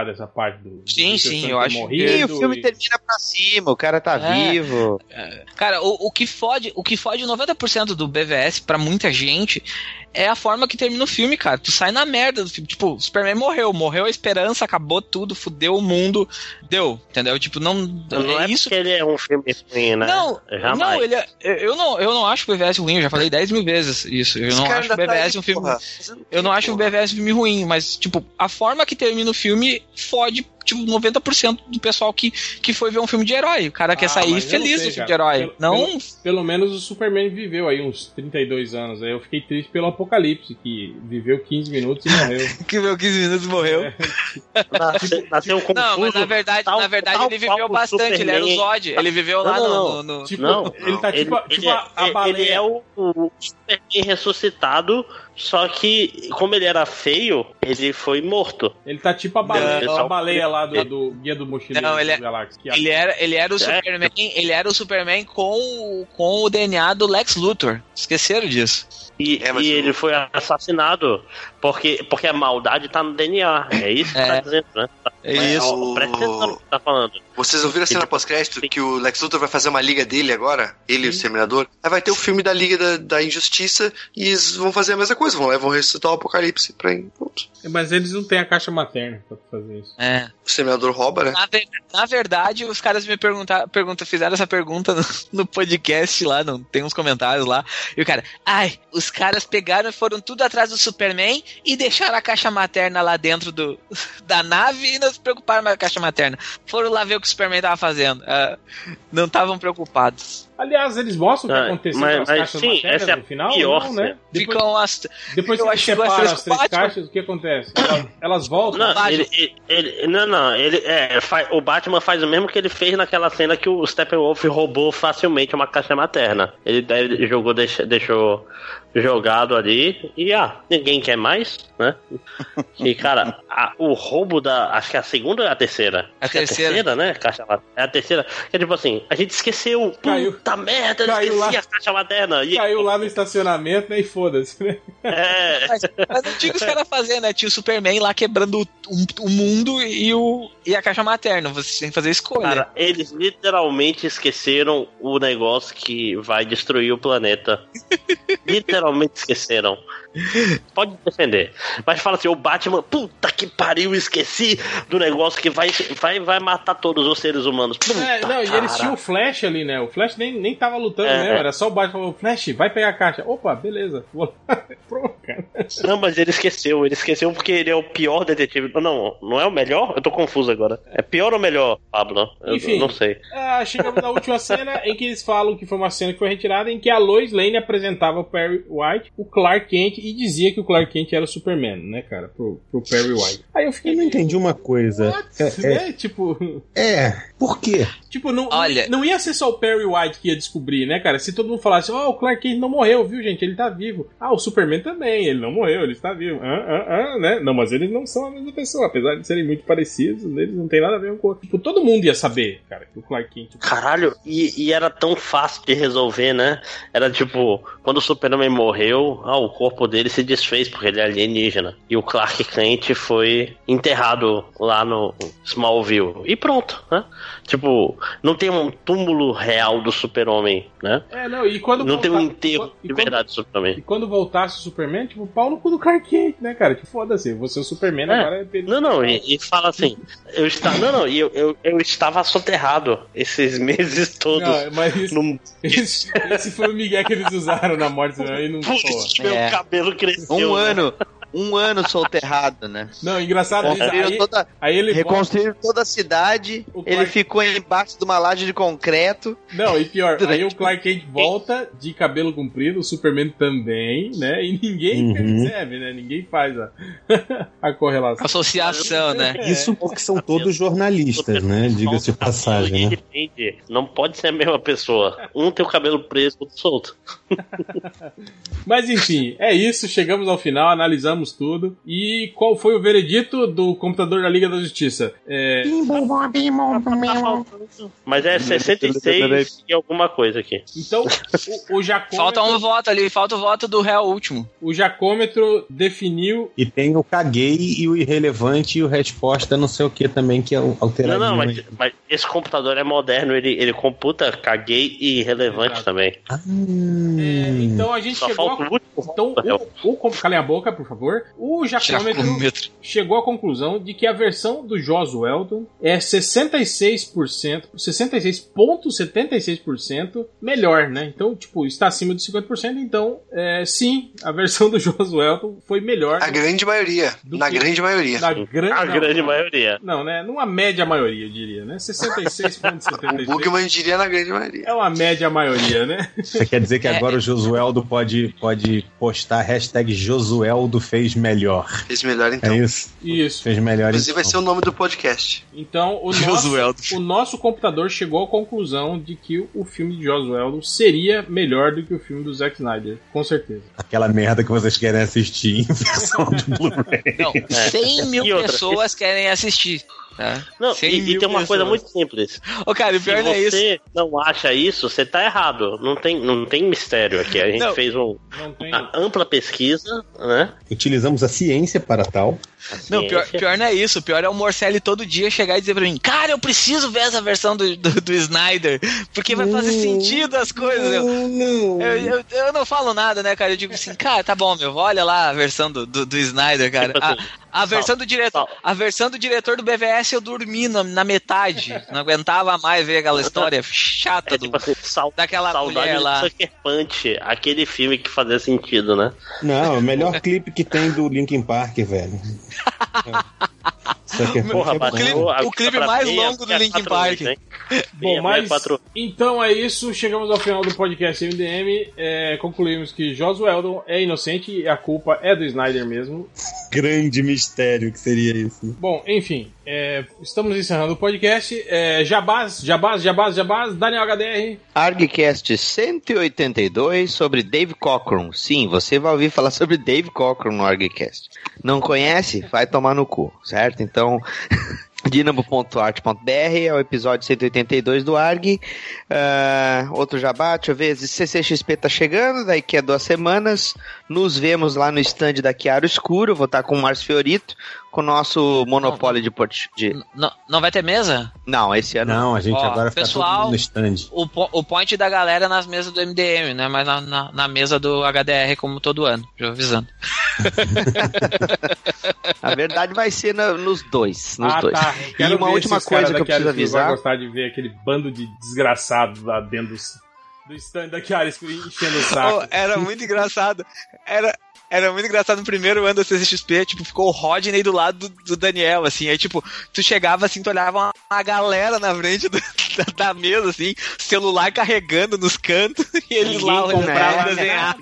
retirada essa parte do... Sim, eu acho. E o filme termina pra cima, o cara tá vivo. Cara, o que fode 90% do BVS pra muita gente é a forma que termina o filme, cara. Tu sai na merda do filme. Tipo, o Superman morreu a esperança, acabou tudo, fudeu o mundo, deu, entendeu? Tipo, não é isso que ele é um filme ruim, né? Não, ele eu não acho o BVS ruim, eu já falei 10 mil vezes isso. Eu não acho o BVS um filme... Eu não acho o BVS um filme ruim, mas, tipo, a forma que termina o filme fode, tipo, 90% do pessoal que foi ver um filme de herói. O cara quer sair feliz do filme de herói. Pelo menos o Superman viveu aí uns 32 anos. Aí eu fiquei triste pelo Apocalipse, que viveu 15 minutos e morreu. Que viveu 15 minutos e morreu. Nasceu confuso. Não, mas na verdade ele viveu bastante. Ele era o Zod. Ele viveu lá no... Ele tá tipo a baleia. Ele é o Superman ressuscitado, só que como ele era feio, ele foi morto. Ele tá tipo a baleia lá do Guia do Mochileiro da Galáxia. Ele era o Superman. Ele era o Superman com o DNA do Lex Luthor. Esqueceram disso. E ele foi assassinado porque a maldade tá no DNA. É isso que tá dizendo, né? Isso. Presta atenção no que tá falando. Vocês ouviram a cena pós-crédito que o Lex Luthor vai fazer uma liga dele agora? Ele e o Exterminador? Aí vai ter o filme da Liga da Injustiça e eles vão fazer a mesma coisa. Vão ressuscitar o Apocalipse pra ir. Mas eles não têm a caixa materna pra fazer isso. O Exterminador rouba, né? Na verdade, os caras me fizeram essa pergunta no podcast lá, tem uns comentários lá. E o cara, os caras pegaram e foram tudo atrás do Superman e deixaram a caixa materna lá dentro da nave e não se preocuparam mais com a caixa materna. Foram lá ver o que o Superman tava fazendo. Não estavam preocupados. Aliás, eles mostram o que aconteceu com as caixas maternas no final? Pior, não, né? Depois que eles separam as 3 caixas, o que acontece? Elas voltam? O Batman faz o mesmo que ele fez naquela cena que o Steppenwolf roubou facilmente uma caixa materna. Ele deixou jogado ali e ninguém quer mais, né? E cara, o roubo acho que é a segunda ou é a terceira? A terceira, né? É a terceira. É tipo assim, a gente esqueceu. Puta merda, esqueci a caixa materna. Caiu lá no estacionamento, né? E foda-se, né? Mas não tinha os caras fazendo, né? Tinha o Superman lá quebrando o mundo e a caixa materna. Você tem que fazer escolha. Cara, eles literalmente esqueceram o negócio que vai destruir o planeta. Literalmente esqueceram. Pode defender. Mas fala assim, o Batman, puta que pariu, esqueci do negócio que vai matar todos os seres humanos. E eles tinham o Flash ali, né? O Flash nem tava lutando mesmo, era só o Batman falou, Flash, vai pegar a caixa. Opa, beleza. Pronto, cara. Não, mas ele esqueceu porque ele é o pior detetive. Não é o melhor? Eu tô confuso agora. É pior ou melhor, Pablo? Enfim, não sei. Chegamos na última cena em que eles falam que foi uma cena que foi retirada, em que a Lois Lane apresentava o Perry White, o Clark Kent, e dizia que o Clark Kent era o Superman, né, cara? Pro Perry White. Aí eu fiquei... Eu não entendi uma coisa. Por quê? Tipo, não ia ser só o Perry White que ia descobrir, né, cara? Se todo mundo falasse, o Clark Kent não morreu, viu, gente? Ele tá vivo. O Superman também, ele não morreu, ele está vivo. Né? Não, mas eles não são a mesma pessoa. Apesar de serem muito parecidos, eles não tem nada a ver com o outro. Tipo, todo mundo ia saber, cara, que o Clark Kent... Caralho, e era tão fácil de resolver, né? Era tipo, quando o Superman morreu, o corpo dele se desfez porque ele é alienígena. E o Clark Kent foi enterrado lá no Smallville. E pronto, né? Tipo, não tem um túmulo real do Super-Homem, né? E quando não tem um enterro de verdade do Superman. E quando voltasse o Superman, tipo, pau no cu do Clark Kent, né, cara? Tipo, foda-se, você é o Superman, agora é... E fala assim, eu estava soterrado esses meses todos. Não, mas esse foi o migué que eles usaram na morte, né? Meu cabelo cresceu. Um ano soterrado, né? Não, engraçado isso. Aí ele reconstruíram toda a cidade, ele ficou embaixo de uma laje de concreto. Não, e pior, aí o Clark Kent volta de cabelo comprido, o Superman também, né? E ninguém percebe, né? Ninguém faz a correlação. Associação, né? Isso porque são todos jornalistas, né? Diga-se de passagem, né? Não pode ser a mesma pessoa. Um tem o cabelo preso, outro solto. Mas enfim, é isso. Chegamos ao final, analisamos analisamos tudo. E qual foi o veredito do computador da Liga da Justiça? Mas é 66 e alguma coisa aqui. Então, o jacômetro... Falta um voto ali, falta o voto do réu último. O jacômetro definiu... E tem o caguei e o irrelevante e o resposta não sei o que também, que é alteradinho. Não, mas esse computador é moderno, ele computa caguei e irrelevante também. Então a gente Só chegou... falta o último. Então, calem a boca, por favor. O jacômetro chegou à conclusão de que a versão do Joss Whedon é 66,76% melhor, né? Então, tipo, está acima de 50%, então, sim, a versão do Joss Whedon foi melhor. A grande maioria. Na grande maioria. A grande maioria. Não, né? Numa média maioria, eu diria, né? 66,76%. O Bugman diria na grande maioria. É uma média maioria, né? Você quer dizer que agora o Josueldo pode postar hashtag Josueldo fez melhor. Fez melhor, então. É isso? Isso. Fez melhor, Inclusive então. vai ser o nome do podcast. Então, o nosso computador chegou à conclusão de que o filme de Joss Whedon seria melhor do que o filme do Zack Snyder. Com certeza. Aquela merda que vocês querem assistir em versão de Blu-ray. Não, 100 mil pessoas querem assistir. Tá? Não, e tem uma coisa muito simples. Cara, o pior não é isso. Se você não acha isso, você tá errado. Não tem mistério aqui. A gente fez uma ampla pesquisa, né? Utilizamos a ciência para tal. Não, pior não é isso. O pior é o Morcelli todo dia chegar e dizer pra mim: cara, eu preciso ver essa versão do Snyder, porque vai fazer sentido as coisas. Eu não falo nada, né, cara? Eu digo assim, cara, tá bom, meu, olha lá a versão do Snyder, cara. Tipo assim, a versão do diretor do BVS eu dormi na metade. Não aguentava mais ver aquela história chata daquela mulher lá. Sucker Punch, aquele filme que fazia sentido, né? Não, o melhor clipe que tem do Linkin Park, velho. O clipe mais longo do Linkin Park. Bom, mas então é isso. Chegamos ao final do podcast MDM. Concluímos que Joss Whedon é inocente e a culpa é do Snyder mesmo. Grande mistério que seria isso. Bom, enfim, estamos encerrando o podcast. Jabás, Daniel HDR. ArgCast 182 sobre Dave Cockrum. Sim, você vai ouvir falar sobre Dave Cockrum no ArgCast. Não conhece? Vai tomar no cu, certo? Então, dinamo.art.br é o episódio 182 do ARG. Outro jabá, deixa eu ver, CCXP tá chegando, daqui a 2 semanas. Nos vemos lá no stand da Chiaro Escuro. Vou estar com o Márcio Fiorito, com o nosso monopólio de... Não vai ter mesa? Não, esse ano não. A gente agora fica todo mundo no stand. O point da galera é nas mesas do MDM, né? Mas na mesa do HDR, como todo ano, já avisando. A verdade vai ser nos dois. Tá. E uma última coisa que eu preciso avisar. Vai gostar de ver aquele bando de desgraçados lá dentro do stand da Chiara enchendo o saco. Era muito engraçado. Era muito engraçado no primeiro ano da CCXP, tipo, ficou o Rodney do lado do Daniel, assim, aí, tipo, tu chegava, assim, tu olhava uma galera na frente da mesa, assim, celular carregando nos cantos, e eles lá compravam desenhar.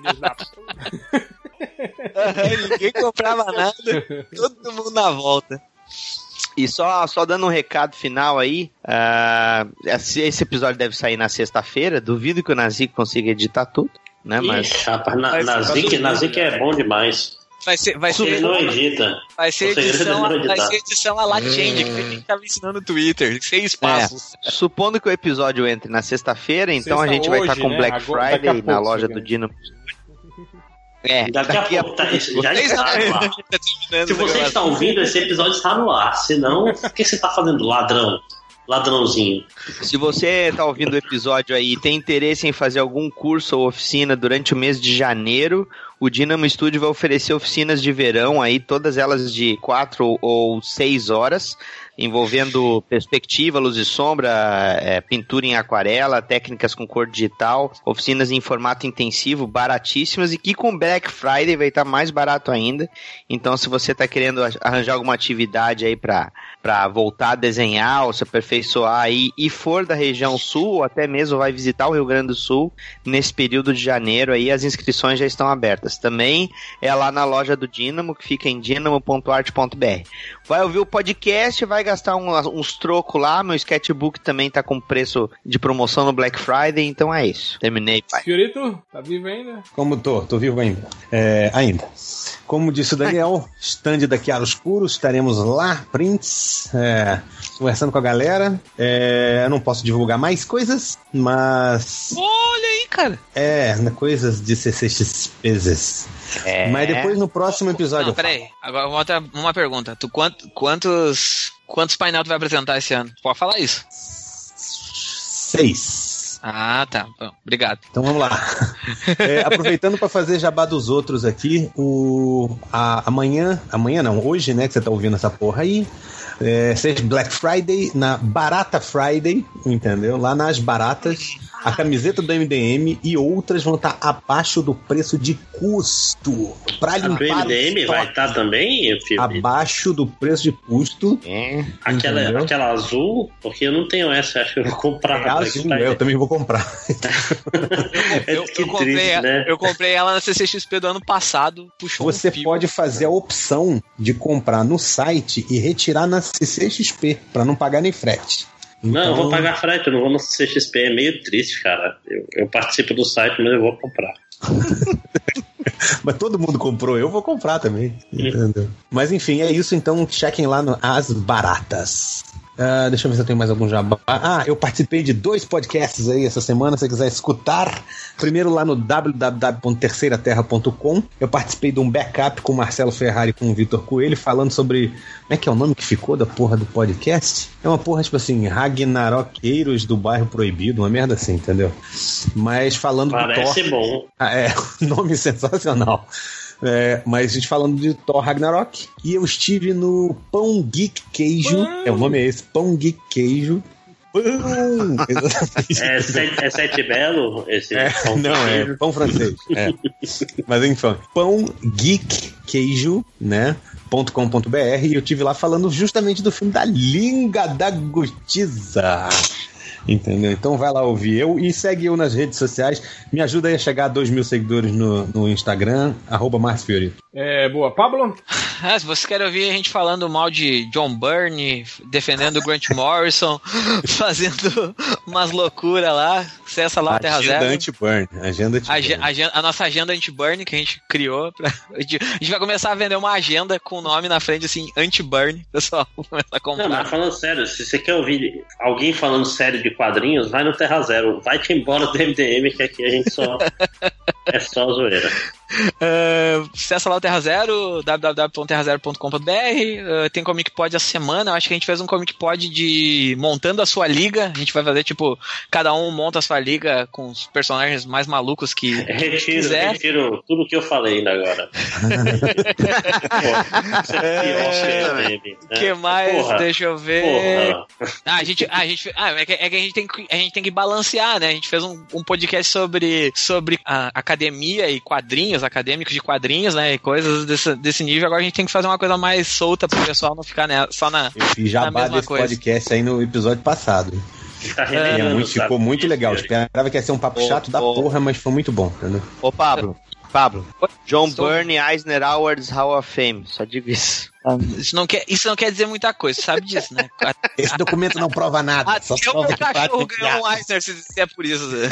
Ninguém comprava nada, todo mundo na volta. E só dando um recado final aí, esse episódio deve sair na sexta-feira, duvido que o Nazik consiga editar tudo, né? Mas Nazik é bom demais. Vai ser ele não edita. Vai ser edição a la Change, que a gente tava ensinando no Twitter, sem espaços. Supondo que o episódio entre na sexta-feira, então a gente vai estar com Black Friday na loja do Dino. Daqui a pouco já está no ar. Se você está ouvindo, esse episódio está no ar. Senão, o que você está fazendo, ladrãozinho? Se você está ouvindo o episódio aí e tem interesse em fazer algum curso ou oficina durante o mês de janeiro, o Dynamo Studio vai oferecer oficinas de verão aí, todas elas de 4 ou 6 horas, envolvendo perspectiva, luz e sombra, pintura em aquarela, técnicas com cor digital, oficinas em formato intensivo, baratíssimas, e que com Black Friday vai estar mais barato ainda. Então, se você está querendo arranjar alguma atividade aí para voltar a desenhar ou se aperfeiçoar aí e for da região sul, ou até mesmo vai visitar o Rio Grande do Sul nesse período de janeiro aí, as inscrições já estão abertas. Baratas. Também é lá na loja do Dínamo, que fica em dinamo.art.br. Vai ouvir o podcast, vai gastar uns trocos lá. Meu sketchbook também tá com preço de promoção no Black Friday, então é isso. Terminei, pai. Fiorito, tá vivo ainda? Como tô vivo ainda. Ainda. Como disse o Daniel, stand da Chiaroscuro, estaremos lá, prints, conversando com a galera. Eu não posso divulgar mais coisas, mas... Olha aí, cara! Coisas de CCXPs. Mas depois no próximo episódio... Não, peraí, agora uma pergunta. Tu quantos painel tu vai apresentar esse ano? Pode falar isso? 6. Ah, tá. Bom, obrigado. Então vamos lá. Aproveitando para fazer jabá dos outros aqui, amanhã não, hoje, né, que você tá ouvindo essa porra aí, seja Black Friday, na Barata Friday, entendeu? Lá nas Baratas, a camiseta do MDM e outras vão estar abaixo do preço de custo. Pra limpar o MDM vai estar também, filho? Abaixo do preço de custo. Aquela azul, porque eu não tenho essa, acho que eu vou comprar. Azul, eu também vou comprar. Eu comprei ela na CCXP do ano passado. Você pode fazer a opção de comprar no site e retirar na CCXP, pra não pagar nem frete. Então... Não, eu vou pagar frete, eu não vou no CXP, é meio triste, cara. Eu participo do site, mas eu vou comprar. Mas todo mundo comprou, eu vou comprar também. Entendeu? Mas enfim, é isso, então chequem lá no As Baratas. Deixa eu ver se eu tenho mais algum jabá. Eu participei de 2 podcasts aí essa semana, se você quiser escutar. Primeiro lá no www.terceiraterra.com. Eu participei de um backup com o Marcelo Ferrari e com o Vitor Coelho, falando sobre... Como é que é o nome que ficou da porra do podcast? É uma porra, tipo assim, Ragnarokeiros do Bairro Proibido, uma merda assim, entendeu? Mas falando do Thor... Parece bom. Nome sensacional. Mas a gente falando de Thor Ragnarok. E eu estive no Pão Geek Queijo. O nome é esse, Pão Geek Queijo. É Sete Belo? Pão não, é pão francês. Mas enfim, Pão Geek Queijo, né? .com.br, e eu estive lá falando justamente do filme da Língua da Justiça. Entendeu? Então vai lá ouvir eu e segue eu nas redes sociais. Me ajuda aí a chegar a 2.000 seguidores no Instagram, @MarcosFiorito. Boa. Pablo? Se você quer ouvir a gente falando mal de John Byrne, defendendo o Grant Morrison, fazendo umas loucuras lá, acessa lá o Terra Zero. Agenda anti-Burn. A nossa agenda anti-Burn que a gente criou. A gente vai começar a vender uma agenda com o nome na frente assim, anti-Burn. Pessoal, começa a comprar. Não, mas falando sério, se você quer ouvir alguém falando sério de quadrinhos, vai no Terra Zero. Vai-te embora do MDM, que aqui a gente só... é só zoeira. Acessa lá o Terra Zero, www.terrazero.com.br. Tem Comic Pod essa semana. Eu acho que a gente fez um Comic Pod de montando a sua liga. A gente vai fazer tipo, cada um monta a sua liga com os personagens mais malucos que quiser. Retiro tudo que eu falei ainda agora. O que mais? Porra, deixa eu ver. A gente tem que balancear, né? A gente fez um podcast sobre a academia e quadrinhos, acadêmicos de quadrinhos, né? E coisas desse nível. Agora a gente tem que fazer uma coisa mais solta pro pessoal não ficar só na. Eu fiz jabá desse podcast aí no episódio passado. Ficou muito legal. Esperava que ia ser um papo chato da porra, mas foi muito bom, entendeu? Ô, Pablo, John Byrne Eisner Awards Hall of Fame, só digo isso. Isso não quer dizer muita coisa, sabe disso, né? Esse documento não prova nada. Só prova que cachorro ganhou um Eisner, se é por isso. Né?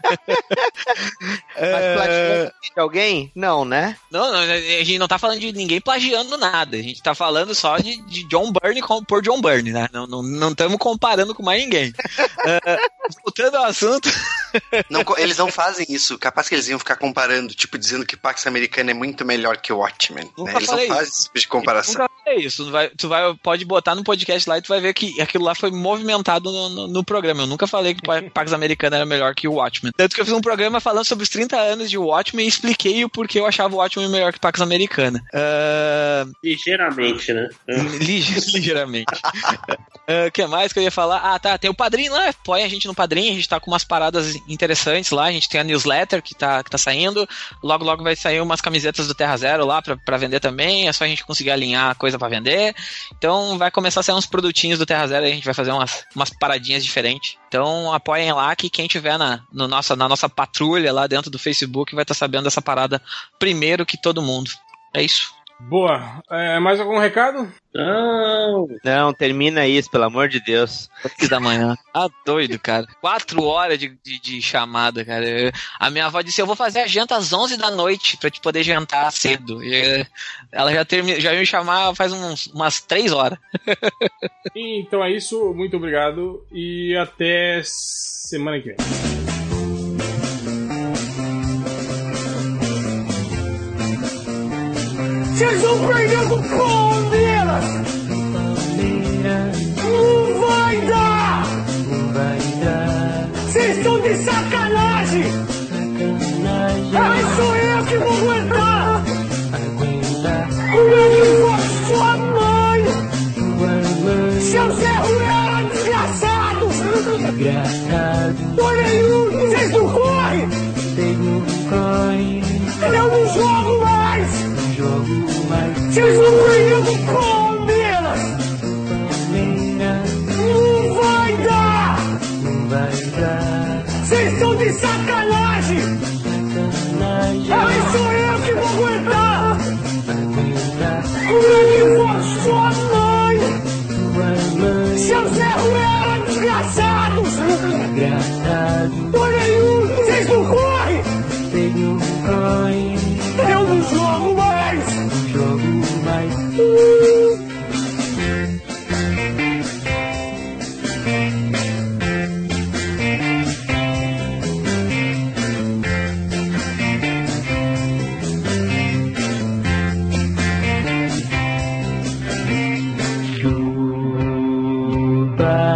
Mas plagiando de alguém? Não, né? Não, a gente não tá falando de ninguém plagiando nada. A gente tá falando só de John Byrne por John Byrne, né? Não estamos comparando com mais ninguém. Voltando ao assunto. Não, eles não fazem isso. Capaz que eles iam ficar comparando, tipo, dizendo que Pax Americana é muito melhor que o Watchmen. Né? Eles não fazem esse tipo de comparação. Nunca falei isso. Pode botar no podcast lá e tu vai ver que aquilo lá foi movimentado no programa. Eu nunca falei que Pax Americana era melhor que o Watchmen. Tanto que eu fiz um programa falando sobre os 30 anos de Watchmen e expliquei o porquê eu achava o Watchmen melhor que Pax Americana. Ligeiramente, né? Ligeiramente. O que mais que eu ia falar? Tem o Padrim lá. Põe a gente no Padrim. A gente tá com umas paradas interessantes lá. A gente tem a newsletter que tá saindo. Logo vai sair umas camisetas do Terra Zero lá pra vender também. É só a gente conseguir alinhar a coisa pra vender. Então vai começar a sair uns produtinhos do Terra Zero. A gente vai fazer umas paradinhas diferentes. Então apoiem lá que quem tiver na nossa patrulha lá dentro do Facebook vai estar sabendo dessa parada primeiro que todo mundo. É isso. Boa. Mais algum recado? Não, termina isso, pelo amor de Deus. 8 da manhã. Tá doido, cara. 4 horas de chamada, cara. A minha avó disse, eu vou fazer a janta às 11 da noite pra te poder jantar cedo. Ela já ia me chamar faz umas 3 horas. Então é isso. Muito obrigado. E até semana que vem. Vocês vão perder do Palmeiras! Não vai dar! Vocês estão de sacanagem! Aí sou eu que vou aguentar! Como é que foi sua mãe? Seu Zé Ruela desgraçado! Olha aí, vocês não correm! Eu não jogo mais! Vocês vão perder do Palmeiras! Não vai dar! Vocês estão de sacanagem! Aí sou eu que vou aguentar! Como é que foi sua mãe? Seu Zé Ruela desgraçado! Olha aí, vocês não correm! Eu não jogo mais! Chupa